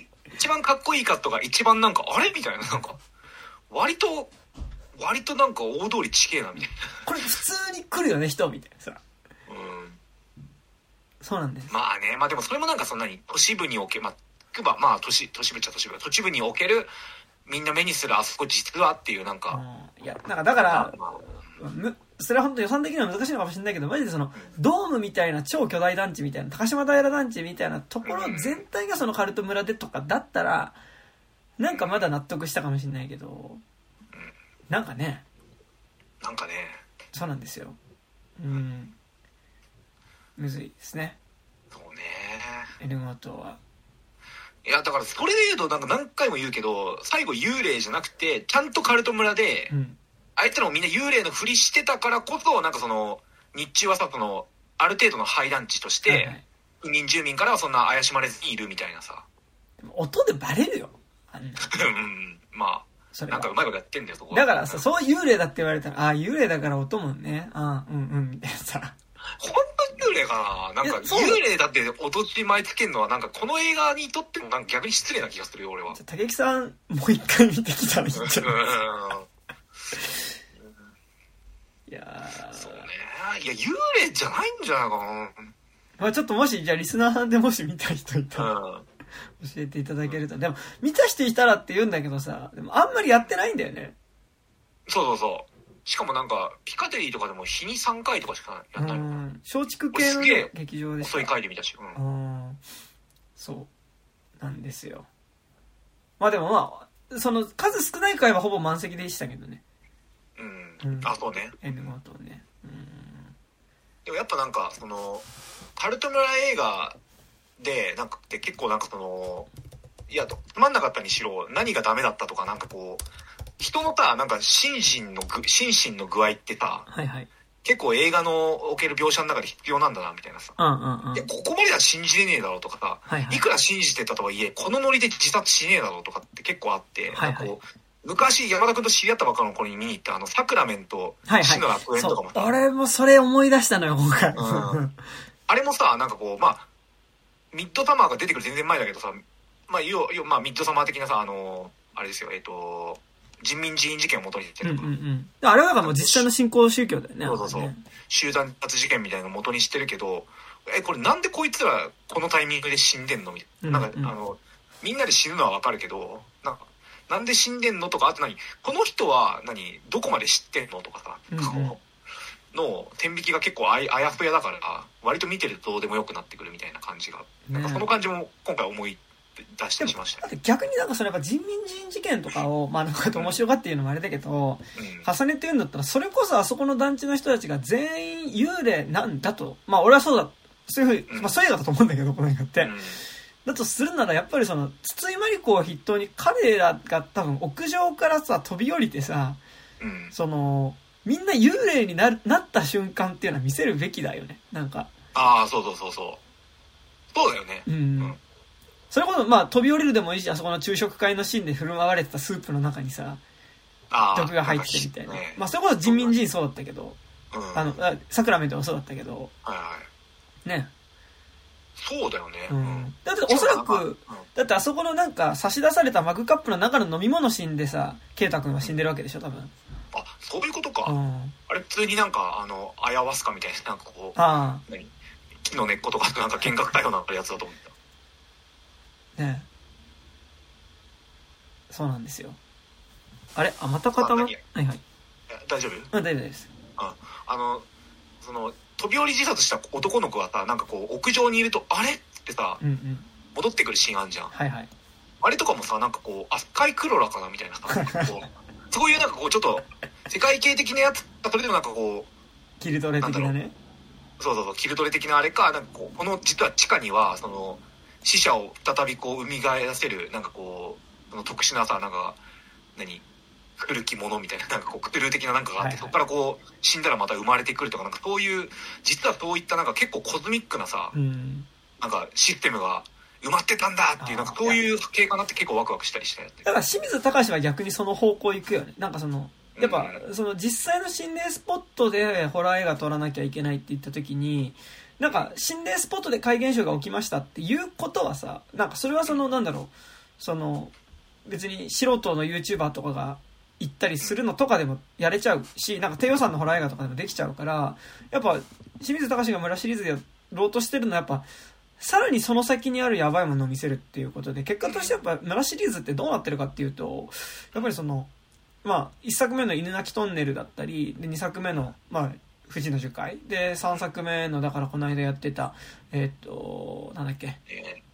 一番かっこいいカットが一番なんか、あれみたいな、なんか、割となんか大通り地形なみたいな。 これ普通に来るよね、人みたいなさ。そうなんです。 まあね、まあでもそれもなんかそんなに都市部におけ、まあ都市部っちゃ都市部におけるみんな目にするあそこ実はっていうなんか。 いや、なんかだから、それは本当予算的には難しいのかもしれないけど、マジでその、ドームみたいな超巨大団地みたいな、高島平団地みたいなところ全体がそのカルト村でとかだったら、なんかまだ納得したかもしれないけど、なんかね。そうなんですよ。むずいですね。 そうね。 エルゴートは。 いや、だからそれで言うとなんか何回も言うけど、最後幽霊じゃなくて、ちゃんとカルト村で、あいつらもみんな幽霊のふりしてたからこそ、なんかその、日中はさ、その、ある程度の廃団地として、近隣住民からはそんな怪しまれずにいるみたいなさ。 音でバレるよ。 まあ。なんかうまいことやってんだよ、そこ。 だからさ、そう幽霊だって言われたら、幽霊だから音もね、みたいなさ。 本当に幽霊かな。なんか幽霊だって音に巻いつけるのはなんかこの映画にとってもなんか逆に失礼な気がするよ、俺は。 竹木さん、もう一回見てきたらいいんじゃないいやそうね。いや、幽霊じゃないんじゃないかな。 まあちょっともし、じゃあリスナーでもし見た人いたら、教えていただけると。でも、見た人いたらって言うんだけどさ、でもあんまりやってないんだよね。 そう。しかもなんか、ピカデリーとかでも日に3回とかしかやったの。 松竹系の劇場でした。 遅い回で見たし。 そうなんですよ。まあでもまあ、その数少ない回はほぼ満席でしたけどね。そうね。エンドゴートね。 でもやっぱなんか、その、カルト村映画で、なんかって結構なんかその、いや、つまんなかったにしろ、何がダメだったとか、なんかこう、人のさ、なんか心身の具合ってさ、結構映画のおける描写の中で必要なんだな、みたいなさ。いや、ここまでは信じれねえだろうとかさ、いくら信じてたとはいえ、このノリで自殺しねえだろうとかって結構あって、なんかこう、昔山田君と知り合ったばっかの頃に見に行ったサクラメント、死の楽園とかもさ。 俺もそれ思い出したのよ、今回。 あれもさ、なんかこう、まあ、ミッドサマーが出てくる全然前だけどさ、まあ、ミッドサマー的なさ、あれですよ、人民人員事件を元にしてるとか。 あれはもう実際の新興宗教だよね。 そう。集団自殺事件みたいなのを元にしてるけど、これなんでこいつらこのタイミングで死んでんのみたいな。なんか、みんなで死ぬのはわかるけど、なんで死んでんのとか、あとこの人はどこまで知ってんのとかさ、の天引きが結構あやふやだから、割と見てるとどうでもよくなってくるみたいな感じが。なんかその感じも今回思い出してしましたね。 逆になんかそれやっぱ人民人事件とかを、まあなんか面白がっていうのもあれだけど、重ねて言うんだったら、それこそあそこの団地の人たちが全員幽霊なんだと。まあ俺はそうだ。そういうふうに、まあそういう映画だと思うんだけど、この映画って。だとするならやっぱりその筒井真理子を筆頭に彼らが多分屋上からさ飛び降りてさ、そのみんな幽霊になった瞬間っていうのは見せるべきだよね。なんかそうだよね。 それこそまあ飛び降りるでもいいし、あそこの昼食会のシーンで振る舞われてたスープの中にさ毒が入ってみたいな。まあそれこそ人民人そうだったけど、サクラメントもそうだったけど、ね。 そうだよね。 だっておそらく、だってあそこのなんか差し出されたマグカップの中の飲み物死んでさ、ケイタ君は死んでるわけでしょ、多分。 そういうことか。あれ普通になんか、アヤワスカみたいな、なんかこう、木の根っことかなんか見学逮捕なんかやつだと思った。 ねえ。そうなんですよ。あれまた固まっ、大丈夫？ 大丈夫です。 その、飛び降り自殺した男の子はさ、なんかこう屋上にいるとあれってさ、戻ってくるシーンあんじゃん。あれとかもさ、なんかこう赤いクロラかなみたいなさ、そういうなんかこうちょっと世界系的なやつ、それでもなんかこうキルトレ的なね。 そうキルトレ的なあれか、なんかこうこの実は地下にはその死者を再びこう蘇らせるなんかこうその特殊なさ、なんか古きものみたいな、なんかこうクトゥルー的ななんかがあって、そこからこう死んだらまた生まれてくるとか、なんかそういう実はそういったなんか結構コズミックなさ、なんかシステムが埋まってたんだっていう、なんかそういう経過になって結構ワクワクしたりして。 だから清水隆は逆にその方向行くよね。なんかそのやっぱその実際の心霊スポットでホラー映画撮らなきゃいけないって言った時に、なんか心霊スポットで怪現象が起きましたっていうことはさ、なんかそれはそのなんだろう、 その、別に素人の YouTuber とかが行ったりするのとかでもやれちゃうし、なんか低予算のホラー映画とかでもできちゃうから、やっぱ、清水隆が村シリーズでやろうとしてるのはやっぱ、さらにその先にあるやばいものを見せるっていうことで、結果としてやっぱ村シリーズってどうなってるかっていうと、やっぱりその、まあ、1作目の犬鳴トンネルだったり、で、2作目の、まあ、富士の樹海で、3作目の、だからこの間やってた、なんだっけ。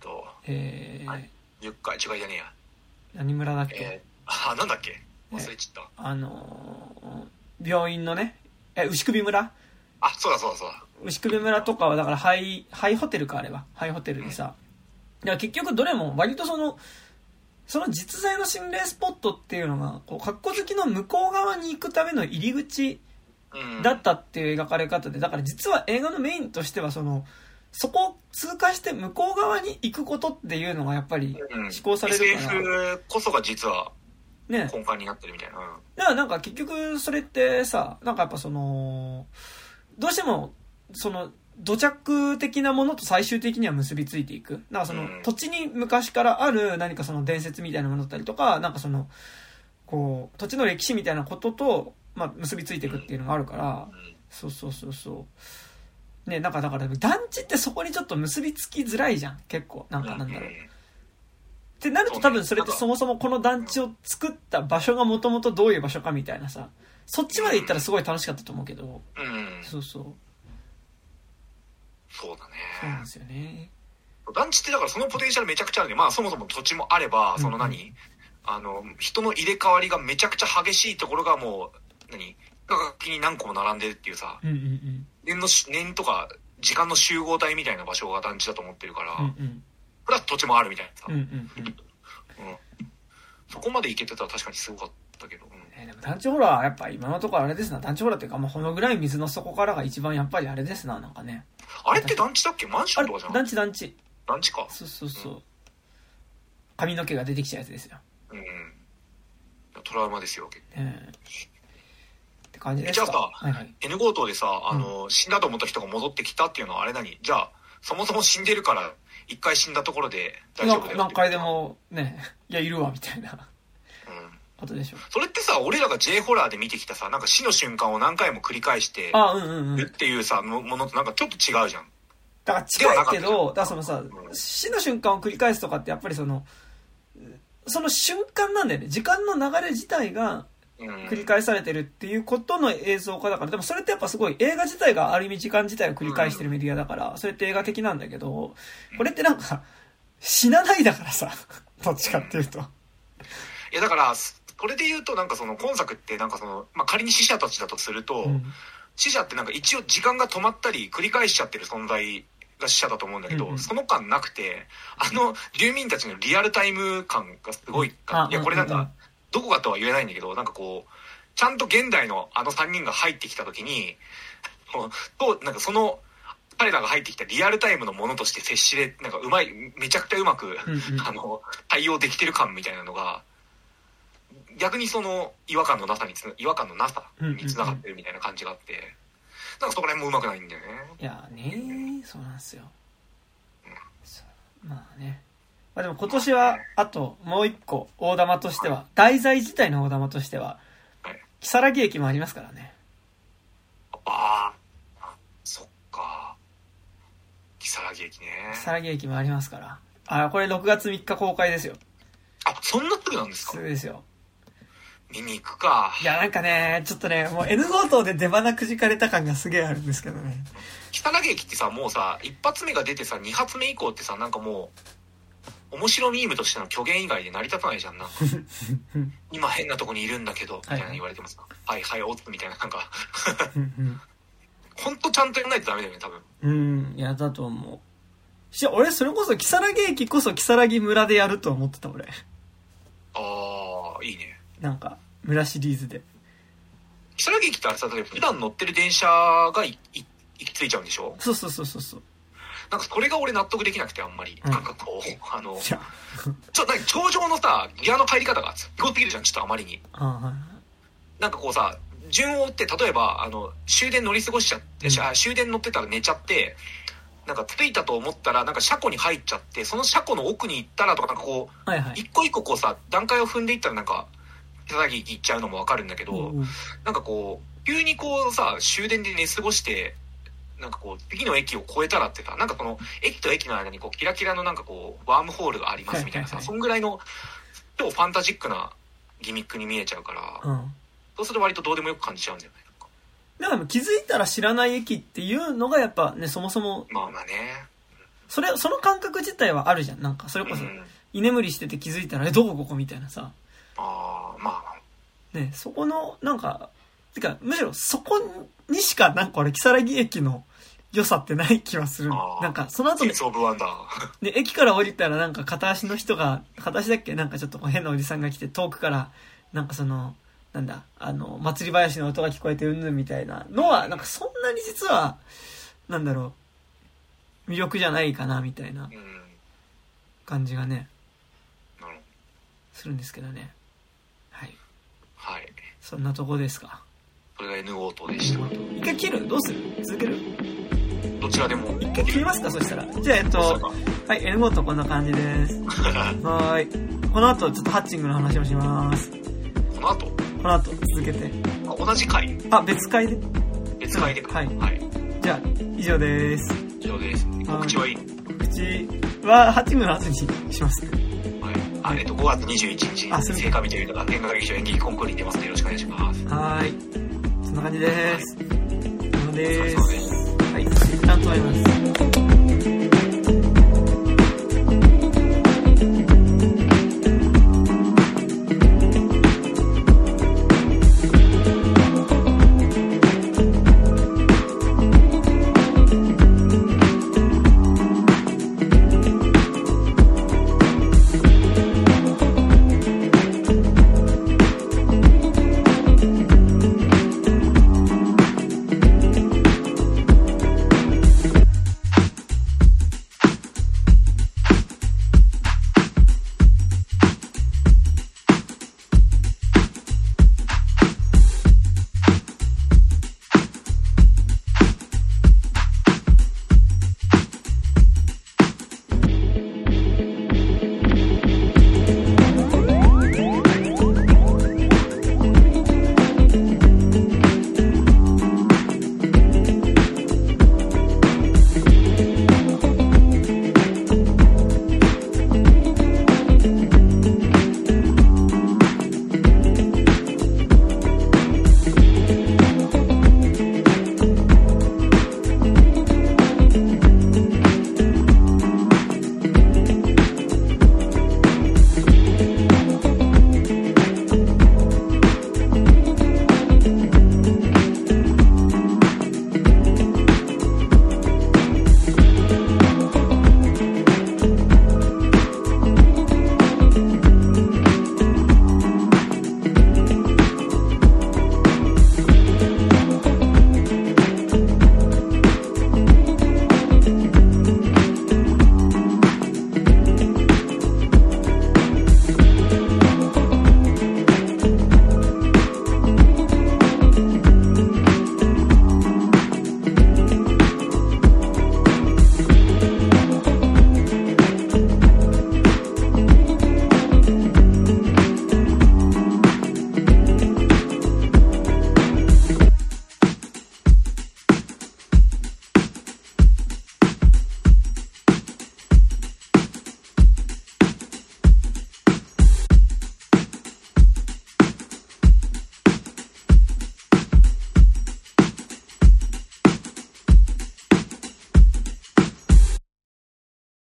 10回、違いじゃねえや。 何村だっけ、 なんだっけ忘れちゃった。 病院のね、牛首村そうだそうだそうだ。 牛首村とかはだからハイホテルかあればハイホテルでさ、だから結局どれも割とその実在の心霊スポットっていうのがこう格好好きの向こう側に行くための入り口だったっていう描かれ方で、だから実は映画のメインとしてはそこを通過して向こう側に行くことっていうのがやっぱり施行されるから、 SF こそが実は根幹になってるみたいな、だからなんか結局それってさ、なんかやっぱどうしても土着的なものと最終的には結びついていく。なんか土地に昔からある何か伝説みたいなものだったりとか、なんかこう、土地の歴史みたいなことと、まあ、結びついていくっていうのがあるから、そう。ね、なんかだから団地ってそこにちょっと結びつきづらいじゃん、結構。なんかなんだろう。ってなると多分それってそもそもこの団地を作った場所がもともとどういう場所かみたいなさ、そっちまで行ったらすごい楽しかったと思うけど、そうだね。そうなんですよね。 団地ってだからそのポテンシャルめちゃくちゃあるね。まあそもそも土地もあれば、人の入れ替わりがめちゃくちゃ激しいところがもう、楽器に何個も並んでるっていうさ、念とか時間の集合体みたいな場所が団地だと思ってるから、プラス土地もあるみたいなさ、そこまで行けてたら確かにすごかったけど、 でも団地ホラーやっぱ今のところあれですな、団地ホラーっていうか、まあ、このぐらい水の底からが一番やっぱりあれですな、なんかね。 あれって団地だっけ？マンションとかじゃん。 団地か。 そう、髪の毛が出てきちゃうやつですよ。 トラウマですよ結構。 って感じですか。 じゃあさ、N 強盗でさ、死んだと思った人が戻ってきたっていうのはあれじゃあそもそも死んでるから一回死んだところで大丈夫だよ。 何回でもね、いやいるわみたいなことでしょ。 それってさ、俺らが J ホラーで見てきたさ、なんか死の瞬間を何回も繰り返してるっていうさ、ものとなんかちょっと違うじゃん。 だから近いけど、だからさ、死の瞬間を繰り返すとかってやっぱりその瞬間なんだよね。時間の流れ自体が繰り返されてるっていうことの映像化だから、でもそれってやっぱすごい映画自体がある意味時間自体を繰り返してるメディアだから、それって映画的なんだけど、これってなんか死なないだからさ、どっちかっていうと。 いやだから、これで言うとなんか今作ってなんかまあ、仮に死者たちだとすると、死者ってなんか一応時間が止まったり繰り返しちゃってる存在が死者だと思うんだけど、その間なくて、住民たちのリアルタイム感がすごい。いやこれなんか、どこかとは言えないんだけど、なんかこうちゃんと現代の3人が入ってきた時になんか彼らが入ってきたリアルタイムのものとして接しでなんかめちゃくちゃうまく対応できてる感みたいなのが逆に違和感のなさにつながってるみたいな感じがあって、なんかそこら辺もうまくないんだよね。 いやね、そうなんですよ。まあね。まあ、でも今年はあともう一個大玉としては、題材自体の大玉としては、如月駅もありますからね。 そっか。如月駅ね。 如月駅もありますから。これ6月3日公開ですよ。 そんなすぐなんですか？ すぐですよ。 見に行くか。 いやなんかね、ちょっとね、もう N 強盗で出花くじかれた感がすげえあるんですけどね。 如月駅ってさ、もうさ、一発目が出てさ、二発目以降ってさ、なんかもう面白ミームとしての虚言以外で成り立たないじゃん。なんか今変なとこにいるんだけどみたいな言われてもさ、はいおっみたいな、なんかほんとちゃんとやんないとダメだよね多分。 いやだと思うし、俺それこそ如月駅こそ如月村でやると思ってた俺。 いいね。 なんか村シリーズで如月駅ってあれさ、例えば普段乗ってる電車が行き着いちゃうんでしょ？ そうなんかそれが俺納得できなくて、あんまり、なんかこう頂上のさギアの入り方がすごすぎるじゃん、ちょっとあまりに。なんかこうさ、順を追って、例えば終電乗り過ごしちゃって、終電乗ってたら寝ちゃって、 なんか着いたと思ったらなんか車庫に入っちゃって、その車庫の奥に行ったらとか、なんかこう、はいはい、一個一個こうさ段階を踏んでいったらなんか手先行っちゃうのもわかるんだけど、なんかこう急にこうさ終電で寝過ごしてなんかこう次の駅を越えたらってさ、なんかこの駅と駅の間にこうキラキラのなんかこうワームホールがありますみたいなさ、そんぐらいの超ファンタジックなギミックに見えちゃうから、そうすると割とどうでもよく感じちゃうんだよね。 だから気づいたら知らない駅っていうのがやっぱね、そもそも。 まあまあね。 その感覚自体はあるじゃん。なんかそれこそ、居眠りしてて気づいたら、どこここみたいなさ。 ああ、まあ。ね、そこの、なんか、てか、むしろそこにしか、なんか俺、木更木駅の良さってない気はする。なんか、その後ね、 で、駅から降りたらなんか片足の人が、片足だっけなんかちょっと変なおじさんが来て、遠くから、なんかその、なんだ、祭り林の音が聞こえてうんぬんみたいなのは、なんかそんなに実は、なんだろう、魅力じゃないかな、みたいな感じがね、するんですけどね。はい。 はい。 そんなとこですか。 それが N オートでした。 一回切る？どうする？続ける？ どちらでも。 一回切りますか、そしたら。じゃあ、はい、N オートこんな感じです。はい。この後、ちょっとハッチングの話をします。 この後続けて。 同じ回？ 別回で。 別回でか。 はい。はい。じゃあ、以上です。 告知はいい？ 告知は、ハッチングの後にします。 はい。5月21日、聖火日というのが、天下劇場演劇コンクールに出ますので、よろしくお願いします。 はい。そんな感じです。以上です。はい。一旦止まります。